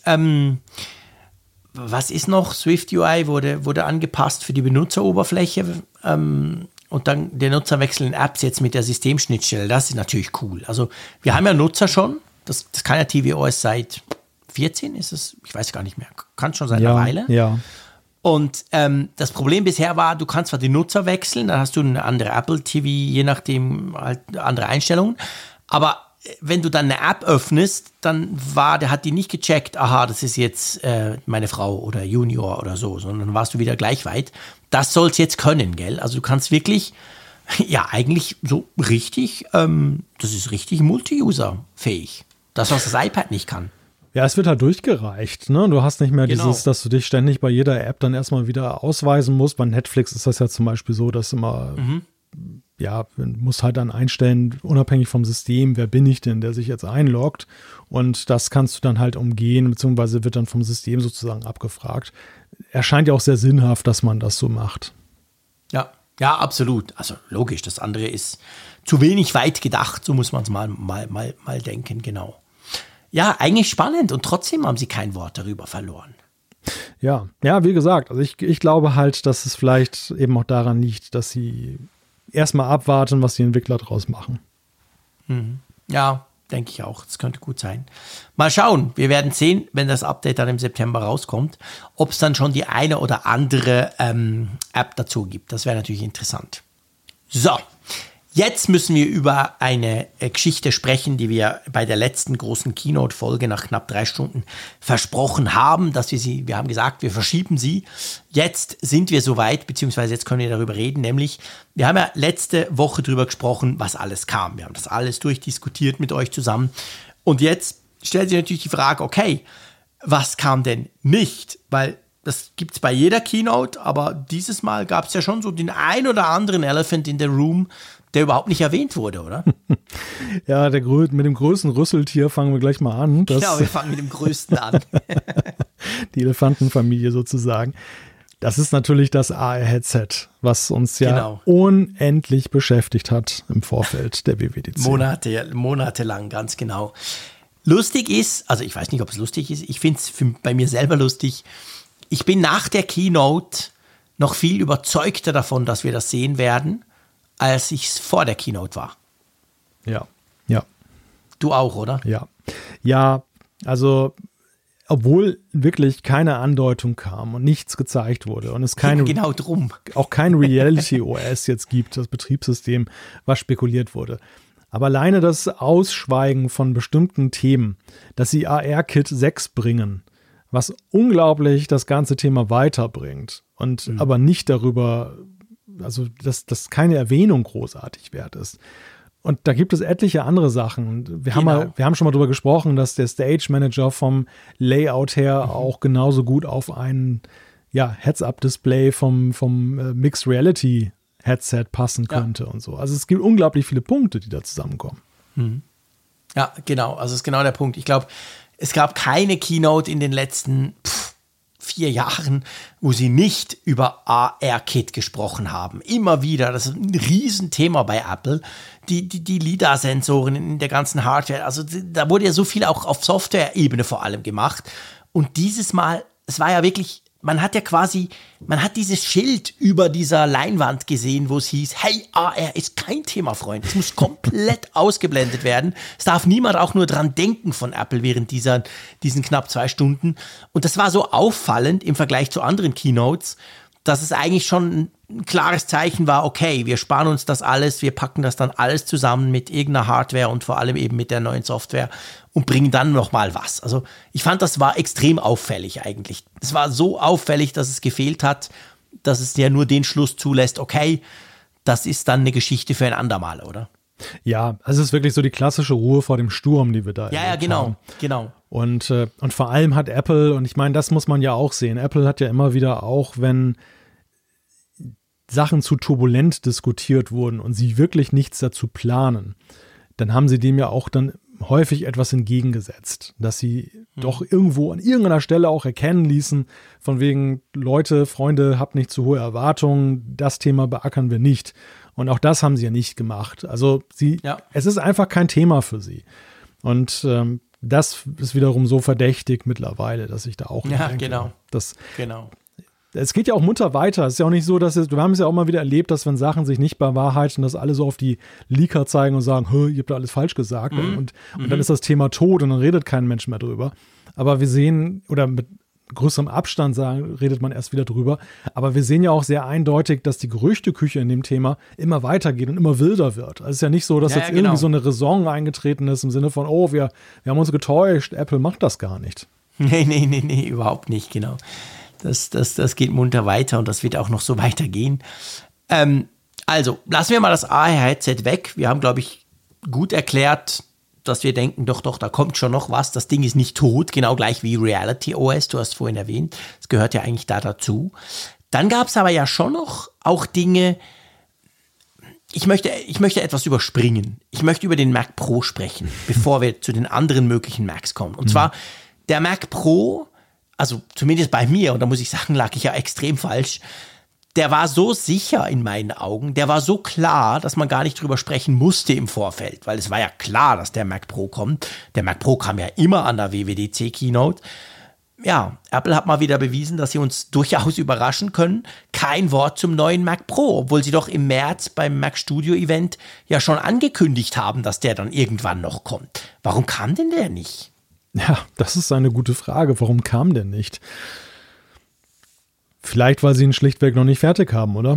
Was ist noch? Swift UI wurde angepasst für die Benutzeroberfläche. Und dann der Nutzerwechsel in Apps jetzt mit der Systemschnittstelle, das ist natürlich cool. Also wir haben ja Nutzer schon, das kann ja tvOS seit 14, ist es? Ich weiß gar nicht mehr, kann schon seit einer Weile. Ja. Und das Problem bisher war, du kannst zwar die Nutzer wechseln, dann hast du eine andere Apple TV, je nachdem halt andere Einstellungen, aber wenn du dann eine App öffnest, dann hat die nicht gecheckt, aha, das ist jetzt meine Frau oder Junior oder so, sondern dann warst du wieder gleich weit. Das soll es jetzt können, gell? Also du kannst wirklich, ja, eigentlich so richtig, das ist richtig Multi-User-fähig. Das, was das iPad nicht kann. Ja, es wird halt durchgereicht, ne? Du hast nicht mehr dieses, dass du dich ständig bei jeder App dann erstmal wieder ausweisen musst. Bei Netflix ist das ja zum Beispiel so, dass immer ja, man muss halt dann einstellen, unabhängig vom System, wer bin ich denn, der sich jetzt einloggt, und das kannst du dann halt umgehen, beziehungsweise wird dann vom System sozusagen abgefragt. Erscheint ja auch sehr sinnhaft, dass man das so macht. Ja, absolut. Also logisch, das andere ist zu wenig weit gedacht, so muss man es mal denken, genau. Ja, eigentlich spannend und trotzdem haben sie kein Wort darüber verloren. Ja, wie gesagt, also ich glaube halt, dass es vielleicht eben auch daran liegt, dass sie erstmal abwarten, was die Entwickler draus machen. Ja, denke ich auch. Das könnte gut sein. Mal schauen. Wir werden sehen, wenn das Update dann im September rauskommt, ob es dann schon die eine oder andere App dazu gibt. Das wäre natürlich interessant. So, jetzt müssen wir über eine Geschichte sprechen, die wir bei der letzten großen Keynote-Folge nach knapp 3 Stunden versprochen haben, dass wir haben gesagt, wir verschieben sie. Jetzt sind wir soweit, beziehungsweise jetzt können wir darüber reden, nämlich wir haben ja letzte Woche darüber gesprochen, was alles kam. Wir haben das alles durchdiskutiert mit euch zusammen. Und jetzt stellt sich natürlich die Frage, okay, was kam denn nicht? Weil das gibt es bei jeder Keynote, aber dieses Mal gab es ja schon so den ein oder anderen Elephant in the Room, der überhaupt nicht erwähnt wurde, oder? Ja, mit dem größten Rüsseltier fangen wir gleich mal an. Genau, wir fangen mit dem größten an. Die Elefantenfamilie sozusagen. Das ist natürlich das AR-Headset, was uns ja unendlich beschäftigt hat im Vorfeld der WWDC. Monatelang, ganz genau. Lustig ist, also ich weiß nicht, ob es lustig ist, ich finde es bei mir selber lustig. Ich bin nach der Keynote noch viel überzeugter davon, dass wir das sehen werden, als ich es vor der Keynote war. Ja. Du auch, oder? Ja, also obwohl wirklich keine Andeutung kam und nichts gezeigt wurde und es genau drum. Auch kein Reality OS jetzt gibt, das Betriebssystem, was spekuliert wurde. Aber alleine das Ausschweigen von bestimmten Themen, dass sie AR-Kit 6 bringen, was unglaublich das ganze Thema weiterbringt und aber nicht darüber, also dass keine Erwähnung großartig wert ist. Und da gibt es etliche andere Sachen. Wir haben schon mal drüber gesprochen, dass der Stage Manager vom Layout her auch genauso gut auf ein Heads-Up-Display vom Mixed Reality Headset passen könnte und so. Also es gibt unglaublich viele Punkte, die da zusammenkommen. Ja, genau. Also das ist genau der Punkt. Ich glaube, es gab keine Keynote in den letzten 4 Jahren, wo sie nicht über AR-Kit gesprochen haben. Immer wieder. Das ist ein Riesenthema bei Apple. Die LiDAR-Sensoren in der ganzen Hardware. Also da wurde ja so viel auch auf Software-Ebene vor allem gemacht. Und dieses Mal, es war ja wirklich, man hat dieses Schild über dieser Leinwand gesehen, wo es hieß, hey, AR ist kein Thema, Freund. Es muss komplett ausgeblendet werden. Es darf niemand auch nur dran denken von Apple während diesen knapp 2 Stunden. Und das war so auffallend im Vergleich zu anderen Keynotes, dass es eigentlich schon ein klares Zeichen war, okay, wir sparen uns das alles, wir packen das dann alles zusammen mit irgendeiner Hardware und vor allem eben mit der neuen Software und bringen dann nochmal was. Also ich fand, das war extrem auffällig eigentlich. Es war so auffällig, dass es gefehlt hat, dass es ja nur den Schluss zulässt, okay, das ist dann eine Geschichte für ein andermal, oder? Ja, also es ist wirklich so die klassische Ruhe vor dem Sturm, die wir da haben. Genau. Und vor allem hat Apple, und ich meine, das muss man ja auch sehen, Apple hat ja immer wieder auch, wenn Sachen zu turbulent diskutiert wurden und sie wirklich nichts dazu planen, dann haben sie dem ja auch dann häufig etwas entgegengesetzt, dass sie doch irgendwo an irgendeiner Stelle auch erkennen ließen, von wegen, Leute, Freunde, habt nicht zu hohe Erwartungen, das Thema beackern wir nicht. Und auch das haben sie ja nicht gemacht. Also es ist einfach kein Thema für sie. Und das ist wiederum so verdächtig mittlerweile, dass ich da auch denke, genau. Genau. Es geht ja auch munter weiter. Es ist ja auch nicht so, dass wir haben es ja auch mal wieder erlebt, dass wenn Sachen sich nicht bewahrheiten, dass alle so auf die Leaker zeigen und sagen, ihr habt da alles falsch gesagt. Und dann ist das Thema tot und dann redet kein Mensch mehr drüber. Aber wir sehen, oder mit größerem Abstand redet man erst wieder drüber. Aber wir sehen ja auch sehr eindeutig, dass die Gerüchteküche in dem Thema immer weitergeht und immer wilder wird. Also es ist ja nicht so, dass irgendwie so eine Raison eingetreten ist im Sinne von, wir haben uns getäuscht, Apple macht das gar nicht. Nee, überhaupt nicht, genau. Das geht munter weiter und das wird auch noch so weitergehen. Also, lassen wir mal das AR-Headset weg. Wir haben, glaube ich, gut erklärt, dass wir denken, doch, da kommt schon noch was. Das Ding ist nicht tot, genau gleich wie Reality OS, du hast vorhin erwähnt. Das gehört ja eigentlich da dazu. Dann gab es aber ja schon noch auch Dinge, ich möchte etwas überspringen. Ich möchte über den Mac Pro sprechen, bevor wir zu den anderen möglichen Macs kommen. Und zwar der Mac Pro, also zumindest bei mir, und da muss ich sagen, lag ich ja extrem falsch, der war so sicher in meinen Augen, der war so klar, dass man gar nicht drüber sprechen musste im Vorfeld, weil es war ja klar, dass der Mac Pro kommt. Der Mac Pro kam ja immer an der WWDC Keynote. Ja, Apple hat mal wieder bewiesen, dass sie uns durchaus überraschen können. Kein Wort zum neuen Mac Pro, obwohl sie doch im März beim Mac Studio Event ja schon angekündigt haben, dass der dann irgendwann noch kommt. Warum kam denn der nicht? Ja, das ist eine gute Frage. Warum kam der nicht? Vielleicht, weil sie ihn schlichtweg noch nicht fertig haben, oder?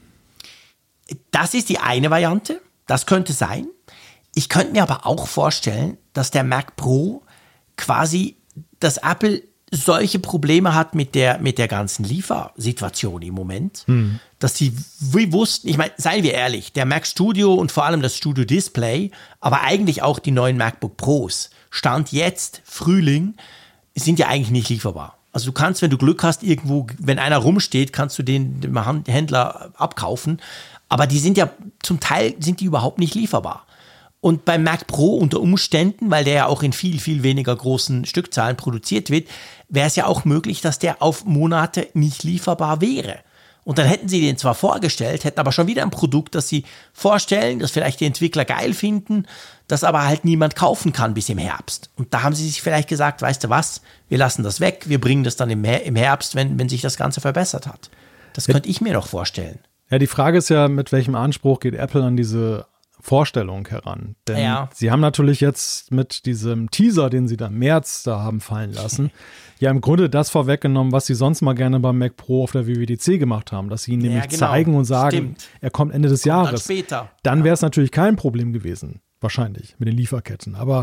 Das ist die eine Variante. Das könnte sein. Ich könnte mir aber auch vorstellen, dass der Mac Pro quasi, dass Apple solche Probleme hat mit der ganzen Liefersituation im Moment, dass sie wussten, ich meine, seien wir ehrlich, der Mac Studio und vor allem das Studio Display, aber eigentlich auch die neuen MacBook Pros, Stand jetzt, Frühling, sind ja eigentlich nicht lieferbar. Also du kannst, wenn du Glück hast, irgendwo, wenn einer rumsteht, kannst du den dem Händler abkaufen. Aber die sind ja, zum Teil sind die überhaupt nicht lieferbar. Und beim Mac Pro unter Umständen, weil der ja auch in viel, viel weniger großen Stückzahlen produziert wird, wäre es ja auch möglich, dass der auf Monate nicht lieferbar wäre. Und dann hätten sie den zwar vorgestellt, hätten aber schon wieder ein Produkt, das sie vorstellen, das vielleicht die Entwickler geil finden, das aber halt niemand kaufen kann bis im Herbst. Und da haben sie sich vielleicht gesagt, weißt du was, wir lassen das weg, wir bringen das dann im Herbst, wenn sich das Ganze verbessert hat. Das könnte ich mir noch vorstellen. Ja, die Frage ist ja, mit welchem Anspruch geht Apple an diese Vorstellung heran? Denn sie haben natürlich jetzt mit diesem Teaser, den sie da im März da haben fallen lassen, ja im Grunde das vorweggenommen, was sie sonst mal gerne beim Mac Pro auf der WWDC gemacht haben, dass sie ihn nämlich zeigen und sagen, er kommt Ende des Jahres. Dann später. Dann wäre es natürlich kein Problem gewesen. Wahrscheinlich, mit den Lieferketten. Aber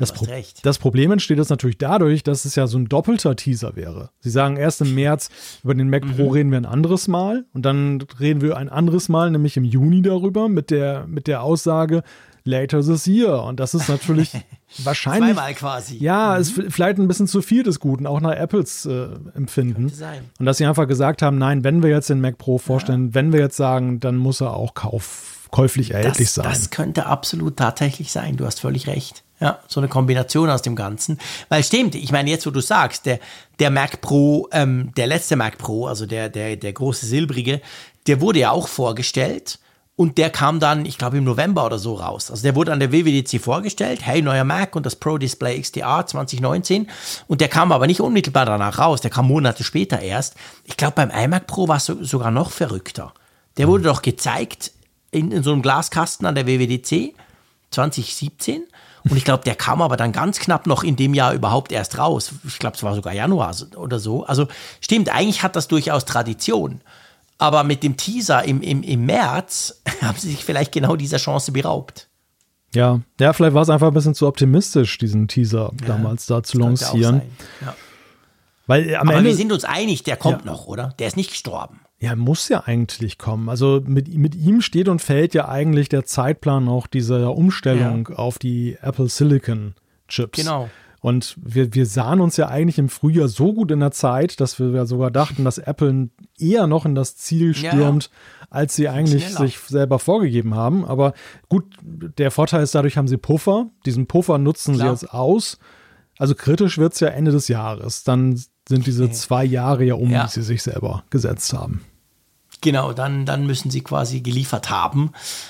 das Problem entsteht jetzt natürlich dadurch, dass es ja so ein doppelter Teaser wäre. Sie sagen erst im März, über den Mac Pro reden wir ein anderes Mal und dann reden wir ein anderes Mal, nämlich im Juni darüber, mit der Aussage, later this year. Und das ist natürlich wahrscheinlich. Zweimal quasi. Ja, ist vielleicht ein bisschen zu viel des Guten, auch nach Apples Empfinden. Könnte sein. Und dass sie einfach gesagt haben, nein, wenn wir jetzt den Mac Pro vorstellen, wenn wir jetzt sagen, dann muss er auch käuflich erhältlich sein. Das könnte absolut tatsächlich sein. Du hast völlig recht. Ja, so eine Kombination aus dem Ganzen. Weil stimmt, ich meine, jetzt wo du sagst, der Mac Pro, der letzte Mac Pro, also der große silbrige, der wurde ja auch vorgestellt und der kam dann, ich glaube im November oder so raus. Also der wurde an der WWDC vorgestellt, hey, neuer Mac und das Pro Display XDR 2019 und der kam aber nicht unmittelbar danach raus, der kam Monate später erst. Ich glaube beim iMac Pro war es sogar noch verrückter. Der wurde doch gezeigt in so einem Glaskasten an der WWDC 2017 Und ich glaube, der kam aber dann ganz knapp noch in dem Jahr überhaupt erst raus. Ich glaube, es war sogar Januar oder so. Also stimmt, eigentlich hat das durchaus Tradition. Aber mit dem Teaser im März haben sie sich vielleicht genau dieser Chance beraubt. Ja, vielleicht war es einfach ein bisschen zu optimistisch, diesen Teaser damals da zu lancieren. Ja. Weil am Aber Ende, wir sind uns einig, der kommt noch, oder? Der ist nicht gestorben. Ja, muss ja eigentlich kommen. Also mit ihm steht und fällt ja eigentlich der Zeitplan auch dieser Umstellung auf die Apple Silicon Chips. Genau. Und wir sahen uns ja eigentlich im Frühjahr so gut in der Zeit, dass wir ja sogar dachten, dass Apple eher noch in das Ziel stürmt, als sie eigentlich sich selber vorgegeben haben. Aber gut, der Vorteil ist, dadurch haben sie Puffer. Diesen Puffer nutzen sie jetzt aus. Also kritisch wird es ja Ende des Jahres. Dann sind diese 2 Jahre ja die sie sich selber gesetzt haben. Genau, dann müssen sie quasi geliefert haben.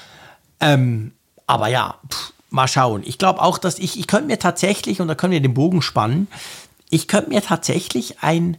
Aber ja, mal schauen. Ich glaube auch, dass ich könnte mir tatsächlich, und da können wir den Bogen spannen, ich könnte mir tatsächlich ein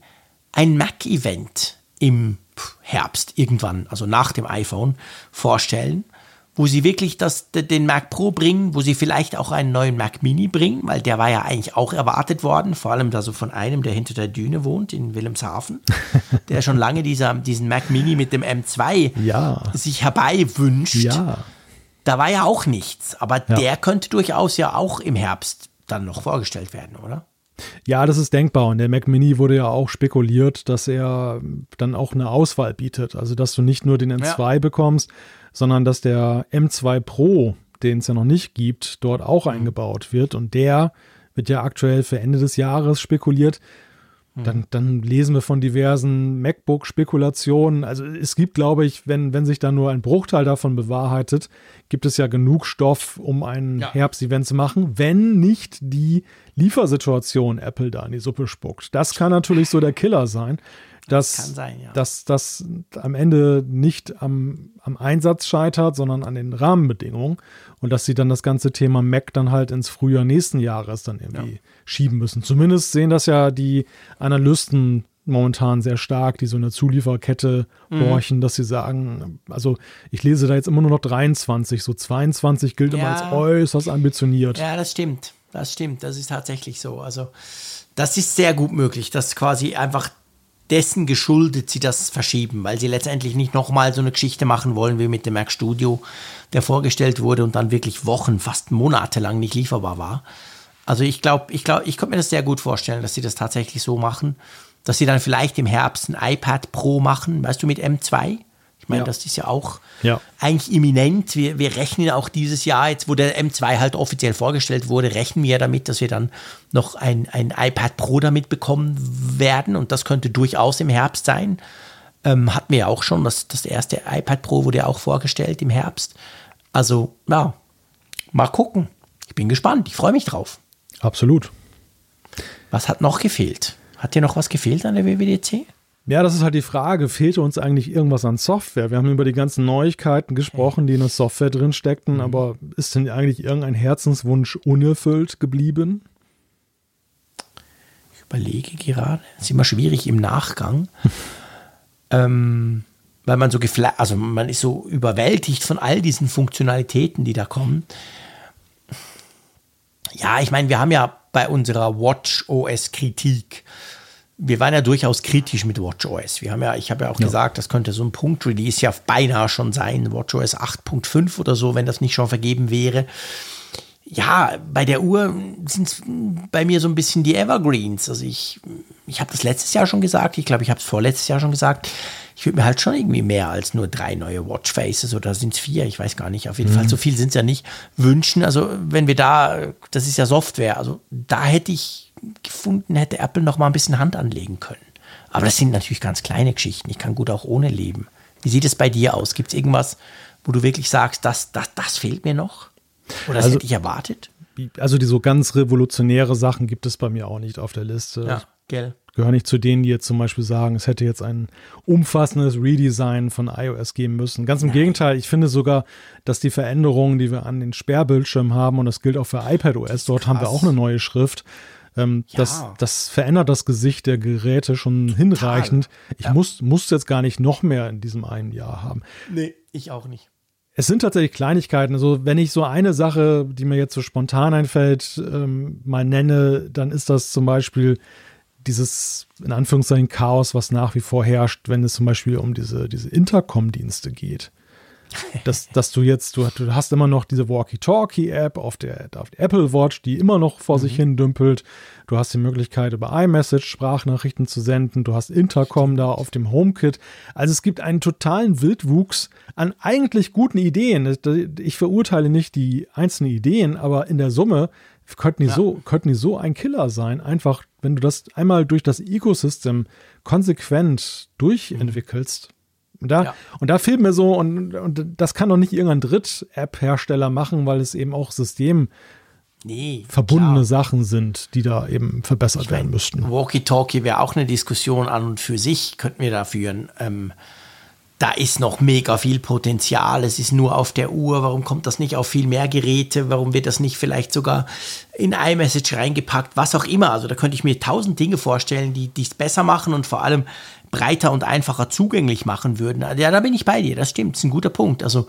Mac-Event im Herbst irgendwann, also nach dem iPhone, vorstellen, wo sie wirklich den Mac Pro bringen, wo sie vielleicht auch einen neuen Mac Mini bringen, weil der war ja eigentlich auch erwartet worden, vor allem da so von einem, der hinter der Düne wohnt, in Wilhelmshaven, der schon lange diesen Mac Mini mit dem M2 sich herbeiwünscht. Ja. Da war ja auch nichts, aber der könnte durchaus ja auch im Herbst dann noch vorgestellt werden, oder? Ja, das ist denkbar. Und der Mac Mini wurde ja auch spekuliert, dass er dann auch eine Auswahl bietet. Also, dass du nicht nur den M2 bekommst, sondern dass der M2 Pro, den es ja noch nicht gibt, dort auch eingebaut wird. Und der wird ja aktuell für Ende des Jahres spekuliert. Dann lesen wir von diversen MacBook-Spekulationen. Also es gibt, glaube ich, wenn sich da nur ein Bruchteil davon bewahrheitet, gibt es ja genug Stoff, um ein Herbst-Event zu machen, wenn nicht die Liefersituation Apple da in die Suppe spuckt. Das kann natürlich so der Killer sein, dass das am Ende nicht am Einsatz scheitert, sondern an den Rahmenbedingungen und dass sie dann das ganze Thema Mac dann halt ins Frühjahr nächsten Jahres dann irgendwie schieben müssen. Zumindest sehen das ja die Analysten momentan sehr stark, die so eine Zulieferkette horchen, dass sie sagen, also ich lese da jetzt immer nur noch 23, so 22 gilt immer als äußerst ambitioniert. Ja, das stimmt, das ist tatsächlich so. Also das ist sehr gut möglich, dass quasi einfach dessen geschuldet sie das verschieben, weil sie letztendlich nicht nochmal so eine Geschichte machen wollen wie mit dem Mac Studio, der vorgestellt wurde und dann wirklich Wochen, fast Monate lang nicht lieferbar war. Also ich könnte mir das sehr gut vorstellen, dass sie das tatsächlich so machen, dass sie dann vielleicht im Herbst ein iPad Pro machen, weißt du, mit M2. Ich meine, das ist ja auch eigentlich imminent. Wir rechnen auch dieses Jahr, jetzt wo der M2 halt offiziell vorgestellt wurde, rechnen wir damit, dass wir dann noch ein iPad Pro damit bekommen werden. Und das könnte durchaus im Herbst sein. Hatten wir ja auch schon, das erste iPad Pro wurde ja auch vorgestellt im Herbst. Also, ja, mal gucken. Ich bin gespannt, ich freue mich drauf. Absolut. Was hat noch gefehlt? Hat dir noch was gefehlt an der WWDC? Ja, das ist halt die Frage, fehlte uns eigentlich irgendwas an Software? Wir haben über die ganzen Neuigkeiten gesprochen, die in der Software drin steckten, aber ist denn eigentlich irgendein Herzenswunsch unerfüllt geblieben? Ich überlege gerade, es ist immer schwierig im Nachgang, weil man man ist so überwältigt von all diesen Funktionalitäten, die da kommen. Ja, ich meine, wir haben ja bei unserer WatchOS-Kritik, wir waren ja durchaus kritisch mit WatchOS. Ich habe ja auch gesagt, das könnte so ein Punkt-Release ja beinahe schon sein, WatchOS 8.5 oder so, wenn das nicht schon vergeben wäre. Ja, bei der Uhr sind es bei mir so ein bisschen die Evergreens. Also ich habe das letztes Jahr schon gesagt, ich glaube, ich habe es vorletztes Jahr schon gesagt, ich würde mir halt schon irgendwie mehr als nur 3 neue Watchfaces oder sind es 4, ich weiß gar nicht, auf jeden Fall, so viel sind es ja nicht, wünschen. Also wenn wir das ist ja Software, also da hätte Apple noch mal ein bisschen Hand anlegen können. Aber das sind natürlich ganz kleine Geschichten, ich kann gut auch ohne leben. Wie sieht es bei dir aus? Gibt es irgendwas, wo du wirklich sagst, das fehlt mir noch? Oder das hätte ich erwartet? Also die so ganz revolutionäre Sachen gibt es bei mir auch nicht auf der Liste. Ja, gell. Ich gehöre nicht zu denen, die jetzt zum Beispiel sagen, es hätte jetzt ein umfassendes Redesign von iOS geben müssen. Ganz im Gegenteil, ich finde sogar, dass die Veränderungen, die wir an den Sperrbildschirmen haben, und das gilt auch für iPadOS, dort haben wir auch eine neue Schrift, das verändert das Gesicht der Geräte schon hinreichend. Ich muss jetzt gar nicht noch mehr in diesem einen Jahr haben. Nee, ich auch nicht. Es sind tatsächlich Kleinigkeiten. Also wenn ich so eine Sache, die mir jetzt so spontan einfällt, mal nenne, dann ist das zum Beispiel dieses, in Anführungszeichen, Chaos, was nach wie vor herrscht, wenn es zum Beispiel um diese Intercom-Dienste geht. Dass du hast immer noch diese Walkie-Talkie-App auf der Apple Watch, die immer noch vor sich hin dümpelt. Du hast die Möglichkeit, über iMessage Sprachnachrichten zu senden. Du hast Intercom da auf dem HomeKit. Also es gibt einen totalen Wildwuchs an eigentlich guten Ideen. Ich verurteile nicht die einzelnen Ideen, aber in der Summe könnten die so ein Killer sein. Einfach, wenn du das einmal durch das Ecosystem konsequent durchentwickelst. Und da fehlt mir so, und das kann doch nicht irgendein Dritt-App-Hersteller machen, weil es eben auch systemverbundene Sachen sind, die da eben verbessert werden müssten. Walkie-Talkie wäre auch eine Diskussion an und für sich, könnten wir da führen. Da ist noch mega viel Potenzial. Es ist nur auf der Uhr. Warum kommt das nicht auf viel mehr Geräte? Warum wird das nicht vielleicht sogar in iMessage reingepackt? Was auch immer. Also da könnte ich mir 1000 Dinge vorstellen, die es besser machen und vor allem breiter und einfacher zugänglich machen würden. Ja, da bin ich bei dir. Das stimmt. Das ist ein guter Punkt. Also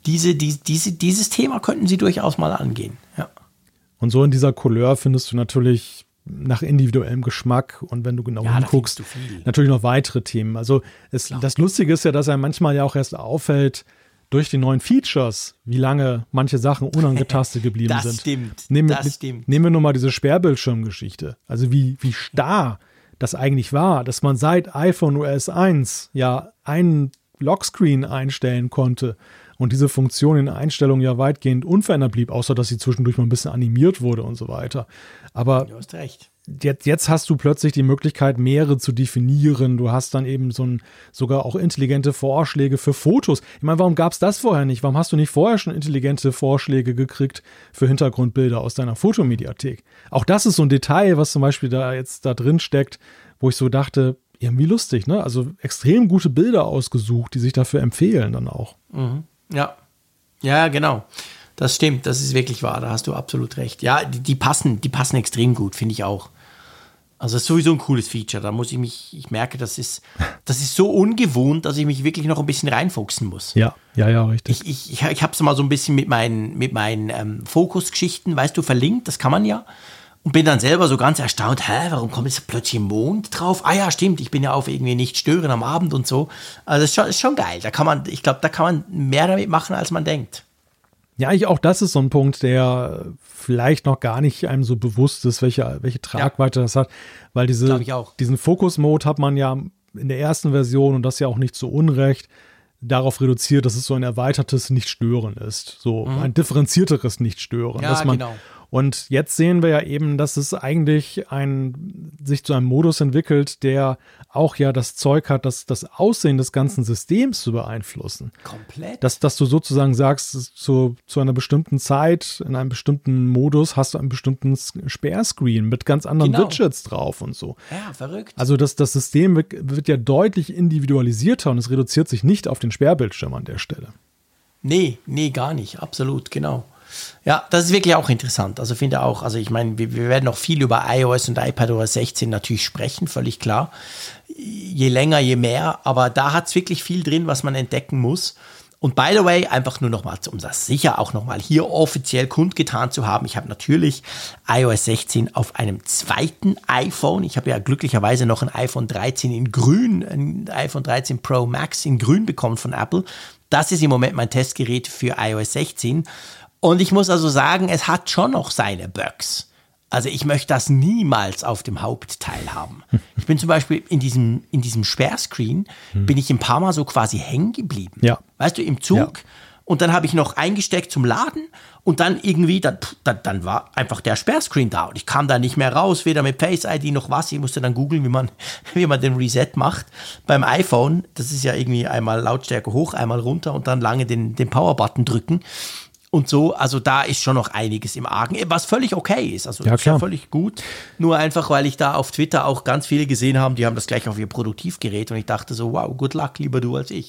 dieses Thema könnten sie durchaus mal angehen. Ja. Und so in dieser Couleur findest du natürlich nach individuellem Geschmack und wenn du genau hinguckst, natürlich noch weitere Themen. Also das Lustige ist ja, dass er manchmal ja auch erst auffällt durch die neuen Features, wie lange manche Sachen unangetastet geblieben sind. Stimmt. Nehmen wir nur mal diese Sperrbildschirmgeschichte. Also wie starr das eigentlich war, dass man seit iPhone OS 1 ja einen Lockscreen einstellen konnte und diese Funktion in der Einstellung ja weitgehend unverändert blieb, außer dass sie zwischendurch mal ein bisschen animiert wurde und so weiter. Aber du hast recht. Jetzt hast du plötzlich die Möglichkeit, mehrere zu definieren. Du hast dann eben sogar auch intelligente Vorschläge für Fotos. Ich meine, warum gab es das vorher nicht? Warum hast du nicht vorher schon intelligente Vorschläge gekriegt für Hintergrundbilder aus deiner Fotomediathek? Auch das ist so ein Detail, was zum Beispiel da drin steckt, wo ich so dachte, irgendwie lustig, ne? Also extrem gute Bilder ausgesucht, die sich dafür empfehlen dann auch. Mhm. Ja, genau. Das stimmt, das ist wirklich wahr, da hast du absolut recht. Ja, die passen extrem gut, finde ich auch. Also das ist sowieso ein cooles Feature, da muss ich merke, das ist so ungewohnt, dass ich mich wirklich noch ein bisschen reinfuchsen muss. Ja, richtig. Ich habe es mal so ein bisschen mit meinen Fokusgeschichten, weißt du, verlinkt, das kann man ja. Und bin dann selber so ganz erstaunt, warum kommt jetzt plötzlich ein Mond drauf? Ah ja, stimmt, ich bin ja auf irgendwie nicht stören am Abend und so. Also das ist schon geil, ich glaube, da kann man mehr damit machen, als man denkt. Ja, auch das ist so ein Punkt, der vielleicht noch gar nicht einem so bewusst ist, welche Tragweite das hat, weil diesen Focus-Mode hat man ja in der ersten Version und das ja auch nicht zu Unrecht darauf reduziert, dass es so ein erweitertes Nicht-Stören ist, so ein differenzierteres Nicht-Stören. Ja, genau. Und jetzt sehen wir ja eben, dass es eigentlich sich zu einem Modus entwickelt, der auch ja das Zeug hat, das Aussehen des ganzen Systems zu beeinflussen. Komplett. Dass du sozusagen sagst, zu einer bestimmten Zeit, in einem bestimmten Modus hast du einen bestimmten Sperrscreen mit ganz anderen Widgets drauf und so. Ja, verrückt. Also das System wird ja deutlich individualisierter und es reduziert sich nicht auf den Sperrbildschirm an der Stelle. Nee, gar nicht. Absolut, genau. Ja, das ist wirklich auch interessant. Also finde auch, also ich meine, wir werden noch viel über iOS und iPadOS 16 natürlich sprechen, völlig klar. Je länger, je mehr. Aber da hat es wirklich viel drin, was man entdecken muss. Und by the way, einfach nur nochmal, um das sicher auch nochmal hier offiziell kundgetan zu haben, ich habe natürlich iOS 16 auf einem zweiten iPhone. Ich habe ja glücklicherweise noch ein iPhone 13 in grün, ein iPhone 13 Pro Max in grün bekommen von Apple. Das ist im Moment mein Testgerät für iOS 16. Und ich muss also sagen, es hat schon noch seine Bugs. Also ich möchte das niemals auf dem Hauptteil haben. Ich bin zum Beispiel in diesem Sperrscreen, bin ich ein paar Mal so quasi hängen geblieben. Ja. Weißt du, im Zug. Ja. Und dann habe ich noch eingesteckt zum Laden und dann irgendwie, dann war einfach der Sperrscreen da. Und ich kam da nicht mehr raus, weder mit Face ID noch was. Ich musste dann googeln, wie man den Reset macht. Beim iPhone, das ist ja irgendwie einmal Lautstärke hoch, einmal runter und dann lange den Power-Button drücken. Und so, also da ist schon noch einiges im Argen, was völlig okay ist. Also das ist ja völlig gut. Nur einfach, weil ich da auf Twitter auch ganz viele gesehen habe, die haben das gleich auf ihr Produktivgerät und ich dachte so, wow, good luck, lieber du als ich.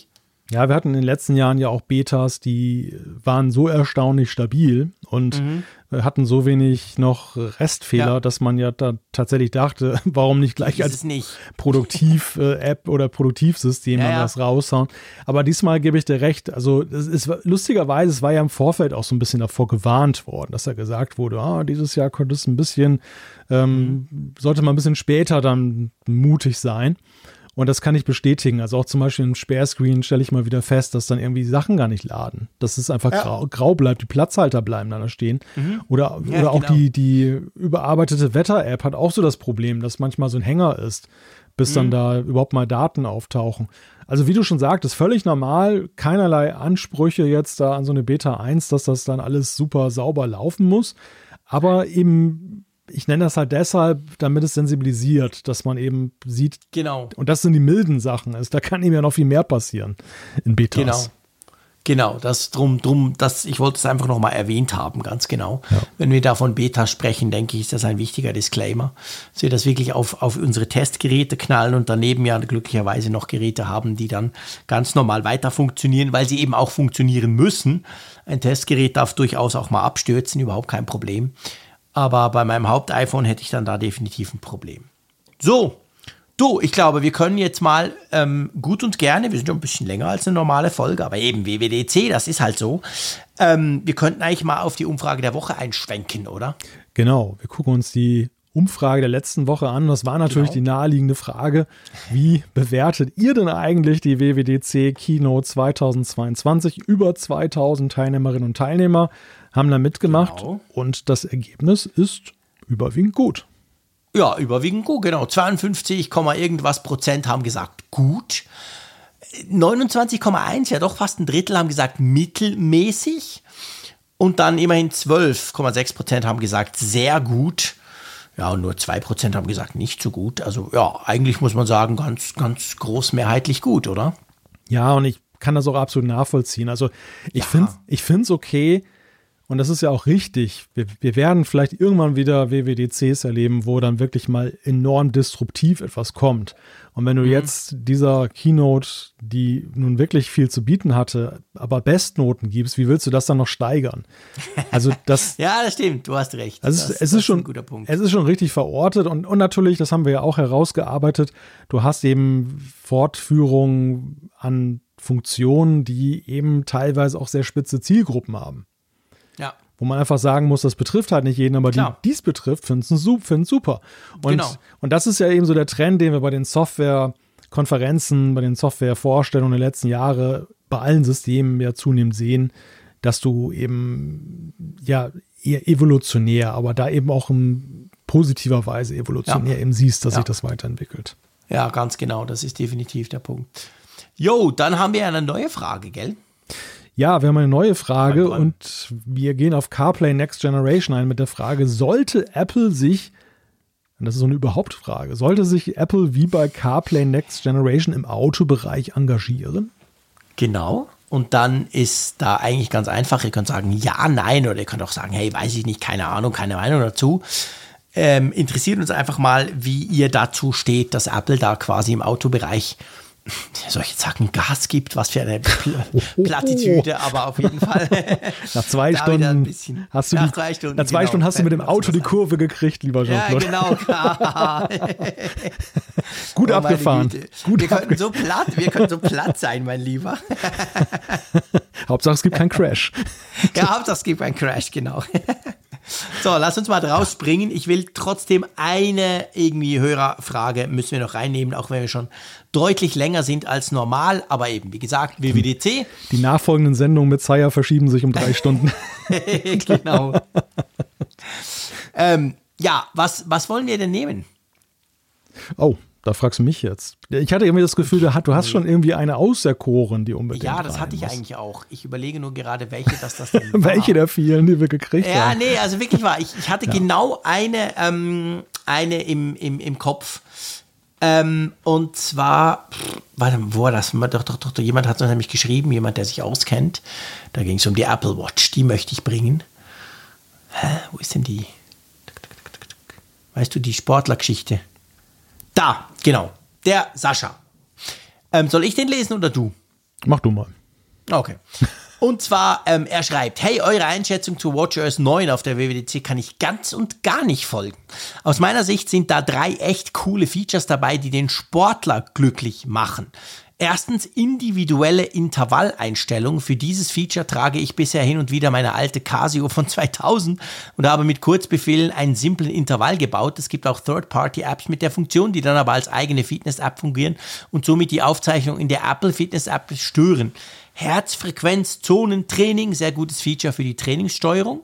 Ja, wir hatten in den letzten Jahren ja auch Betas, die waren so erstaunlich stabil und hatten so wenig noch Restfehler, dass man ja da tatsächlich dachte, warum nicht gleich als Produktiv-App oder Produktivsystem das raushauen. Aber diesmal gebe ich dir recht, also lustigerweise, es war ja im Vorfeld auch so ein bisschen davor gewarnt worden, dass ja gesagt wurde, dieses Jahr könnte es ein bisschen, sollte man ein bisschen später dann mutig sein. Und das kann ich bestätigen. Also auch zum Beispiel im Sperrscreen stelle ich mal wieder fest, dass dann irgendwie Sachen gar nicht laden. Dass es einfach grau bleibt, die Platzhalter bleiben da stehen. Oder auch die überarbeitete Wetter-App hat auch so das Problem, dass manchmal so ein Hänger ist, bis dann da überhaupt mal Daten auftauchen. Also wie du schon sagtest, völlig normal, keinerlei Ansprüche jetzt da an so eine Beta 1, dass das dann alles super sauber laufen muss. Aber eben, ich nenne das halt deshalb, damit es sensibilisiert, dass man eben sieht, und das sind die milden Sachen, da kann eben ja noch viel mehr passieren in Betas. Genau, ich wollte es einfach nochmal erwähnt haben, ganz genau. Ja. Wenn wir da von Betas sprechen, denke ich, ist das ein wichtiger Disclaimer, dass wir das wirklich auf unsere Testgeräte knallen und daneben ja glücklicherweise noch Geräte haben, die dann ganz normal weiter funktionieren, weil sie eben auch funktionieren müssen. Ein Testgerät darf durchaus auch mal abstürzen, überhaupt kein Problem. Aber bei meinem Haupt-iPhone hätte ich dann da definitiv ein Problem. So, ich glaube, wir können jetzt mal gut und gerne, wir sind schon ein bisschen länger als eine normale Folge, aber eben WWDC, das ist halt so. Wir könnten eigentlich mal auf die Umfrage der Woche einschwenken, oder? Genau, wir gucken uns die Umfrage der letzten Woche an. Das war natürlich die naheliegende Frage, wie bewertet ihr denn eigentlich die WWDC Keynote 2022? Über 2000 Teilnehmerinnen und Teilnehmer haben da mitgemacht und das Ergebnis ist überwiegend gut. Ja, überwiegend gut, genau. 52, irgendwas Prozent haben gesagt gut. 29,1, ja doch fast ein Drittel haben gesagt mittelmäßig. Und dann immerhin 12,6% haben gesagt sehr gut. Ja, und nur 2% haben gesagt nicht so gut. Also ja, eigentlich muss man sagen, ganz, ganz großmehrheitlich gut, oder? Ja, und ich kann das auch absolut nachvollziehen. Also ich finde es okay. Und das ist ja auch richtig. Wir werden vielleicht irgendwann wieder WWDCs erleben, wo dann wirklich mal enorm disruptiv etwas kommt. Und wenn du jetzt dieser Keynote, die nun wirklich viel zu bieten hatte, aber Bestnoten gibst, wie willst du das dann noch steigern? Also das. Ja, das stimmt. Du hast recht. Also es ist schon ein guter Punkt. Es ist schon richtig verortet und natürlich, das haben wir ja auch herausgearbeitet. Du hast eben Fortführungen an Funktionen, die eben teilweise auch sehr spitze Zielgruppen haben. Ja. Wo man einfach sagen muss, das betrifft halt nicht jeden, aber die es betrifft, finden es super. Und das ist ja eben so der Trend, den wir bei den Softwarekonferenzen, bei den Softwarevorstellungen der letzten Jahre bei allen Systemen ja zunehmend sehen, dass du eben eher evolutionär, aber da eben auch in positiver Weise evolutionär eben siehst, dass sich das weiterentwickelt. Ja, ganz genau, das ist definitiv der Punkt. Jo, dann haben wir eine neue Frage, gell? Ja, wir haben eine neue Frage und wir gehen auf CarPlay Next Generation ein mit der Frage, sollte Apple sich, und das ist so eine Überhaupt-Frage, sollte sich Apple wie bei CarPlay Next Generation im Autobereich engagieren? Genau. Und dann ist da eigentlich ganz einfach, ihr könnt sagen ja, nein, oder ihr könnt auch sagen, hey, weiß ich nicht, keine Ahnung, keine Meinung dazu. Interessiert uns einfach mal, wie ihr dazu steht, dass Apple da quasi im Autobereich, soll ich jetzt sagen, Gas gibt, was für eine Plattitüde, aber auf jeden Fall. Nach 2 Stunden hast du hast du mit dem Auto die Kurve gekriegt, lieber Jean-Claude. Ja, genau. Gut abgefahren. Wir könnten so platt sein, mein Lieber. Hauptsache es gibt keinen Crash. Ja, Hauptsache es gibt keinen Crash, genau. So, lass uns mal draus springen. Ich will trotzdem eine irgendwie Hörerfrage müssen wir noch reinnehmen, auch wenn wir schon deutlich länger sind als normal. Aber eben, wie gesagt, WWDC. Die nachfolgenden Sendungen mit Zaya verschieben sich um 3 Stunden. Genau. Ja, was wollen wir denn nehmen? Oh, da fragst du mich jetzt. Ich hatte irgendwie das Gefühl, du hast schon irgendwie eine auserkoren, die unbedingt Ja, das hatte ich eigentlich auch. Ich überlege nur gerade, welche das denn war. Welche der vielen, die wir gekriegt haben. Ja, nee, also wirklich wahr. Ich hatte genau eine im Kopf. Und zwar, warte, wo war das? Doch, jemand hat es nämlich geschrieben, jemand, der sich auskennt. Da ging es um die Apple Watch. Die möchte ich bringen. Wo ist denn die? Weißt du, die Sportlergeschichte? Da, genau. Der Sascha. Soll ich den lesen oder du? Mach du mal. Okay. Und zwar, er schreibt, hey, eure Einschätzung zu WatchOS 9 auf der WWDC kann ich ganz und gar nicht folgen. Aus meiner Sicht sind da 3 echt coole Features dabei, die den Sportler glücklich machen. Erstens individuelle Intervalleinstellungen. Für dieses Feature trage ich bisher hin und wieder meine alte Casio von 2000 und habe mit Kurzbefehlen einen simplen Intervall gebaut. Es gibt auch Third-Party-Apps mit der Funktion, die dann aber als eigene Fitness-App fungieren und somit die Aufzeichnung in der Apple Fitness-App stören. Herzfrequenz-Zonentraining, sehr gutes Feature für die Trainingssteuerung.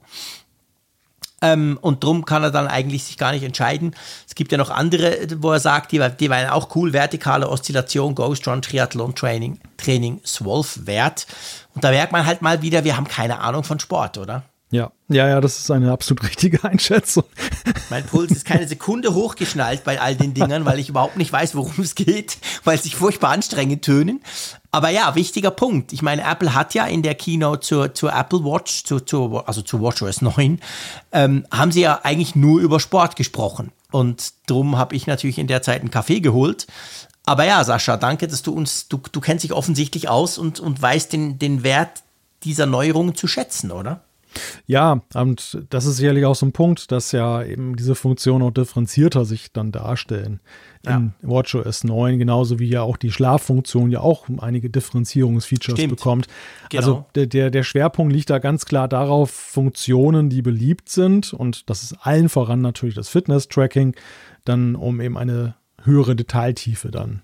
Und drum kann er dann eigentlich sich gar nicht entscheiden. Es gibt ja noch andere, wo er sagt, die waren auch cool. Vertikale Oszillation, Ghost Run, Triathlon Training, Swolf-Wert. Und da merkt man halt mal wieder, wir haben keine Ahnung von Sport, oder? Ja, das ist eine absolut richtige Einschätzung. Mein Puls ist keine Sekunde hochgeschnallt bei all den Dingern, weil ich überhaupt nicht weiß, worum es geht, weil sie furchtbar anstrengend tönen. Aber ja, wichtiger Punkt. Ich meine, Apple hat ja in der Keynote zur Apple Watch, also zu WatchOS 9, haben sie ja eigentlich nur über Sport gesprochen. Und drum habe ich natürlich in der Zeit einen Kaffee geholt. Aber ja, Sascha, danke, dass du kennst dich offensichtlich aus und weißt den Wert dieser Neuerungen zu schätzen, oder? Ja, und das ist sicherlich auch so ein Punkt, dass ja eben diese Funktionen auch differenzierter sich dann darstellen. In WatchOS 9, genauso wie ja auch die Schlaffunktion ja auch einige Differenzierungsfeatures bekommt. Genau. Also der Schwerpunkt liegt da ganz klar darauf, Funktionen, die beliebt sind, und das ist allen voran natürlich das Fitness-Tracking, dann um eben eine höhere Detailtiefe dann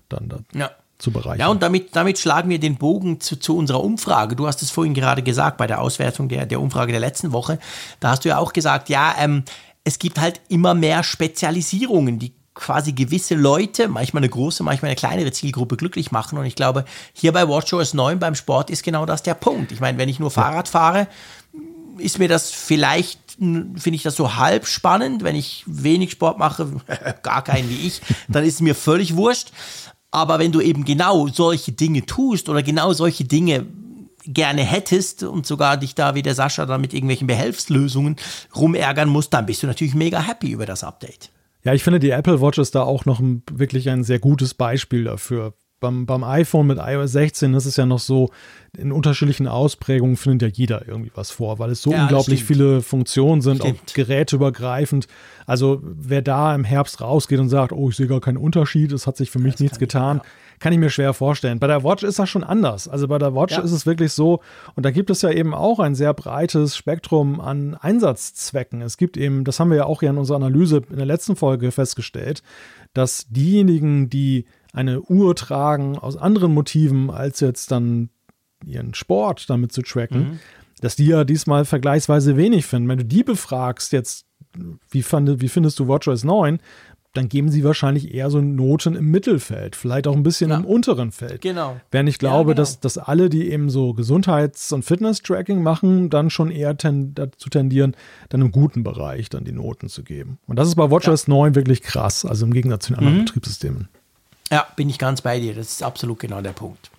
zu bereichern. Ja, und damit schlagen wir den Bogen zu unserer Umfrage. Du hast es vorhin gerade gesagt, bei der Auswertung der Umfrage der letzten Woche. Da hast du ja auch gesagt, es gibt halt immer mehr Spezialisierungen, die quasi gewisse Leute, manchmal eine große, manchmal eine kleinere Zielgruppe glücklich machen. Und ich glaube, hier bei WatchOS 9 beim Sport ist genau das der Punkt. Ich meine, wenn ich nur Fahrrad fahre, ist mir das vielleicht, finde ich das so halb spannend. Wenn ich wenig Sport mache, gar keinen wie ich, dann ist es mir völlig wurscht. Aber wenn du eben genau solche Dinge tust oder genau solche Dinge gerne hättest und sogar dich da wie der Sascha dann mit irgendwelchen Behelfslösungen rumärgern musst, dann bist du natürlich mega happy über das Update. Ja, ich finde, die Apple Watch ist da auch noch wirklich ein sehr gutes Beispiel dafür. Beim iPhone mit iOS 16 ist es ja noch so, in unterschiedlichen Ausprägungen findet ja jeder irgendwie was vor, weil es so unglaublich viele Funktionen sind, auch geräteübergreifend. Also wer da im Herbst rausgeht und sagt, oh, ich sehe gar keinen Unterschied, es hat sich für mich nichts getan, kann ich mir schwer vorstellen. Bei der Watch ist das schon anders. Also bei der Watch ist es wirklich so, und da gibt es ja eben auch ein sehr breites Spektrum an Einsatzzwecken. Es gibt eben, das haben wir ja auch in unserer Analyse in der letzten Folge festgestellt, dass diejenigen, die eine Uhr tragen aus anderen Motiven, als jetzt dann ihren Sport damit zu tracken, dass die ja diesmal vergleichsweise wenig finden. Wenn du die befragst jetzt, wie findest du WatchOS 9, dann geben sie wahrscheinlich eher so Noten im Mittelfeld, vielleicht auch ein bisschen im unteren Feld. Genau. Während ich glaube, dass alle, die eben so Gesundheits- und Fitness-Tracking machen, dann schon eher dazu tendieren, dann im guten Bereich dann die Noten zu geben. Und das ist bei WatchOS 9 wirklich krass, also im Gegensatz zu den anderen Betriebssystemen. Ja, bin ich ganz bei dir. Das ist absolut genau der Punkt.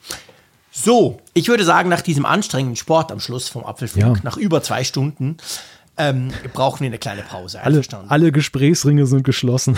So, ich würde sagen, nach diesem anstrengenden Sport am Schluss vom Apfelfunk, nach über 2 Stunden, brauchen wir eine kleine Pause. Alle Gesprächsringe sind geschlossen.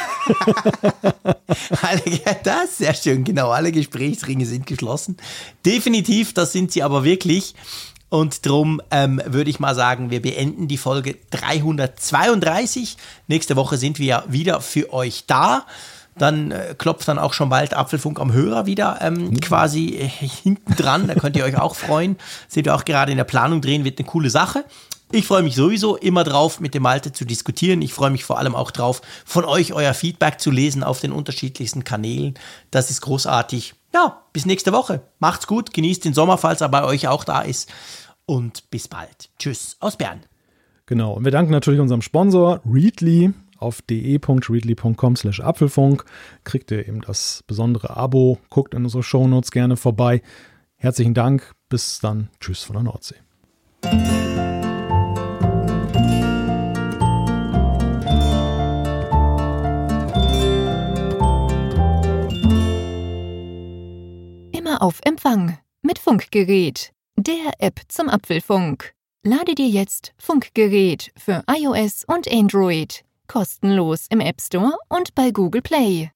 Das ist sehr schön, genau. Alle Gesprächsringe sind geschlossen. Definitiv, das sind sie aber wirklich. Und drum würde ich mal sagen, wir beenden die Folge 332. Nächste Woche sind wir wieder für euch da. Dann klopft dann auch schon bald Apfelfunk am Hörer wieder quasi hinten dran. Da könnt ihr euch auch freuen. Sind wir auch gerade in der Planung drin, wird eine coole Sache. Ich freue mich sowieso immer drauf, mit dem Malte zu diskutieren. Ich freue mich vor allem auch drauf, von euch euer Feedback zu lesen auf den unterschiedlichsten Kanälen. Das ist großartig. Ja, bis nächste Woche. Macht's gut, genießt den Sommer, falls er bei euch auch da ist. Und bis bald. Tschüss aus Bern. Genau, und wir danken natürlich unserem Sponsor Readly. Auf de.readly.com/Apfelfunk kriegt ihr eben das besondere Abo. Guckt in unsere Shownotes gerne vorbei. Herzlichen Dank. Bis dann. Tschüss von der Nordsee. Immer auf Empfang mit Funkgerät, der App zum Apfelfunk. Lade dir jetzt Funkgerät für iOS und Android kostenlos im App Store und bei Google Play.